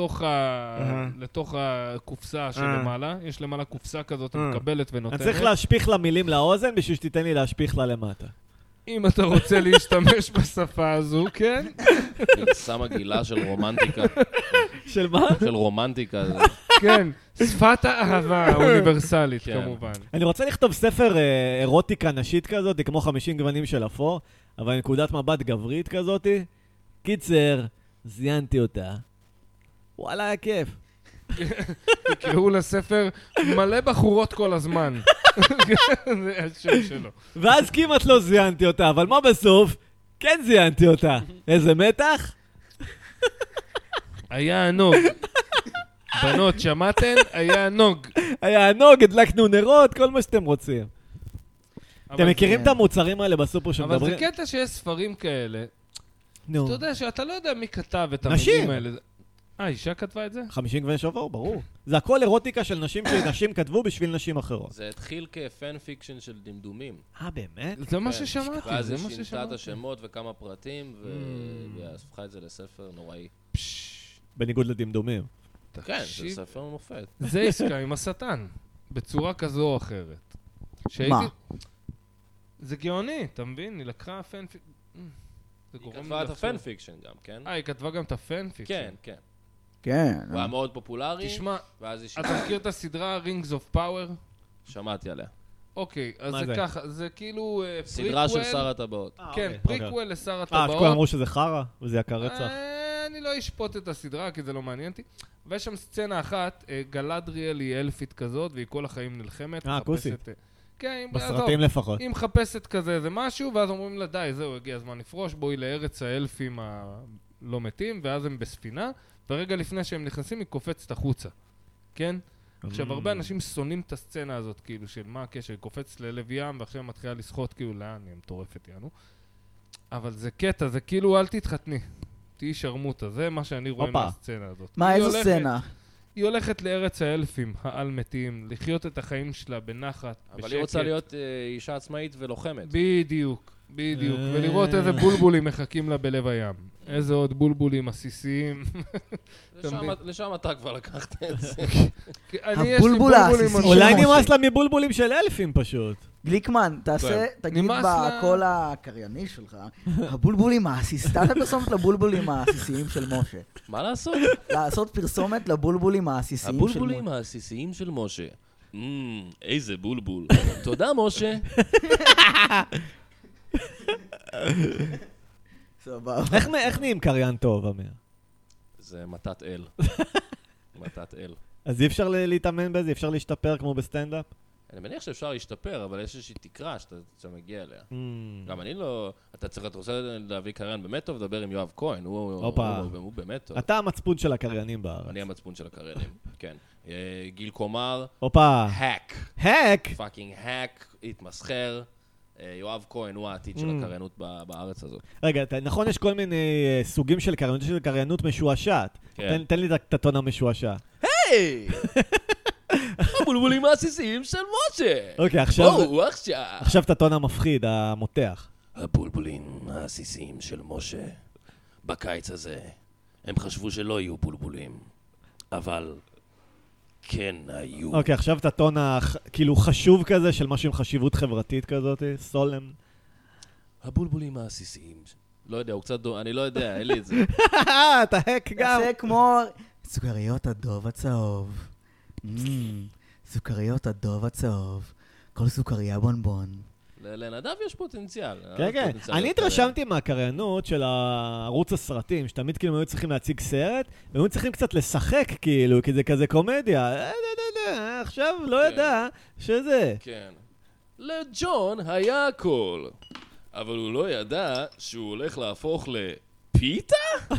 לתוך הקופסה שלמעלה. יש למעלה קופסה כזאת מקבלת אני ונותנת. צריך להשפיך לה מילים לאוזן בשביל שתיתן לי להשפיך לה למטה. אם אתה רוצה להשתמש בשפה הזו, כן? גרסה מגעילה של רומנטיקה. של מה? של רומנטיקה. כן, שפת האהבה האוניברסלית כן. כמובן. אני רוצה לכתוב ספר אירוטיקה נשית כזאת, כמו 50 גוונים של אפור, אבל נקודת מבט גברית כזאת. קיצר, זיינתי אותה. וואלה, היה כיף. יקראו לספר מלא בחורות כל הזמן. זה השם שלו. ואז כמעט לא זיינתי אותה, אבל מה בסוף? כן זיינתי אותה. איזה מתח? היה הנוג. בנות, שמעתן? היה הנוג. היה הנוג, הדלקנו נרות, כל מה שאתם רוצים. אתם מכירים זה- את המוצרים האלה בסופר שמדברים? אבל זה קטע שיש ספרים כאלה. נו. אתה יודע שאתה לא יודע מי כתב את נשים. המילים האלה. אישה כתבה את זה? 50 גוון שבור, ברור. זה הכל אירוטיקה של נשים שנשים כתבו בשביל נשים אחרות. זה התחיל כפן פיקשן של דמדומים. באמת? זה מה כן. ששמעתי, ואז זה היא מה שינתה את ששמעתי. השמות וכמה פרטים, והפכה את זה לספר נוראי. בניגוד לדמדומים. כן, תקשיב, זה ספר מופת. זה עסקה עם השטן, בצורה כזו או אחרת. מה? זה גאוני, אתה מבין? היא לקחה פן פיקשן. היא כתבה את הפן פיקשן גם, כן? היא כתבה גם את הפן פיקשן. כן, כן. כן. הוא היה מאוד פופולרי, תשמע, ואז היא אתה מכיר את הסדרה Rings of Power? שמעתי עליה. אוקיי, אז מה זה זה? ככה, זה כאילו סדרה של פריקוול. שר הטבעות. כן, אוקיי. פריקוול לשר שכולם הטבעות. אמרו שזה חרא, וזה יקר רצח. אני לא אשפוט את הסדרה, כי זה לא מעניין אותי. ויש שם סצנה אחת, גלדריאל היא אלפית כזאת, והיא כל החיים נלחמת. כוסית. כן, בסרטים לפחות. היא מחפשת כזה איזה משהו, ואז אומרים לה, די, זהו, הגיע הזמן לפרוש, בואי לארץ האלפים הלא מתים, ואז הם בספינה, ורגע לפני שהם נכנסים, היא קופצת החוצה. כן? עכשיו, הרבה אנשים שונאים את הסצנה הזאת, כאילו, של מה הקשר, היא קופצת ללב ים, ועכשיו היא מתחילה לשחות, כאילו, לאן, היא מטורפת, יענו. אבל זה קטע, זה כאילו, אל תתחתני. תהי שרמוטה, זה מה שאני רואה הופה. מהסצנה הזאת. מה, היא איזו הולכת- סצנה? היא הולכת לארץ האלפים, העל-מתים, לחיות את החיים שלה בנחת, אבל היא רוצה להיות אישה עצמאית ולוחמת. בדיוק, ולראות איזה בולבולים מחכים לה בלב הים. איזה עוד בולבולים עסיסיים. לשם אתה כבר לקחת את זה. אני, יש לי הבולבול בולבולים העסיסי. עסיסיים. אולי משה. נמאס לה מבולבולים של אלפים פשוט. גליקמן, תעשה, תגיד נמאס לה- בקול הקרייני שלך, הבולבולים העסיסיים, תעשה פרסומת לבולבולים העסיסיים של משה. מה לעשות? לעשות פרסומת לבולבולים העסיסיים של הבולבולים משה. העסיסיים של משה. איזה בולבול. תודה, משה. סבבה. איך נהיים קריין טוב, אמיר? זה מתת אל. מתת אל. אז אי אפשר להתאמן בזה? אי אפשר להשתפר כמו בסטנדאפ? אני מניח שאפשר להשתפר, אבל יש איזושהי תקרה שאתה מגיע אליה. גם אני לא... אתה רוצה להביא קריין באמת טוב, דבר עם יואב כהן, הוא באמת טוב. אתה המצפון של הקריינים בארץ. אני המצפון של הקריינים, כן. גיל קומר, הופה. האק. האק! פאקינג האק, התמסחר. יואב כהן הוא העתיד של הקריינות בארץ הזאת. רגע, נכון יש כל מיני סוגים של קריינות, יש קריינות משועשעת. כן. תן לי את הטון המשועשע. היי! הבולבולים העסיסיים של משה! אוקיי, עכשיו עכשיו! את הטון המפחיד, המותח. הבולבולים העסיסיים של משה. בקיץ הזה, הם חשבו שלא יהיו בולבולים, אבל כן היו. אוקיי, עכשיו את הטון כאילו חשוב כזה, של משהו עם חשיבות חברתית כזאת, סולם. הבולבולים העסיסיים. לא יודע, הוא קצת אני לא יודע, אין לי את זה. אתה האק גם. תעשה כמו סוכריות הדוב הצהוב. סוכריות הדוב הצהוב. כל סוכריה בונבון. לנדב יש פוטנציאל. כן, כן. אני התרשמתי מהקריינות של ערוץ הסרטים, שתמיד כאילו היו צריכים להציג סרט, והיו צריכים קצת לשחק כאילו, כי זה כזה קומדיה. עכשיו לא ידע שזה. כן. לג'ון היה הכל, אבל הוא לא ידע שהוא הולך להפוך לפיתה?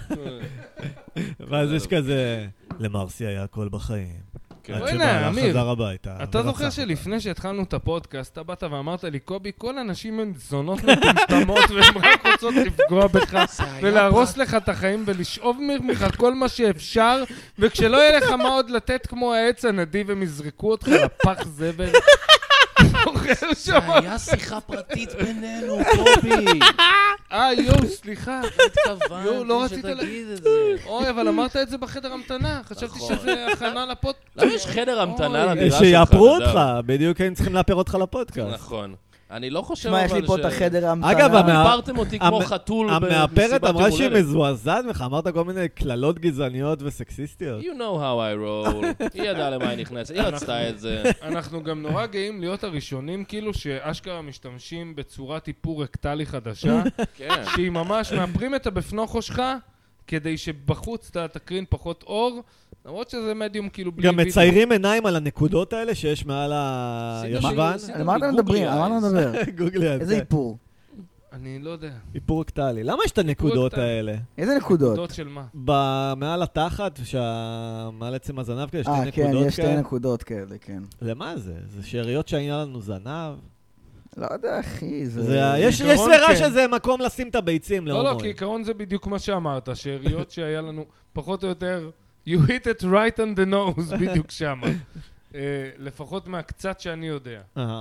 ואז יש כזה, למרסי היה הכל בחיים. כן. עד הנה, שבעלה אמיר, חזר הביתה. אתה זוכר שלפני שהתחלנו את הפודקאסט, אתה באת ואמרת לי, קובי, כל הנשים הן זונות מטומטמות והן רק רוצות לפגוע בך ולהרוס לך את החיים ולשאוב ממך כל מה שאפשר, וכשלא יהיה לך מה עוד לתת כמו העץ הנדיב, הם יזרקו אותך לפח זבל. זה היה שיחה פרטית בינינו, קובי. יואו, סליחה. יואו, לא התכוונתי רצית שתגיד את זה. אוי, אבל אמרת את זה בחדר המתנה. חשבתי נכון. שזה הכנה לפודקאסט. למה יש חדר המתנה אוי. לדירה שלך? שיאפרו נדב? אותך, בדיוק הם צריכים לאפר אותך לפודקאסט. נכון. אני לא חושב תשמע, יש לי פה את החדר ההמתנה. אגב, פירתם אותי כמו חתול המאפרת אמרה יום שהיא הולדת. מזועזעת ממך, אמרת כל מיני קללות גזעניות וסקסיסטיות. You know how I roll. היא ידעה למה היא נכנסת, היא רצתה את זה. אנחנו גם נורא גאים להיות הראשונים, כאילו שאשכרה משתמשים בצורת איפור רקטלי חדשה, כן. שהיא ממש מאפרים את הבפנוכו שלך, כדי שבחוץ אתה תקרין פחות אור, למרות שזה מדיום כאילו בלי גם מציירים עיניים על הנקודות האלה שיש מעל הישבן. על מה אתה מדברים? על מה אתה מדבר? גוגלי על איזה זה. איפור? אני לא יודע. איפור קטלי. למה יש את הנקודות האלה? איזה נקודות? נקודות של מה? מעל התחת, מעל עצם הזנב כאלה, שתי נקודות כן, כאלה. יש שתי נקודות כאלה, כן. למה זה? זה שאריות שהיה לנו זנב? לא יודע, אחי, יש סברה שזה מקום לשים את הביצים להומואים. לא, כעיקרון זה בדיוק מה שאמרת, שאריות שהיה לנו פחות או יותר, you hit it right on the nose, בדיוק שם. לפחות מהקצת שאני יודע.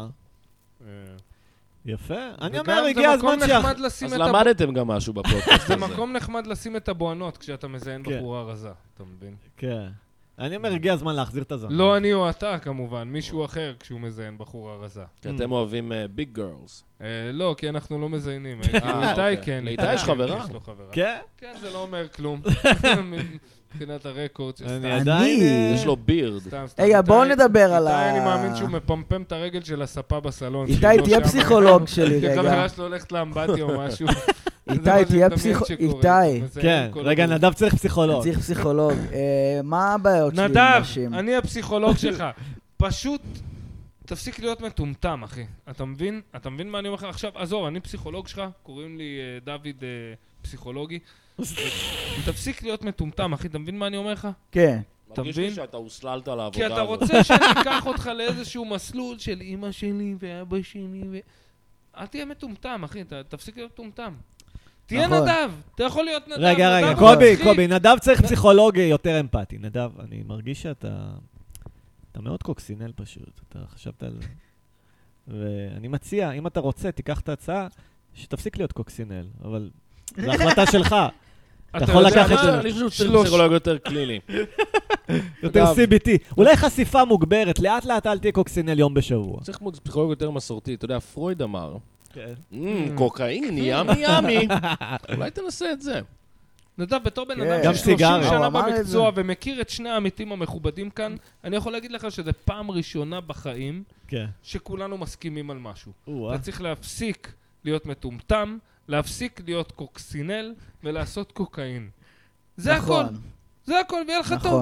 יפה. אני אומר, הגיע הזמן אז למדתם גם משהו בפודקאסט הזה. זה מקום נחמד לשים את הבוענות כשאתה מזיין בחורה רזה, אתה מבין? כן. אני אומר, הגיע הזמן להחזיר את הזמן. לא אני או אתה, כמובן, מישהו אחר כשהוא מזיין בחורה רזה. כי אתם אוהבים ביג גרלס. לא, כי אנחנו לא מזיינים. לאיתי כן. לאיתי יש חברה? כן? כן, זה לא אומר כלום. מבחינת הרקורד. אני עדיין... יש לו בירד. רגע, בואו נדבר על איתי, אני מאמין שהוא מפמפם את הרגל של הספה בסלון. איתי, תהיה פסיכולוג שלי, רגע. חברה שלו הולכת לאמבטיה או משהו. איתי, תהיה פסיכולוג. איתי. כן, רגע, נדב צריך פסיכולוג. צריך פסיכולוג. מה הבעיות שלי עם נדב, נשים? אני הפסיכולוג שלך. פשוט תפסיק להיות מטומטם, אחי. אתה מבין? אתה מבין מה אני אומר לך עכשיו? עזוב, אני פסיכולוג שלך, קוראים לי דוד פסיכולוגי. תפסיק להיות מטומטם, אחי. אתה מבין מה אני אומר לך? כן. מרגיש לי שאתה הוסללת על העבודה כי הזאת. אתה רוצה שאני אקח אותך לאיזשהו מסלול של אמא שלי ואבא שלי אל תהיה מטומטם, אחי. תפסיק להיות מטומטם. תהיה נדב, אתה יכול להיות נדב. רגע, קובי, נדב צריך פסיכולוג יותר אמפתי. נדב, אני מרגיש שאתה מאוד קוקסינל פשוט. אתה חשבת על זה. ואני מציע, אם אתה רוצה, תיקח את ההצעה, שתפסיק להיות קוקסינל. אבל זו החלטה שלך. אתה יכול לקחת את זה. אני חושב שצריך פסיכולוג יותר קליני. יותר CBT. אולי חשיפה מוגברת, לאט לאט אל תהיה קוקסינל יום בשבוע. צריך פסיכולוג יותר מסורתי. אתה יודע, פרויד אמר, קוקאין, ימי ימי. אולי תנסה את זה. נדב, בתור בן אדם ש30 שנה במקצוע ומכיר את שני העמיתים המכובדים כאן, אני יכול להגיד לך שזה פעם ראשונה בחיים שכולנו מסכימים על משהו. אתה צריך להפסיק להיות מטומטם, להפסיק להיות קוקסינל ולעשות קוקאין. זה הכל. זה הכל, ויהיה לך טוב.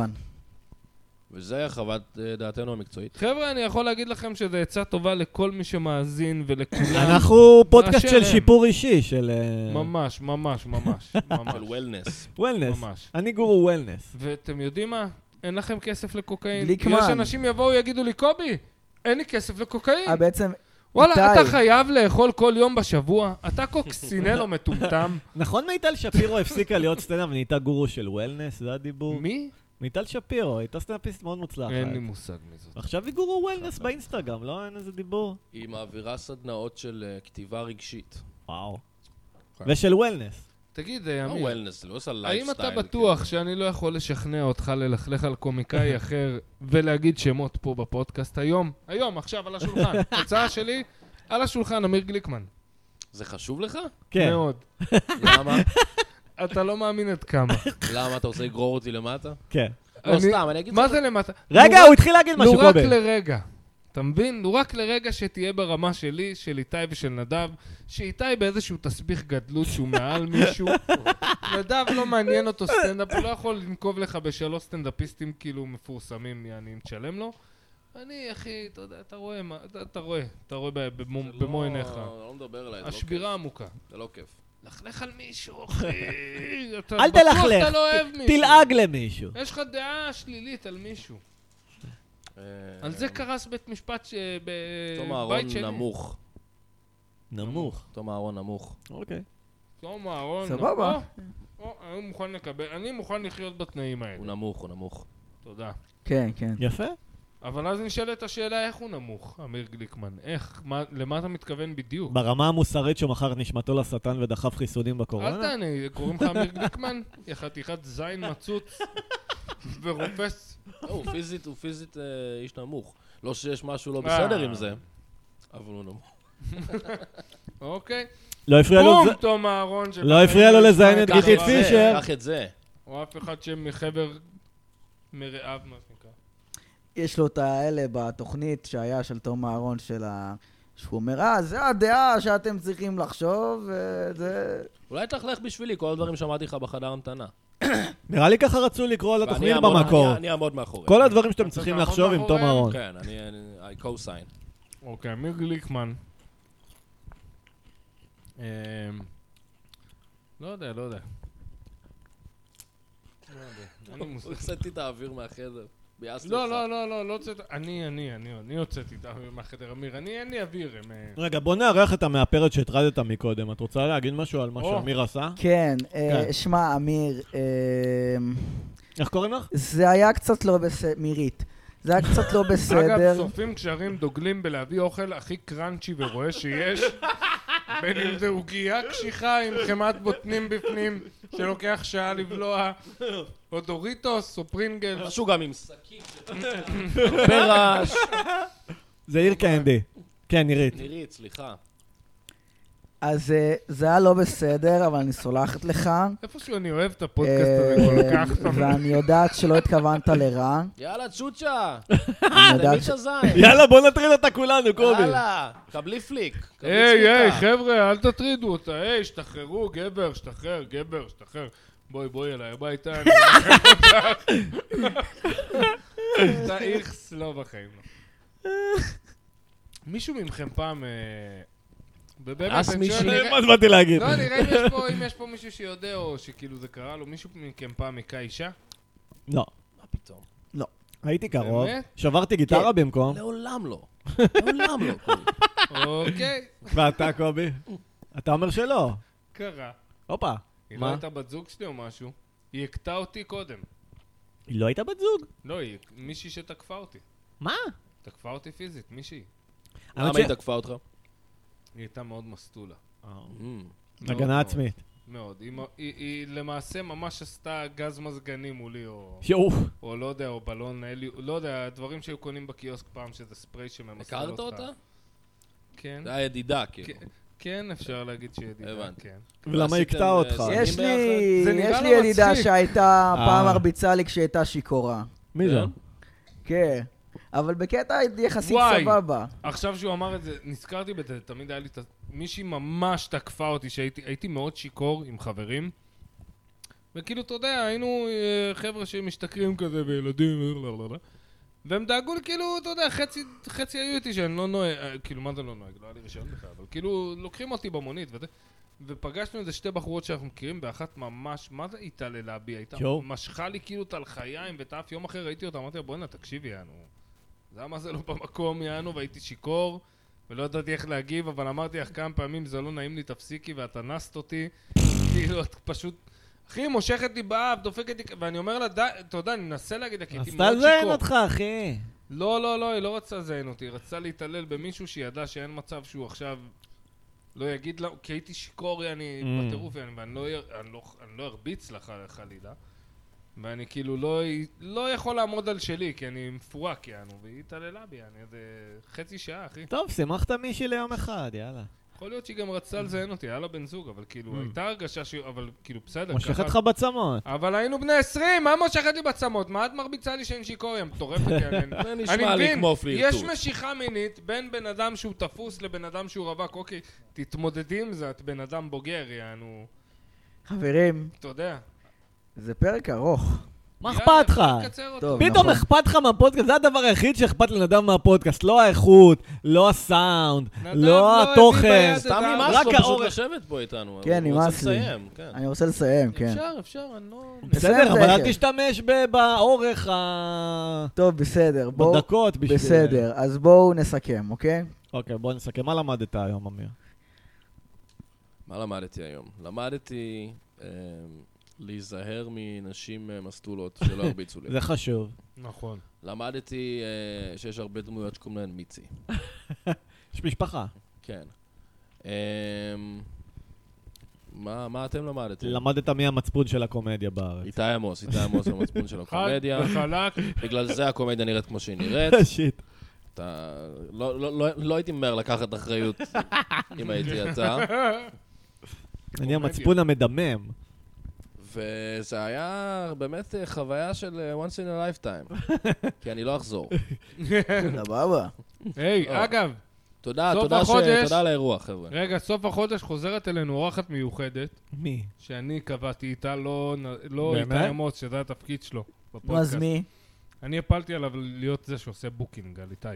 וזה חוות דעתנו המקצועית. חבר'ה, אני יכול להגיד לכם שזו עצה טובה לכל מי שמאזין ולכולם. אנחנו פודקאסט של שיפור אישי, של... ממש. של וולנס. וולנס. אני גורו וולנס. ואתם יודעים מה? אין לכם כסף לקוקאין. גליקמן. יש אנשים יבואו יגידו לי, קובי, אין לי כסף לקוקאין. בעצם... וואלה, אתה חייב לאכול כל יום בשבוע, אתה קוקסינל או מטומטם. נכון מיטל שפירו הפסיקה להיות סטנדאפ ונהייתה גורו של וולנס, זה הדיבור? מי? מיטל שפירו, הייתה סטנדאפיסט מאוד מוצלחת. אין לי מושג מזאת. עכשיו היא גורו וולנס באינסטגרם, לא? אין איזה דיבור? היא מעבירה סדנאות של כתיבה רגשית. וואו. ושל וולנס. תגיד, לא אמיר, וולנס, לא עושה לייפסטייל. האם אתה בטוח שאני לא יכול לשכנע אותך ללכלך על קומיקאי אחר ולהגיד שמות פה בפודקאסט היום? היום, עכשיו, על השולחן. הצעה שלי, על השולחן, אמיר גליקמן. זה חשוב לך? כן. מאוד. למה? אתה לא מאמין עד כמה. למה? אתה רוצה לגרור אותי למטה? כן. לא, סתם, אני אגיד... מה זה למטה? רגע, הוא התחיל להגיד משהו, קובי. רק לרגע. אתה מבין? רק לרגע שתהיה ברמה שלי, של איתי ושל נדב, שאיתי באיזשהו תסביך גדלות שהוא מעל מישהו. נדב לא מעניין אותו סטנדאפ, הוא לא יכול לנקוב לך בשלוש סטנדאפיסטים כאילו מפורסמים, אני תשלם לו. אני, אחי, אתה יודע, אתה רואה במו עיניך. לא מדבר אליי, זה לא כיף. השבירה עמוקה. זה לא כיף. לכלך על מישהו, אחי. אל תלכלך, אתה לא אוהב מישהו. תלעג למישהו. יש לך דעה שלילית על מישהו. על זה קרס בית משפט תום אהרון נמוך. נמוך? תום אהרון נמוך. אוקיי. תום אהרון נמוך. סבבה. אני מוכן לקבל, אני מוכן לחיות בתנאים האלה. הוא נמוך. תודה. כן. יפה. אבל אז נשאלת השאלה איך הוא נמוך, אמיר גליקמן. איך? למה אתה מתכוון בדיוק? ברמה המוסרית שהוא מכר נשמתו לשטן ודחף חיסונים בקורונה? אל תענה, קוראים לך אמיר גליקמן? יא חתיכת זין מצוץ ורופס. הוא פיזית איש נמוך. לא שיש משהו לא בסדר עם זה, אבל הוא נמוך. אוקיי. לא הפריע לו... בום, תום אהרון. לא הפריע לו לזיין את גיטית פישר. קח את זה. או אף אחד שמחבר מרעב, מה שנקרא. יש לו את האלה בתוכנית שהיה של תום אהרון שהוא אומר, זה הדעה שאתם צריכים לחשוב, וזה... אולי תלכלך בשבילי, כל הדברים שמעתי לך בחדר המתנה. נראה לי ככה רצו לקרוא לתוכנית ואני במקור. אני אעמוד מאחורי. כל הדברים שאתם אתה צריכים תעמוד לחשוב עם תום מאחוריהם? אהרון. כן, I co-sign. אוקיי, אמיר גליקמן. לא יודע. הוא הוצאתי את האוויר מהחדר. ביאסתי לא הוצאתי, אני הוצאתי את האוויר מהחדר, אמיר, אין לי אוויר. רגע, בוא נערך את המאפרת שהטרדת מקודם. את רוצה להגיד משהו על מה שאמיר עשה? כן, שמע, אמיר, איך קוראים לך? זה היה קצת לא בסדר, מירית. זה היה קצת לא בסדר. אגב, שורפים קשרים דוגלים בלהביא אוכל הכי קראנצ'י ורואה שיש, בין אם זה עוגיה קשיחה עם חמת בוטנים בפנים, שלוקח שעה לבלוע, או דוריטוס, או פרינגל. משהו גם עם סכין. ברש. זה עיר קנדי. כן, נירית. נירית, סליחה. אז זה היה לא בסדר, אבל אני סולחת לך. איפשהו אני אוהב את הפודקאסט הזה כל כך. ואני יודעת שלא התכוונת לרע. יאללה, צ'וצ'ה. אני יודעת תמיד הזין. יאללה, בוא נטריד אותה כולנו, קובי. יאללה, קבלי פליק. היי, חבר'ה, אל תטרידו אותה. היי, שתחררו, גבר, שתחרר. בואי אליי הביתה, אני אוהב אותך. אתה איכס, לא בחיים. מישהו מכם פעם... ובאמת, אני שואל... מה באתי להגיד? לא, נראה אם יש פה מישהו שיודע, או שכאילו זה קרה לו, מישהו מכם פעם היכה אישה? לא. מה פתאום? הייתי קרוב. באמת? שברתי גיטרה במקום. לעולם לא. לעולם לא, קובי. אוקיי, ואתה, קובי? אתה אומר שלא. קרה. הופה. היא לא הייתה בת זוג שלי או משהו. היא הכתה אותי קודם. היא לא הייתה בת זוג? לא, היא מישהי שתקפה אותי. מה? תקפה אותי פיזית, מישהי. למה היא תקפה אותך? היא הייתה מאוד מסטולה. הגנה עצמית. מאוד. היא למעשה ממש עשתה גז מזגני מולי, או לא יודע, או בלון, לא יודע, הדברים שהיו קונים בקיוסק פעם, שזה ספרי שממסל אותך. הכרת אותה? כן. זה היה ידידה, כאילו. כן, אפשר להגיד שהיא ידידה, הבנתי. כן. ולמה היא הקטעה אותך? יש זה נראה לי לה ידידה מצחיק. שהייתה פעם מרביצה לי כשהייתה שיכורה. מי זו? כן. אבל בקטע יחסית וואי. סבבה. עכשיו שהוא אמר את זה, נזכרתי בזה, תמיד היה לי מישהי ממש תקפה אותי, שהייתי מאוד שיקור עם חברים. וכאילו, אתה יודע, היינו חבר'ה שמשתכרים כזה וילדים, והם דאגו לי, כאילו, אתה יודע, חצי היו איתי שאני לא נוהג, כאילו, מה זה לא נוהג? לא היה לי רישיון בכלל, אבל כאילו, לוקחים אותי במונית, ופגשנו איזה שתי בחורות שאנחנו מכירים, באחת ממש, מה זה התעללה בי? הייתה משכה לי כאילו את הלחיים, ותאף יום אחר ראיתי אותה, אמרתי לה, בוא'נה, תקשיבי, יענו. למה זה לא במקום, יענו, והייתי שיקור, ולא ידעתי איך להגיב, אבל אמרתי לך כמה פעמים, זה לא נעים לי, תפסיקי, ואת אנסת אותי, כאילו, את פשוט... אחי, מושכת לי באף, דופקת לי, ואני אומר לה, אתה יודע, אני מנסה להגיד לה, כי הייתי מאוד שיקור. עשתה לזיין אותך, אחי. לא, היא לא רצתה לזיין אותי, היא רצתה להתעלל במישהו שידע שאין מצב שהוא עכשיו לא יגיד לה, כי הייתי שיקור, אני בטירוף, ואני לא ארביץ לך חלילה, ואני כאילו לא יכול לעמוד על שלי, כי אני מפורק, והיא התעללה בי, אני איזה חצי שעה, אחי. טוב, שימחת מישהי ליום אחד, יאללה. יכול להיות שהיא גם רצתה לזיין אותי, היה לה בן זוג, אבל כאילו, הייתה הרגשה אבל כאילו, בסדר. מושכת לך בצמות. אבל היינו בני 20, מה מושכת לי בצמות? מה את מרביצה לי שאין שיקור? היא מטורפת, זה נשמע לי כמו פלירטוט. יש משיכה מינית בין בן אדם שהוא תפוס לבן אדם שהוא רווק, אוקיי, תתמודדי עם זה, את בן אדם בוגר, יענו... חברים, אתה יודע. זה פרק ארוך. מה אכפת לך? פתאום אכפת לך מהפודקאסט, זה הדבר היחיד שאכפת לאדם מהפודקאסט, לא האיכות, לא הסאונד, לא התוכן, סתם נמאס לו פשוט לשבת פה איתנו. כן, נמאס לי. אני רוצה לסיים, כן. אפשר, אני לא... בסדר, אבל אל תשתמש באורך ה... טוב, בסדר. בדקות בשביל... בסדר, אז בואו נסכם, אוקיי? אוקיי, בואו נסכם. מה למדת היום, אמיר? מה למדתי היום? למדתי... להיזהר מנשים מסטולות שלא הרביצו לי. זה חשוב. נכון. למדתי שיש הרבה דמויות שקוראים להן מיצי. יש משפחה. כן. מה אתם למדתם? למדת מי המצפון של הקומדיה בארץ. איתי עמוס המצפון של הקומדיה. חד וחלק. בגלל זה הקומדיה נראית כמו שהיא נראית. שיט. לא הייתי מהר לקחת אחריות אם הייתי אתה. אני המצפון המדמם. וזה היה באמת חוויה של once in a lifetime, כי אני לא אחזור. סבבה. היי, אגב, תודה על האירוח, חבר'ה. רגע, סוף החודש חוזרת אלינו אורחת מיוחדת. מי? שאני קבעתי איתה, לא איתה ימות, שזה התפקיד שלו בפודקאסט. אז מי? אני הפלתי עליו להיות זה שעושה בוקינג על איתי.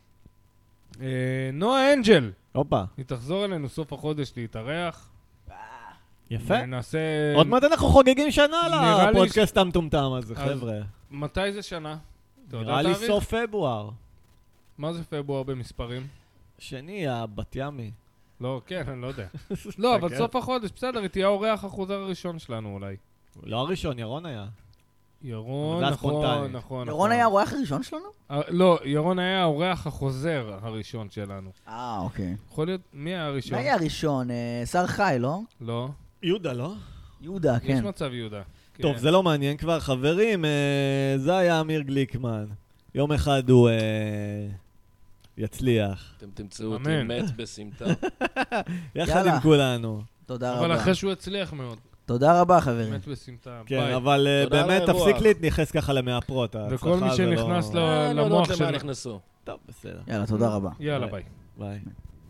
נועה אנג'ל. הופה. היא תחזור אלינו סוף החודש להתארח. יפה. נעשה... עוד מעט אנחנו חוגגים שנה נראה לי לפודקאסט המטומטם הזה, אז- חבר'ה. מתי זה שנה? אתה יודע נראה לי תאריך? סוף פברואר. מה זה פברואר במספרים? שני, הבת ימי. לא, כן, אני לא יודע. לא, אבל סוף החודש, בסדר, היא תהיה האורח החוזר הראשון שלנו אולי. לא הראשון, ירון היה. ירון, זה נכון, הספונטני. נכון. ירון היה האורח הראשון שלנו? לא, ירון היה האורח החוזר הראשון שלנו. אוקיי. יכול להיות, מי היה הראשון? מי היה הראשון? שר חי, לא? לא. יהודה, לא? יהודה, יש כן. מצב יהודה. טוב, כן. זה לא מעניין כבר. חברים, זה היה אמיר גליקמן. יום אחד הוא יצליח. אתם תמצאו אותי אמן. מת בסמטה. יחד יאללה. עם כולנו. תודה אבל רבה. אחרי שהוא הצליח מאוד. תודה רבה, חברים. באמת בסמטה. כן, ביי. אבל תודה על באמת האירוח. תפסיק להתייחס ככה למאפרות. וכל ההצלחה מי זה לא- שנכנס לא למוח יודעת למה שלנו. נכנסו. טוב, בסדר. יאללה, תודה רבה. יאללה, ביי. ביי.